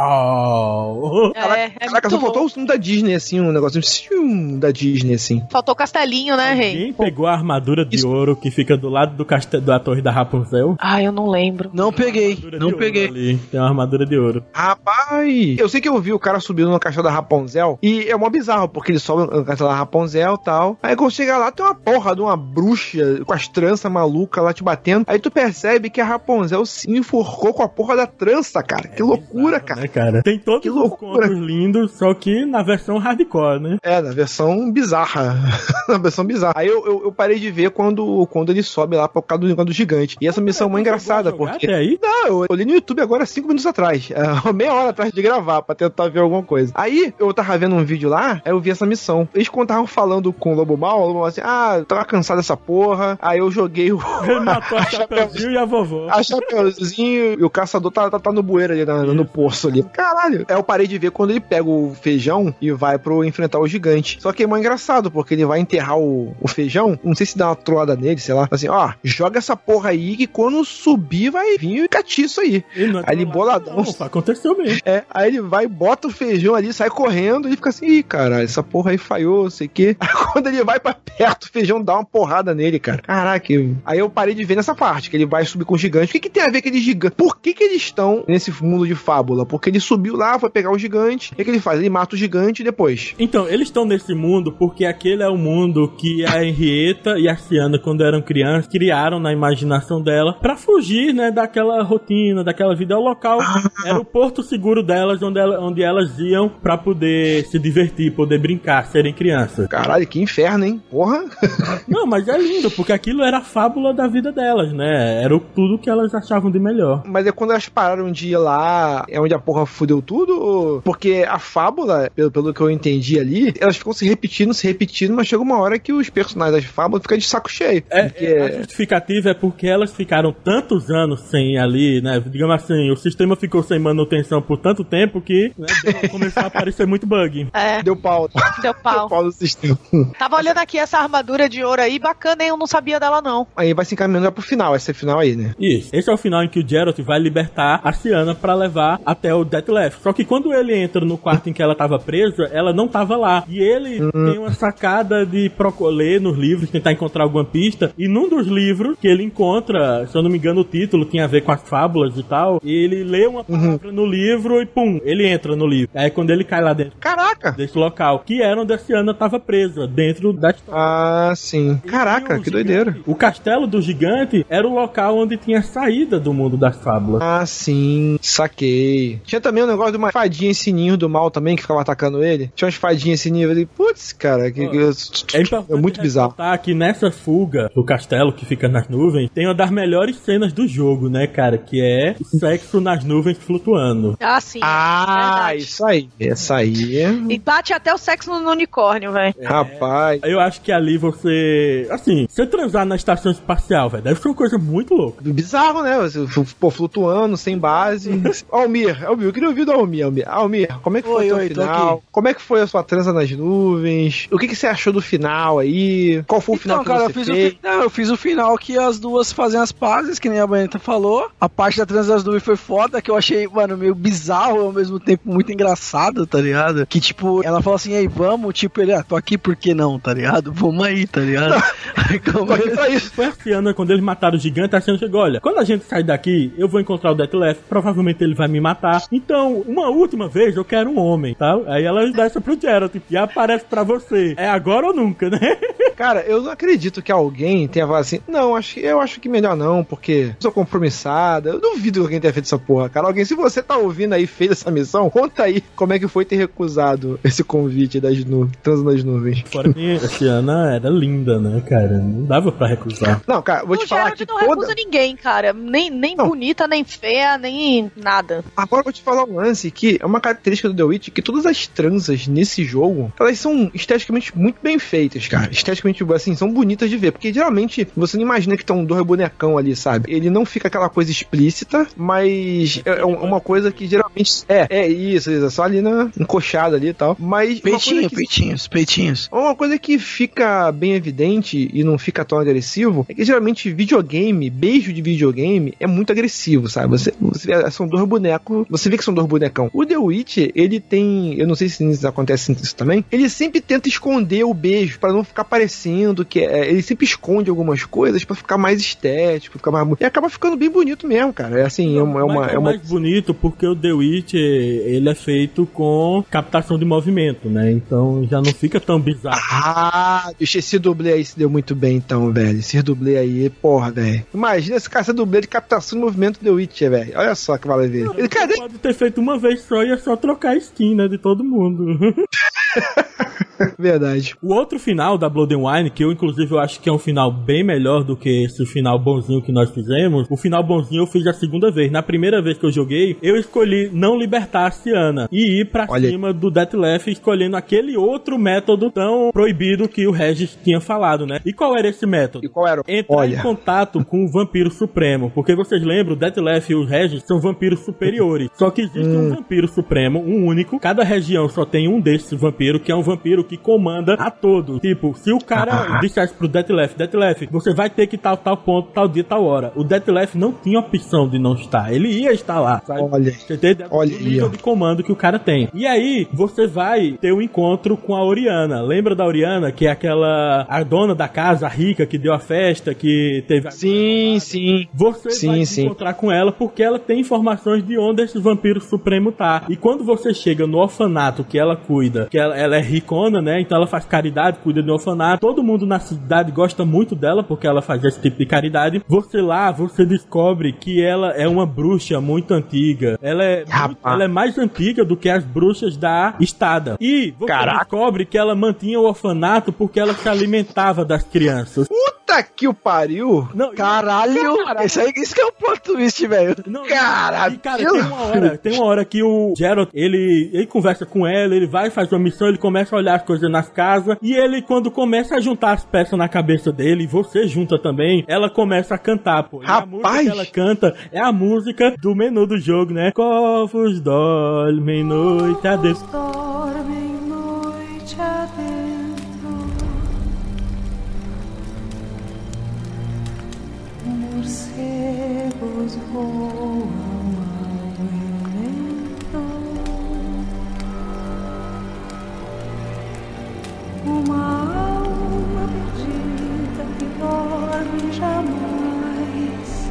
uau! É, é Caraca, só muito faltou o filme da Disney, assim, um negócio um da Disney, assim. Faltou castelinho, né, Rei? Quem pegou a armadura de ouro que fica do lado do castelo da torre da Rapunzel? Ah, eu não lembro. Não peguei, Armadura de não ouro peguei. ali, tem uma armadura de ouro. Rapaz, eu sei que eu vi o cara subindo no castelo da Rapunzel e é mó bizarro, porque ele sobe no castelo da Rapunzel e tal. Aí quando chega lá, tem uma porra de uma bruxa com as tranças malucas lá te batendo. Aí tu percebe que a Rapunzel se enforcou com a porra da trança, cara. Que loucura, cara. Né, cara? Tem todos Que os loucura. contos lindos, só que na versão hardcore, né? É, na versão bizarra. Na versão bizarra. Aí eu, eu, eu parei de ver quando, quando ele sobe lá por causa do negócio do gigante. E essa missão é muito engraçada, Chegou a jogar porque... até aí? Não, eu olhei no YouTube agora cinco minutos atrás. É, meia hora atrás de gravar, pra tentar ver alguma coisa. Aí, eu tava vendo um vídeo lá, aí eu vi essa missão. Eles quando estavam falando com o Lobo Mal, o Lobo Mal assim, ah, eu tava cansado dessa porra. Aí eu joguei o... Ele matou a Chapeuzinho e a vovó. A Chapeuzinho e o caçador tá, tá, tá no bueiro ali, na, no poço ali. Caralho. Aí eu parei de ver quando ele pega o feijão e vai pro enfrentar o gigante. Só que é mais engraçado, porque ele vai enterrar o, o feijão, não sei se dá uma troada nele, sei lá. Assim, ó, joga essa porra aí que quando subir vai vir catiço aí. Ele não é Aí ele trollado, boladão. não, aconteceu mesmo. É, aí ele vai, bota o feijão ali, sai correndo e fica assim, ih, caralho, essa porra aí falhou, sei o quê. Aí quando ele vai pra perto, o feijão dá uma porrada nele, cara. Caraca, eu... aí eu parei de ver nessa parte, que ele vai subir com o gigante. O que que tem a ver com aquele gigante? Por que que eles estão nesse mundo de fábula? Porque ele subiu lá, foi pegar o gigante, o que que ele faz? Ele mata o gigante e depois... Então, eles estão nesse mundo porque aquele é o mundo que a Henrietta e a Ciana, quando eram crianças, criaram na imaginação dela pra fugir, né, daquela rotina, daquela vida. É o local, era o porto seguro delas, onde, ela, onde elas iam pra poder se divertir, poder brincar, serem crianças. Caralho, que inferno, hein? Porra! Não, mas é lindo, porque aquilo era a fábula da vida delas, né? Era o- tudo que elas achavam de melhor. Mas é quando elas pararam de ir lá, é onde a porra fudeu tudo? Ou... Porque a fábula, pelo, pelo que eu entendi ali, elas ficam se repetindo, se repetindo, mas chega uma hora que os personagens das fábulas ficam de saco cheio. É, porque... é, a justificativa é porque elas ficaram tantos anos sem ir ali, né? Digamos assim, o sistema ficou sem manutenção por tanto tempo que, né, deu- começou a aparecer muito bug. É, Deu pau. deu pau. Deu pau no sistema. Tava olhando aqui essa armadura de ouro aí, bacana, hein? Eu não sabia dela, não. Aí vai se encaminhando já pro final, esse é o final aí, né? Isso. Esse é o final em que o Geralt vai libertar a Ciana pra levar até o Detlef. Só que quando ele entra no quarto em que ela tava presa, ela não tava lá. E ele tem uma sacada de procurar nos livros, tentar encontrar alguma pista. E num dos livros que ele encontra, se eu não me engano, o título tinha a ver com as fábulas e tal. E ele lê uma palavra no livro e pum, ele entra no livro. Aí quando ele cai lá dentro Caraca! desse local, que era onde a Ciana tava presa, dentro da história. Ah, sim. Caraca, E o que gigante- doideira. O castelo do gigante era o local onde tinha a saída do mundo das fábulas. Ah, sim. Saquei. Tinha também um negócio de uma fadinha e sininho do mal também, que ficava atacando ele. Tinha umas fadinhas e sininho. Eu falei, putz, cara, que, que- É importante é muito bizarro. ressaltar que nessa fuga do castelo que fica nas nuvens, tem uma das melhores cenas do jogo, né, cara? Que é o sexo nas nuvens flutuando. Ah, sim. Ah, Ah, Verdade. isso aí. Essa aí. E bate até o sexo no unicórnio, velho. É, Rapaz. Eu acho que ali você. Assim, você transar na estação espacial, velho, deve ser uma coisa muito louca. Bizarro, né? Você, pô, flutuando, sem base. Almir, Almir, eu queria ouvir do Almir, Almir. Almir, como é que foi Oi, o oi, teu tô final? aqui. Como é que foi a sua transa nas nuvens? O que, que você achou do final aí? Qual foi o final Então, cara, que eu você fiz, o, fez? fi- não, eu fiz o final que as duas fazem as pazes, que nem a Bonita falou. A parte da trans das nuvens foi foda, que eu achei, mano, meio bizarro e ao mesmo tempo muito engraçado, tá ligado? Que, tipo, ela falou assim, ei, vamos, tipo, ele, ah, tô aqui, por que não, tá ligado? Vamos aí, tá ligado? Aí, como... Tô aqui pra isso. Foi a Ciana, quando eles mataram o gigante, a Ciana chegou, olha, quando a gente sair daqui, eu vou encontrar o Deathleaf, provavelmente ele vai me matar. Então, uma última vez, eu quero um homem, tá? Aí ela dá essa pro Geralt e aparece pra você. É agora ou nunca, né? Cara, eu não acredito que alguém tenha falado assim, não, acho, eu acho que melhor não, porque sou compromissada. Eu duvido que alguém tenha feito essa porra, cara. Alguém, se você tá ouvindo aí, fez essa missão, conta aí como é que foi ter recusado esse convite das nu trans nas nuvens. Fora que a Ciana era linda, né, cara? Não dava pra recusar. Não, cara, vou O te falar Geralt que não toda... recusa ninguém, cara. Nem, nem Não. bonita, nem feia, nem nada. Agora eu vou te falar um lance que é uma característica do The Witch, que todas as transas nesse jogo, elas são esteticamente muito bem feitas, cara. Esteticamente, assim, são bonitas de ver, porque geralmente você não imagina que estão dois bonecão ali, sabe? Ele não fica aquela coisa explícita, mas é é uma coisa que geralmente... É, é isso, isso, é só ali na encoxada ali e tal, mas... uma Peitinho, coisa que- peitinhos, peitinhos. Uma coisa que fica bem evidente e não fica tão agressivo é que geralmente videogame, beijo de videogame, é muito agressivo, sabe? Você, você vê, são dois bonecos, você vê que são dois bonecão. O The Witch, ele tem, eu não sei se isso acontece isso também, ele sempre tenta esconder o beijo pra não ficar parecendo que é, ele sempre esconde algumas coisas pra ficar mais estético, ficar mais bonito. E acaba ficando bem bonito mesmo, cara. É assim, é uma... É uma, Mas é é uma... mais bonito porque o The Witch, ele é feito com captação de movimento, né? Então já não fica tão bizarro. Ah, bicho, esse dublê aí se deu muito bem então, velho. Esse dublê aí, porra, velho. Imagina esse cara ser dublê de captação de movimento do The Witch, velho. Olha só que vale ver. Ele, cadê? Pode ter feito uma vez só e é só trocar a skin, né, de todo mundo. Verdade. O outro final da Blood and Wine, que eu inclusive eu acho que é um final bem melhor do que esse final bonzinho que nós fizemos, o final bonzinho eu fiz a segunda vez. Na primeira vez que eu joguei, eu escolhi não libertar a Ciana e ir pra Olha. cima do Deathleaf, escolhendo aquele outro método tão proibido que o Regis tinha falado, né? E qual era esse método? E qual era? Entrar Olha. em contato com o vampiro supremo, porque vocês lembram, o Deathleaf e o Regis são vampiros superiores. Só que existe Hum. um vampiro supremo, um único. Cada região só tem um desses vampiros, que é um vampiro que comanda a todos. Tipo, se o cara dissesse pro Deathleaf, Deathleaf, você vai ter que tal, tal ponto, tal dia, tal hora. O Deathleaf não tinha opção de não estar. Ele ia estar lá, sabe? Olha. Você tem ideia do Olha aí, nível ó. de comando que o cara tem. E aí, você vai ter um encontro com a Oriana. Lembra da Oriana, que é aquela... a dona da casa, a rica, que deu a festa, que teve... a- Sim, sim. Você Sim, vai se sim. encontrar com ela porque ela tem informações de onde esse vampiro supremo tá. E quando você chega no orfanato que ela cuida, que ela, ela é ricona, né? Então ela faz caridade, cuida do orfanato. Todo mundo na cidade gosta muito dela porque ela faz esse tipo de caridade. Você lá, você descobre que ela é uma bruxa muito antiga. Ela é, muito- Rapaz. ela é mais antiga do que as bruxas da estada. E você Caraca. descobre que ela mantinha o orfanato porque ela se alimentava das crianças. Puta que o pariu. Não, e- Caralho! Isso aí, isso que é um plot twist, velho. Não, Caralho. E, cara, tem uma hora, tem uma hora que o Geralt, ele, ele conversa com ela, ele vai, faz uma missão, ele começa a olhar as coisas nas casas, e ele, quando começa a juntar as peças na cabeça dele, e você junta também, ela começa a cantar, pô. E a música Rapaz. que ela canta é a música do menu do jogo, né? Corvos dormem noite adentro. Dormem noite adentro, morcegos voam ao vento, uma alma perdida que dorme jamais,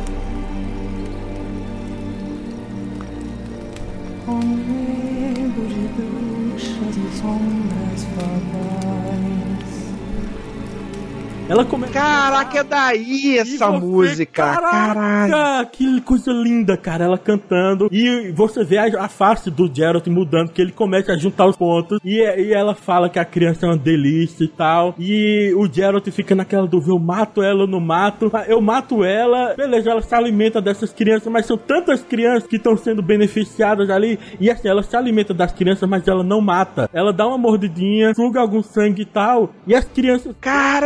com medo de bruxas e sombras fatais. Ela começa Caraca, é daí essa você, música. Caraca, Caralho. que coisa linda, cara. Ela cantando. E você vê a, a face do Geralt mudando, que ele começa a juntar os pontos. E, e ela fala que a criança é uma delícia e tal. E o Geralt fica naquela dúvida: eu mato ela ou não mato? Eu mato ela, beleza, ela se alimenta dessas crianças, mas são tantas crianças que estão sendo beneficiadas ali. E assim, ela se alimenta das crianças, mas ela não mata. Ela dá uma mordidinha, suga algum sangue e tal. E as crianças.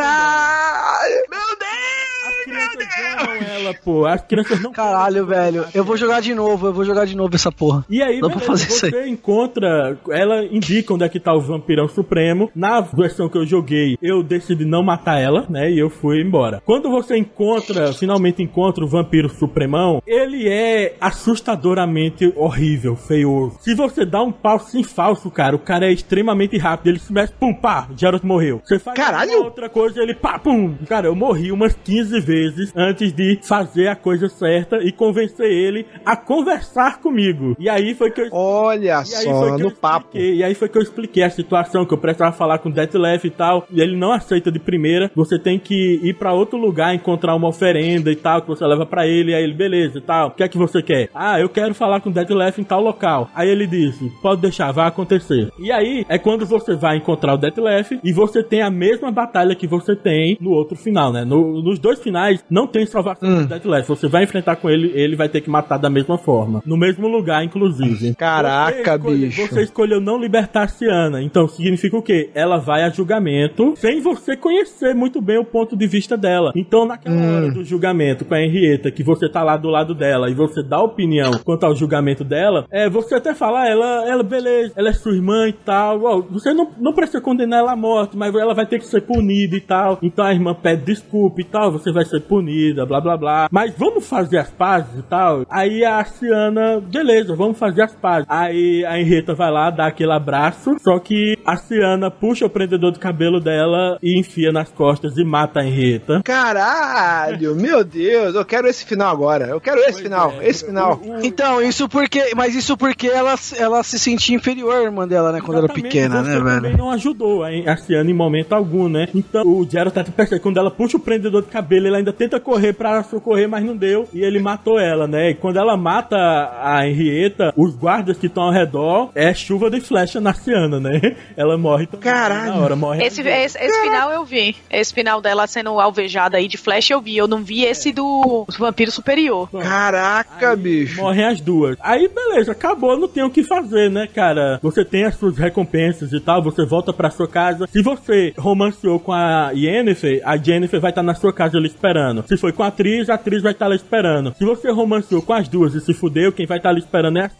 Caralho! Meu Deus! As crianças amam ela, pô. As crianças não. Caralho, velho. Eu vou jogar de novo, eu vou jogar de novo essa porra. E aí, não beleza, vou fazer você isso aí. encontra. Ela indica onde é que tá o vampirão supremo. Na versão que eu joguei, eu decidi não matar ela, né? E eu fui embora. Quando você encontra, finalmente encontra o vampiro supremão, ele é assustadoramente horrível, feioso. Se você dá um pau sem falso, cara, o cara é extremamente rápido. Ele se mexe, pum, pá, Geralt morreu. Você faz Caralho! outra coisa, ele pá, pum. Cara, eu morri umas quinze vezes antes de fazer a coisa certa e convencer ele a conversar comigo. E aí foi que eu... Olha E aí só, foi que eu no papo. expliquei, E aí foi que eu expliquei a situação, que eu precisava falar com o Detlef e tal, e ele não aceita de primeira. Você tem que ir pra outro lugar, encontrar uma oferenda e tal, que você leva pra ele, e aí ele, beleza e tal. O que é que você quer? Ah, eu quero falar com o Detlef em tal local. Aí ele disse, pode deixar, vai acontecer. E aí é quando você vai encontrar o Detlef e você tem a mesma batalha que você tem no outro final, né? No, nos dois finais não tem salvação Hum. do Detlef. Você vai enfrentar com ele, ele vai ter que matar da mesma forma. No mesmo lugar, inclusive. Caraca, Você escolhe- bicho. Você escolheu não libertar a Ciana. Então significa o quê? Ela vai a julgamento sem você conhecer muito bem o ponto de vista dela. Então naquela Hum. hora do julgamento com a Henrietta, que você tá lá do lado dela e você dá opinião quanto ao julgamento dela, é, você até fala, ah, ela, ela, beleza, ela é sua irmã e tal. Ó, você não, não precisa condenar ela à morte, mas ela vai ter que ser punida e tal. Então a irmã pede desculpa e tal, você vai ser punida, blá blá blá. Mas vamos fazer as pazes e tal. Aí a Ciana, beleza, vamos fazer as pazes. Aí a Henrietta vai lá, dá aquele abraço, só que a Ciana puxa o prendedor de cabelo dela e enfia nas costas e mata a Henrietta. Caralho, meu Deus, eu quero esse final agora. Eu quero esse Pois final, é, esse final. o- o- Então, isso porque. Mas isso porque ela, ela se sentia inferior à irmã dela, né? Quando era Exatamente, pequena, você né, também velho? não ajudou a a Ciana em momento algum, né? Então o Geralt tá percebendo, quando ela puxa o prendedor de cabelo, ele ainda tenta correr pra socorrer, mas não deu, e ele matou ela, né? E quando ela mata a Henrietta, os guardas que estão ao redor, é chuva de flecha na Ciana, né? Ela morre também. Caralho. Na hora, morre. Esse, esse, esse final eu vi. Esse final dela sendo alvejada aí de flecha eu vi. Eu não vi esse do vampiro superior. Caraca, bicho. Morrem as duas. Aí, beleza, acabou, não tem o que fazer, né, cara? Você tem as suas recompensas e tal, você volta pra sua casa. Se você romanceou com a Yennefer, a Yennefer vai estar na sua casa ali esperando. Se foi com a atriz, a atriz vai estar lá esperando. Se você romanceou com as duas e se fudeu, quem vai estar ali esperando é a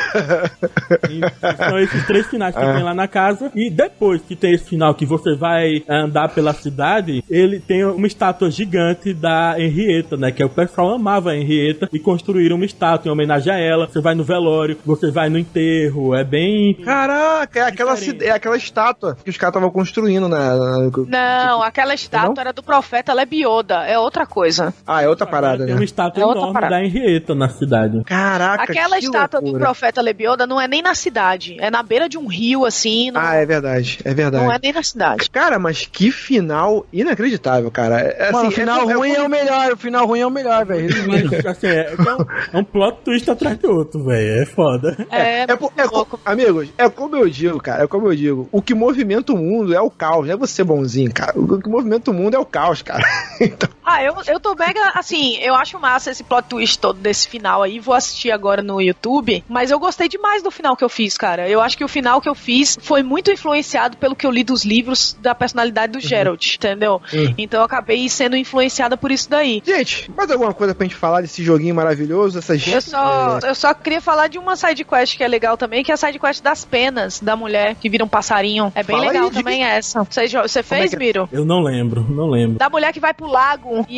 e são esses três finais que tem lá na casa. E depois que tem esse final que você vai andar pela cidade, ele tem uma estátua gigante da Henrietta, né? Que é o pessoal amava a Henrietta e construíram uma estátua em homenagem a ela. Você vai no velório, você vai no enterro, é bem... Caraca, é aquela, Diferente. ci- é aquela estátua que os caras estavam construindo, né? Não, aquela estátua Não? era do profeta Lebioda. É outra coisa. Ah, é outra parada, Tem né? uma estátua É outra enorme parada. da Henrietta na cidade. Caraca, Aquela que estátua do loucura. profeta Lebioda não é nem na cidade. É na beira de um rio, assim. Não, Ah, é verdade, é verdade. não é nem na cidade. Cara, mas que final inacreditável, cara. É, assim, Mano, o final é, ruim é, o melhor, o final ruim é o melhor, velho. Mas, assim, é, é, um, é um plot twist atrás do outro, velho. É foda. É, É, po- é co- amigos, é como eu digo, cara, é como eu digo. O que movimenta o mundo é o caos, não é você bonzinho, cara. O que movimenta o mundo é o caos, cara. Então, Ah, eu, eu tô mega, assim, eu acho massa esse plot twist todo desse final aí, vou assistir agora no YouTube, mas eu gostei demais do final que eu fiz, cara. Eu acho que o final que eu fiz foi muito influenciado pelo que eu li dos livros da personalidade do Geralt, entendeu? Uhum. Então eu acabei sendo influenciada por isso daí. gente, mais alguma coisa pra gente falar desse joguinho maravilhoso? Essas... Eu só, eu só queria falar de uma sidequest que é legal também, que é a sidequest das penas da mulher que vira um passarinho. É bem Fala legal aí, diga. também essa. Você, jo- você fez, que é? Miro? Eu não lembro, não lembro. Da mulher que vai pro lago e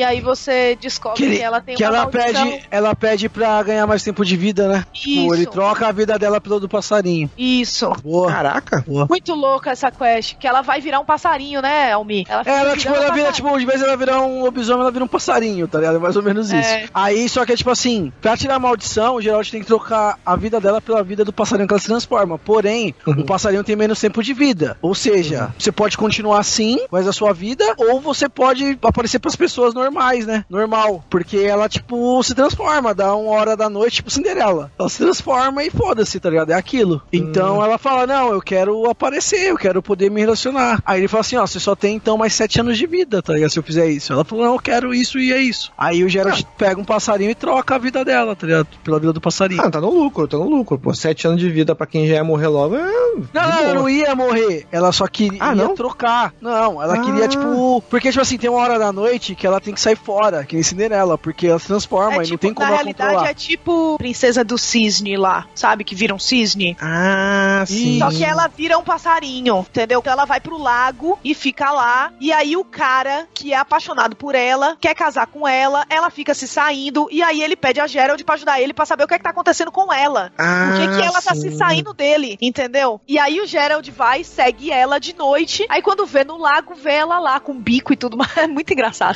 E aí você descobre que, Que, que ela tem que uma ela maldição. pede, ela pede pra ganhar mais tempo de vida, né? Tipo, Isso. ele troca a vida dela pelo do passarinho. Isso. Boa. Caraca. Boa. Muito louca essa quest, que ela vai virar um passarinho, né, Almi? Ela, fica Ela, tipo, virando ela um vira, passarinho. tipo, de vez ela virar um lobisomem, ela vira um passarinho, tá ligado? É mais ou menos isso. É. Aí, só que é tipo assim, pra tirar a maldição, o Geralt tem que trocar a vida dela pela vida do passarinho que ela se transforma. Porém, Uhum. o passarinho tem menos tempo de vida. Ou seja, Uhum. você pode continuar assim, mas a sua vida, ou você pode aparecer pras pessoas normais, né? Normal. Porque ela, tipo, se transforma, dá uma hora da noite, tipo Cinderela. Ela se transforma e foda-se, tá ligado? É aquilo. Então Hum. ela fala, não, eu quero aparecer, eu quero poder me relacionar. Aí ele fala assim, ó, você só tem então mais sete anos de vida, tá ligado? Se eu fizer isso. Ela falou, não, eu quero isso e é isso. Aí o Geralt pega um passarinho e troca a vida dela, tá ligado? Pela vida do passarinho. Ah, tá no lucro, tá no lucro. Pô, sete anos de vida pra quem já ia morrer logo é... Não, não, ela não ia morrer. Ela só queria Ah, não? trocar. Não, ela Ah. queria, tipo... Porque, tipo assim, tem uma hora da noite que ela tem que sair fora, que nem Cinderela, porque ela se transforma É e tipo, não tem como na ela realidade controlar. é tipo princesa do cisne lá, sabe? Que vira um cisne. Ah, sim. Só que ela vira um passarinho, entendeu? Então ela vai pro lago e fica lá. E aí o cara, que é apaixonado por ela, quer casar com ela, ela fica se saindo. E aí ele pede a Geralt pra ajudar ele pra saber o que é que tá acontecendo com ela. Ah, Por que que ela tá sim. se saindo dele, entendeu? E aí o Geralt vai, segue ela de noite. Aí quando vê no lago, vê ela lá com bico e tudo. Mas é muito engraçado.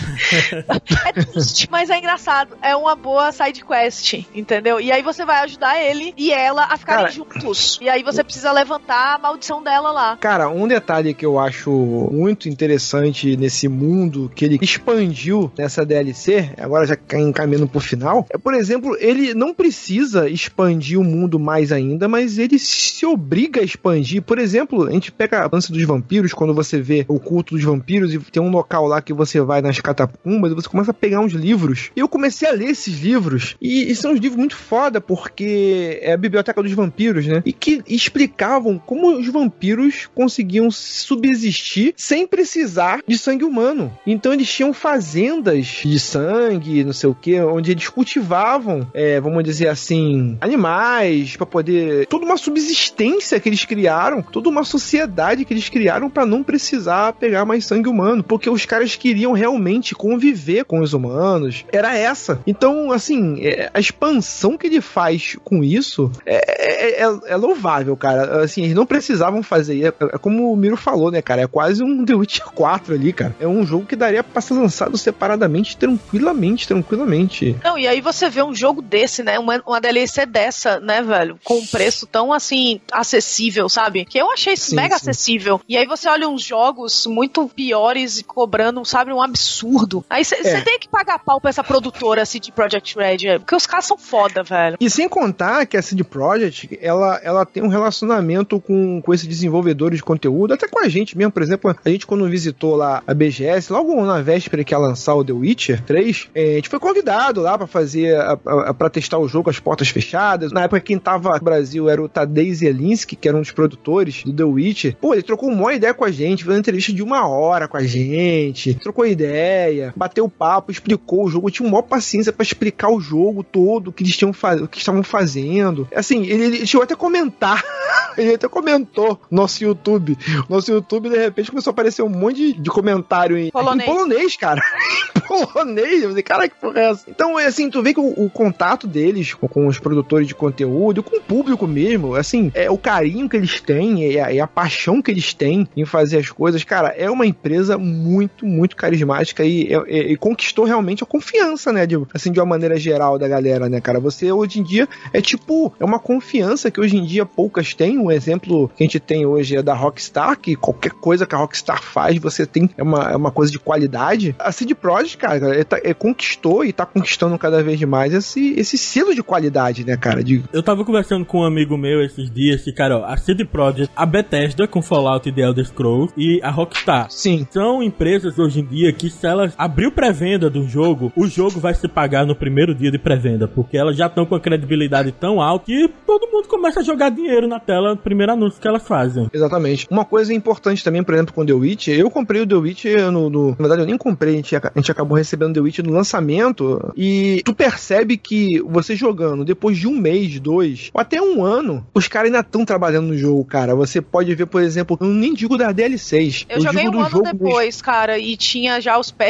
É triste, mas é engraçado. É uma boa side quest, entendeu? E aí você vai ajudar ele e ela a ficarem Cara, juntos. E aí você precisa levantar a maldição dela lá. Cara, um detalhe que eu acho muito interessante nesse mundo que ele expandiu nessa D L C, agora já encaminhando pro final, é, por exemplo, ele não precisa expandir o mundo mais ainda, mas ele se obriga a expandir. Por exemplo, a gente pega a lance dos vampiros, quando você vê o culto dos vampiros e tem um local lá que você vai nas catacumbas e você começa a pegar uns livros. E eu comecei a ler esses livros e, e são uns livros muito foda, porque é a biblioteca dos vampiros, né? E que explicavam como os vampiros conseguiam subsistir sem precisar de sangue humano. Então eles tinham fazendas de sangue, não sei o que, onde eles cultivavam, é, vamos dizer assim, animais para poder... Toda uma subsistência que eles criaram, toda uma sociedade que eles criaram para não precisar pegar mais sangue humano, porque os caras queriam realmente conviver com os humanos. Era essa. Então, assim, é, a expansão que ele faz com isso é, é, é, é louvável, cara. Assim, eles não precisavam fazer. É, é como o Miro falou, né, cara? É quase um The Witcher quatro ali, cara. É um jogo que daria pra ser lançado separadamente, tranquilamente, tranquilamente. Não, e aí você vê um jogo desse, né? Uma, uma D L C dessa, né, velho? Com um preço tão, assim, acessível, sabe? Que eu achei Sim, mega sim. acessível. E aí você olha uns jogos muito piores e cobrando, sabe, um absurdo. Aí você É. tem que pagar pau pra essa produtora, C D Projekt Red, é, porque os caras são foda, velho. E sem contar que a C D Projekt, ela, ela tem um relacionamento com, com esses desenvolvedores de conteúdo, até com a gente mesmo. Por exemplo, a gente quando visitou lá a B G S, logo na véspera que ia lançar o The Witcher três, é, a gente foi convidado lá pra fazer, a, a, pra testar o jogo, as portas fechadas. Na época quem tava no Brasil era o Tadej Zielinski, que era um dos produtores do The Witcher. Pô, ele trocou uma ideia com a gente, fez uma entrevista de uma hora com a gente, trocou ideia, bateu papo, explicou o jogo, tinha uma maior paciência pra explicar o jogo todo, o que eles tinham faz... o que estavam fazendo. Assim, ele, ele chegou até a comentar, ele até comentou no nosso YouTube. Nosso YouTube, de repente, começou a aparecer um monte de, de comentário em Polonês. em polonês, cara. polonês, eu falei, cara, que porra é essa? Então, é assim, tu vê que o, o contato deles com, com os produtores de conteúdo, com o público mesmo, assim, é o carinho que eles têm, é a, é a paixão que eles têm em fazer as coisas, cara, é uma empresa muito, muito carismática e, e, e conquistou realmente a confiança, né, de, assim, de uma maneira geral da galera, né, cara? Você, hoje em dia, é tipo, é uma confiança que hoje em dia poucas têm. Um exemplo que a gente tem hoje é da Rockstar, que qualquer coisa que a Rockstar faz, você tem, é uma, é uma coisa de qualidade. A C D Projekt, cara, é, é, conquistou e tá conquistando cada vez mais esse, esse selo de qualidade, né, cara? De... Eu tava conversando com um amigo meu esses dias que, cara, ó, a C D Projekt, a Bethesda com Fallout e The Elder Scrolls e a Rockstar. Sim. São empresas hoje em dia que, se elas abrir pré-venda do jogo, o jogo vai se pagar no primeiro dia de pré-venda, porque elas já estão com a credibilidade tão alta que todo mundo começa a jogar dinheiro na tela no primeiro anúncio que elas fazem. Exatamente. Uma coisa importante também, por exemplo, com The Witcher, eu comprei o The Witcher no, no... Na verdade, eu nem comprei, a gente, a gente acabou recebendo The Witcher no lançamento, e tu percebe que você jogando depois de um mês, dois, ou até um ano, os caras ainda estão trabalhando no jogo, cara. Você pode ver, por exemplo, eu nem digo das D L Cs. Eu, eu joguei um ano depois, mesmo. cara, e tinha já os patch lá eu, corrigindo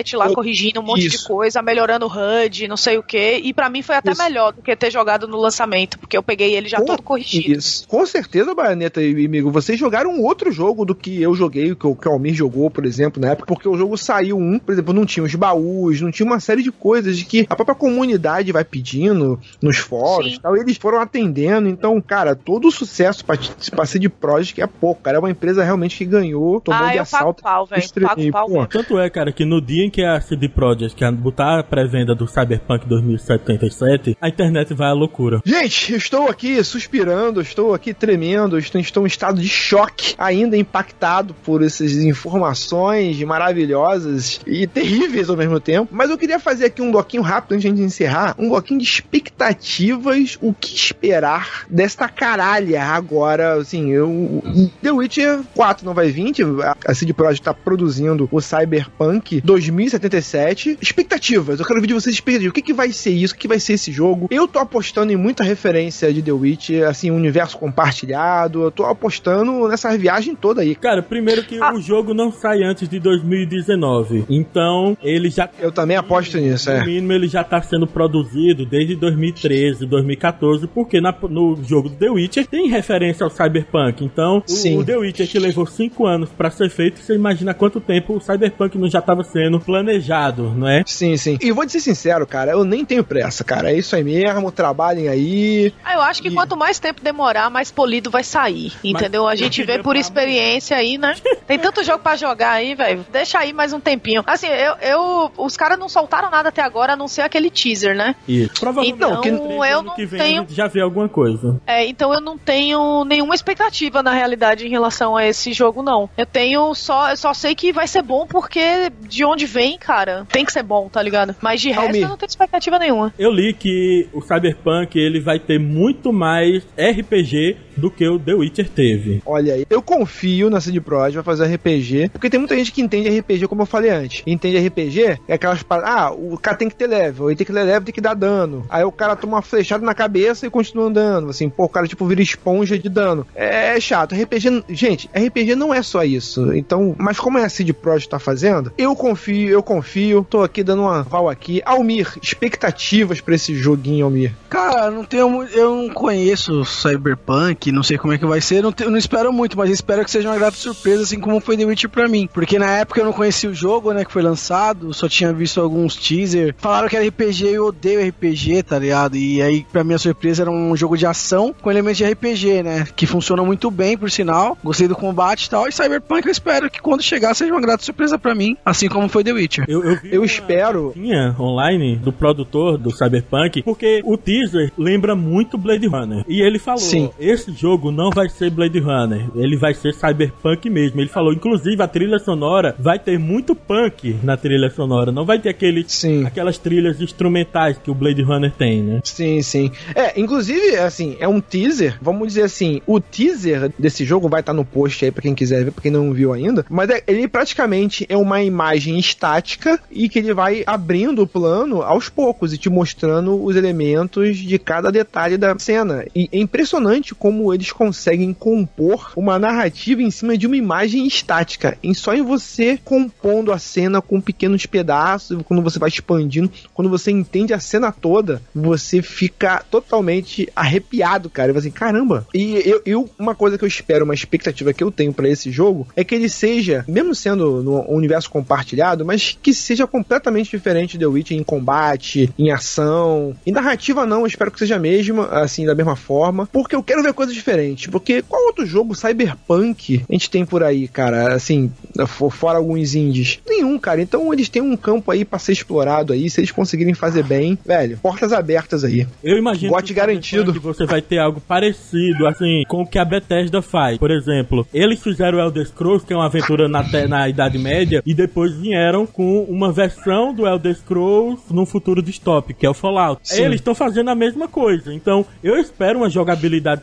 corrigindo um monte Isso. de coisa, melhorando o H U D, não sei o que, e pra mim foi até Isso. melhor do que ter jogado no lançamento, porque eu peguei ele já Com- todo corrigido. Isso. Com certeza, Baioneta e amigo, vocês jogaram um outro jogo do que eu joguei, que o que o Almir jogou, por exemplo, na época, porque o jogo saiu um, por exemplo, não tinha os baús, não tinha uma série de coisas que a própria comunidade vai pedindo nos fóruns Sim. e tal, e eles foram atendendo. Então, cara, todo o sucesso pra, pra ser de Project é pouco, cara. É uma empresa realmente que ganhou, tomou Ah, de eu pago assalto. pau, velho. Estre- Pago pau Pô, mesmo. Tanto é, cara, que no dia em que a C D Projekt quer botar a pré-venda do Cyberpunk dois mil e setenta e sete, a internet vai à loucura. Gente, eu estou aqui suspirando, estou aqui tremendo, estou, estou em estado de choque, ainda impactado por essas informações maravilhosas e terríveis ao mesmo tempo. Mas eu queria fazer aqui um bloquinho rápido antes de a gente encerrar, um bloquinho de expectativas, o que esperar desta caralha agora, assim, eu... The Witcher quatro não vai vir, a C D Projekt está produzindo o Cyberpunk dois mil e setenta e sete. Expectativas, eu quero ver de vocês expectativas, o que, que vai ser isso, o que, que vai ser esse jogo. Eu tô apostando em muita referência de The Witcher, assim, universo compartilhado, eu tô apostando nessa viagem toda aí. Cara, primeiro que Ah. o jogo não sai antes de dois mil e dezenove, então ele já... Eu também aposto nisso, No é. mínimo ele já tá sendo produzido desde dois mil e treze, dois mil e quatorze, porque na- no jogo do The Witcher tem referência ao Cyberpunk. Então, o, Sim. o The Witcher que levou cinco anos pra ser feito, você imagina quanto tempo o Cyberpunk não já tava sendo planejado, não é? Sim, sim. E vou te ser sincero, cara, eu nem tenho pressa, cara. É isso aí mesmo, trabalhem aí. Ah, eu acho que E- quanto mais tempo demorar, mais polido vai sair, entendeu? A gente vê por experiência aí, né? Tem tanto jogo pra jogar aí, velho. Deixa aí mais um tempinho. Assim, eu, eu os caras não soltaram nada até agora, a não ser aquele teaser, né? Isso. Provavelmente Então, no três eu ano não que vem tenho- a gente já vê alguma coisa. É, então eu não tenho nenhuma expectativa na realidade em relação a esse jogo, não. Eu tenho só, eu só sei que vai ser bom porque de onde vem, cara, tem que ser bom, tá ligado? Mas de resto Almir. eu não tenho expectativa nenhuma. Eu li que o Cyberpunk ele vai ter muito mais R P G do que o The Witcher teve. Olha aí, eu confio na C D Projekt, vai fazer R P G, porque tem muita gente que entende R P G como eu falei antes. Entende R P G é aquelas paradas, ah, o cara tem que ter level, ele tem que ter level, tem que dar dano. Aí o cara toma uma flechada na cabeça e continua andando, assim, pô, o cara tipo vira esponja de dano. É, é chato, R P G, gente, R P G não é só isso. Então, mas como é a C D Projekt tá fazendo, eu confio, eu confio, tô aqui dando uma val aqui. Almir, expectativas pra esse joguinho, Almir? Cara, não tenho, mu- eu não conheço Cyberpunk, não sei como é que vai ser, não, te- não espero muito, mas espero que seja uma grata surpresa, assim como foi The Witcher pra mim. Porque na época eu não conhecia o jogo, né, que foi lançado, só tinha visto alguns teasers. Falaram que era R P G e eu odeio R P G, tá ligado? E aí, pra minha surpresa, era um jogo de ação com elementos de R P G, né, que funciona muito bem, por sinal. Gostei do combate e tal, e Cyberpunk eu espero que quando chegar seja uma grata surpresa pra mim, assim como foi The Witcher. Eu, eu, vi Eu uma espero... notinha online do produtor do Cyberpunk, porque o teaser lembra muito Blade Runner. E ele falou, Sim. esse jogo não vai ser Blade Runner, ele vai ser Cyberpunk mesmo. Ele falou, inclusive, a trilha sonora vai ter muito punk na trilha sonora, não vai ter aquele, Sim. aquelas trilhas instrumentais que o Blade Runner tem, né? Sim, sim. É, inclusive, assim, é um teaser, vamos dizer assim, o teaser desse jogo vai estar no post aí pra quem quiser ver, pra quem não viu ainda, mas é- ele praticamente é uma imagem estática e que ele vai abrindo o plano aos poucos e te mostrando os elementos de cada detalhe da cena. E é impressionante como eles conseguem compor uma narrativa em cima de uma imagem estática, em só em você compondo a cena com pequenos pedaços, quando você vai expandindo, quando você entende a cena toda, você fica totalmente arrepiado, cara. E você assim, caramba. E eu, eu, uma coisa que eu espero, uma expectativa que eu tenho pra esse jogo, é que ele seja, mesmo sendo no universo compartilhado, mas que seja completamente diferente de The Witcher em combate, em ação. Em narrativa não, eu espero que seja a mesma, assim, da mesma forma, porque eu quero ver coisas diferentes. Porque qual outro jogo Cyberpunk a gente tem por aí, cara? Assim, fora alguns indies. Nenhum, cara. Então eles têm um campo aí pra ser explorado aí, se eles conseguirem fazer bem, velho, portas abertas aí. Eu imagino Gote garantido. que você vai ter algo parecido, assim, com o que a Bethesda faz. Por exemplo, eles fizeram o Elder Scrolls, que é uma aventura na, te- na Idade Média, e depois vieram com uma versão do Elder Scrolls num futuro distópico, que é o Fallout. Sim. Eles estão fazendo a mesma coisa. Então, eu espero uma jogabilidade parecida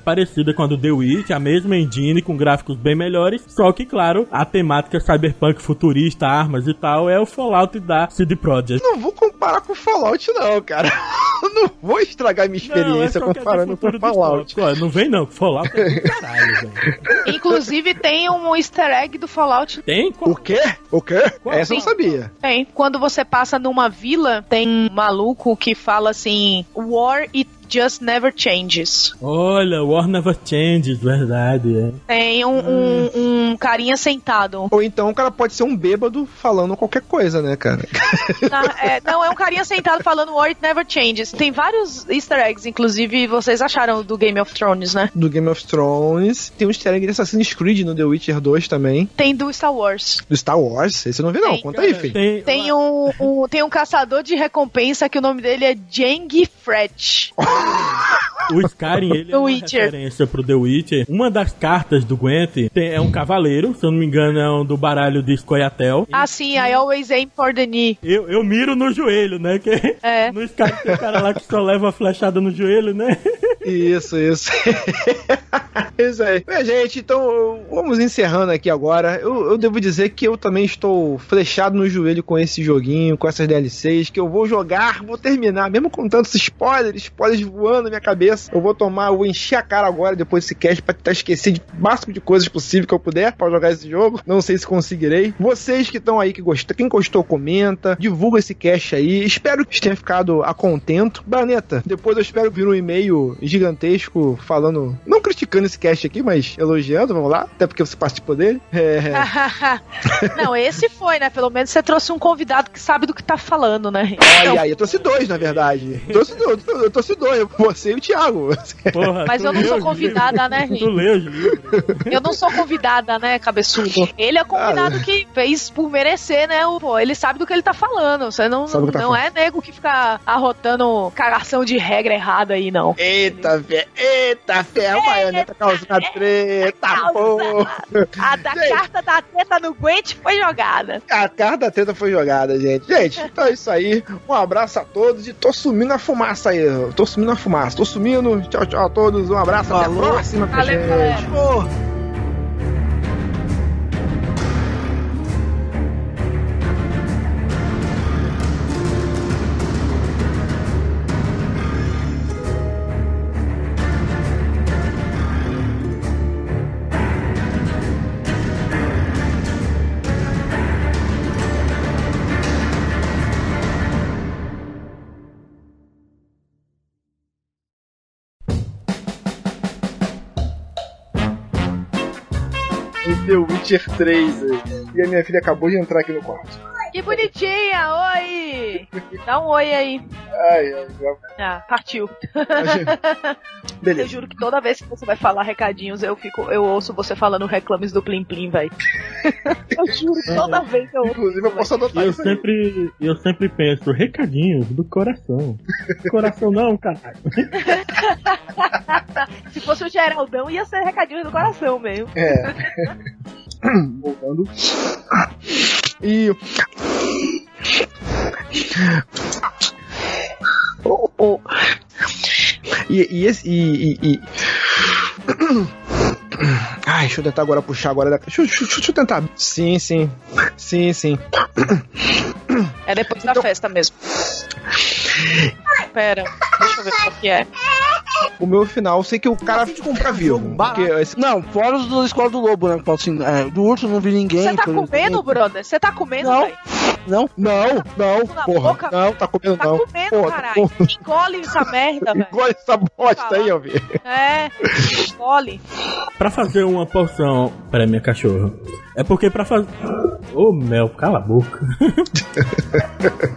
parecida com a do The Witch, a mesma engine com gráficos bem melhores, só que, claro, a temática cyberpunk futurista, armas e tal, é o Fallout da C D Projekt. Não vou comparar com Fallout não, cara. Não vou estragar minha experiência não, é comparando com Fallout. Pô, não vem não, Fallout é do caralho, velho. Inclusive tem um easter egg do Fallout. Tem? O quê? O quê? Qual? Essa eu não sabia. Tem. Quando você passa numa vila, tem um maluco que fala assim, War It Just Never Changes. Olha, War Never Changes, verdade. É. Tem um, um, um carinha sentado. Ou então o cara pode ser um bêbado falando qualquer coisa, né, cara? Na, é, não, é um carinha sentado falando War It Never Changes. Tem vários easter eggs, inclusive vocês acharam do Game of Thrones, né? Do Game of Thrones. Tem um easter egg de Assassin's Creed no The Witcher dois também. Tem do Star Wars. Do Star Wars? Esse eu não vi não, tem, conta aí, filho. Tem, tem, um, um, tem um caçador de recompensa que o nome dele é Jangi Fretch. O Skyrim, ele é uma Witcher. referência pro The Witcher. Uma das cartas do Gwent tem, é um cavaleiro, se eu não me engano é um do baralho de Scoia'tael. Ah, sim, I always aim for the knee. Eu, eu miro no joelho, né? Que é. No Skyrim tem o cara lá que só leva a flechada no joelho, né? Isso, isso. Isso aí. Bem, gente, então vamos encerrando aqui agora. Eu, eu devo dizer que eu também estou flechado no joelho com esse joguinho, com essas D L Cs, que eu vou jogar, vou terminar, mesmo com tantos spoilers, spoilers voando na minha cabeça. Eu vou tomar, eu vou encher a cara agora, depois desse cast, pra tentar esquecer de máximo de coisas possível que eu puder pra jogar esse jogo. Não sei se conseguirei. Vocês que estão aí, que gostam, quem gostou, comenta, divulga esse cast aí. Espero que tenha ficado a contento. Baneta, depois eu espero vir um e-mail gigantesco falando, não criticando esse cast aqui, mas elogiando, vamos lá, até porque você participou dele. É... Não, esse foi, né? Pelo menos você trouxe um convidado que sabe do que tá falando, né? Olha aí, eu trouxe dois, na verdade. Eu trouxe dois, eu trouxe dois, você e o Thiago. Porra, mas eu não sou convidada, né, Rick? Tu leu os livros. Eu não sou convidada, né, cabeçudo? Ele é convidado ah, que fez por merecer, né? O, pô, ele sabe do que ele tá falando. Você não, não, tá não é nego que fica arrotando cagação de regra errada aí, não. Eita, fé, eita, fé, a Baianeta causando a treta, pô. A da gente, carta da treta no Gwent foi jogada. A carta da treta foi jogada, gente. Gente, então é isso aí. Um abraço a todos e tô sumindo a fumaça aí. Tô sumindo a fumaça. Tô sumindo. Tchau, tchau a todos. Um abraço. Falou. Até a próxima. Valeu, gente. Galera. The Witcher três. E a minha filha acabou de entrar aqui no quarto. Que bonitinha! Oi! Dá um oi aí. Ai, ai, já... Ah, partiu. Beleza. Eu juro que toda vez que você vai falar recadinhos, eu fico, eu ouço você falando reclames do Plim Plim, velho. Eu juro, toda vez eu ouço. Inclusive, eu posso adotar eu isso sempre, eu sempre penso, recadinhos do coração. Coração não, caralho. Se fosse o Geraldão, ia ser recadinhos do coração mesmo. É. Voltando. E... Oh, oh. E, e esse... E, e, e... Ai, deixa eu tentar agora puxar agora da... deixa, deixa, deixa eu tentar. Sim, sim. Sim, sim. É depois da festa mesmo. Pera, deixa eu ver qual que é. O meu final, eu sei que o cara fica vivo. Porque esse... Não, fora os da Escola do Lobo, né? Assim, é, do urso não vi ninguém. Você tá comendo, brother? Você tá comendo, velho? Não, não, não, porra. Boca, não, tá comendo tá não. Tá comendo, porra, caralho. Tá engole essa merda, velho. Engole essa bosta aí, ó, velho. É, engole. Pra fazer uma porção... Peraí, minha cachorra. É porque pra fazer... Ô, Mel, cala a boca.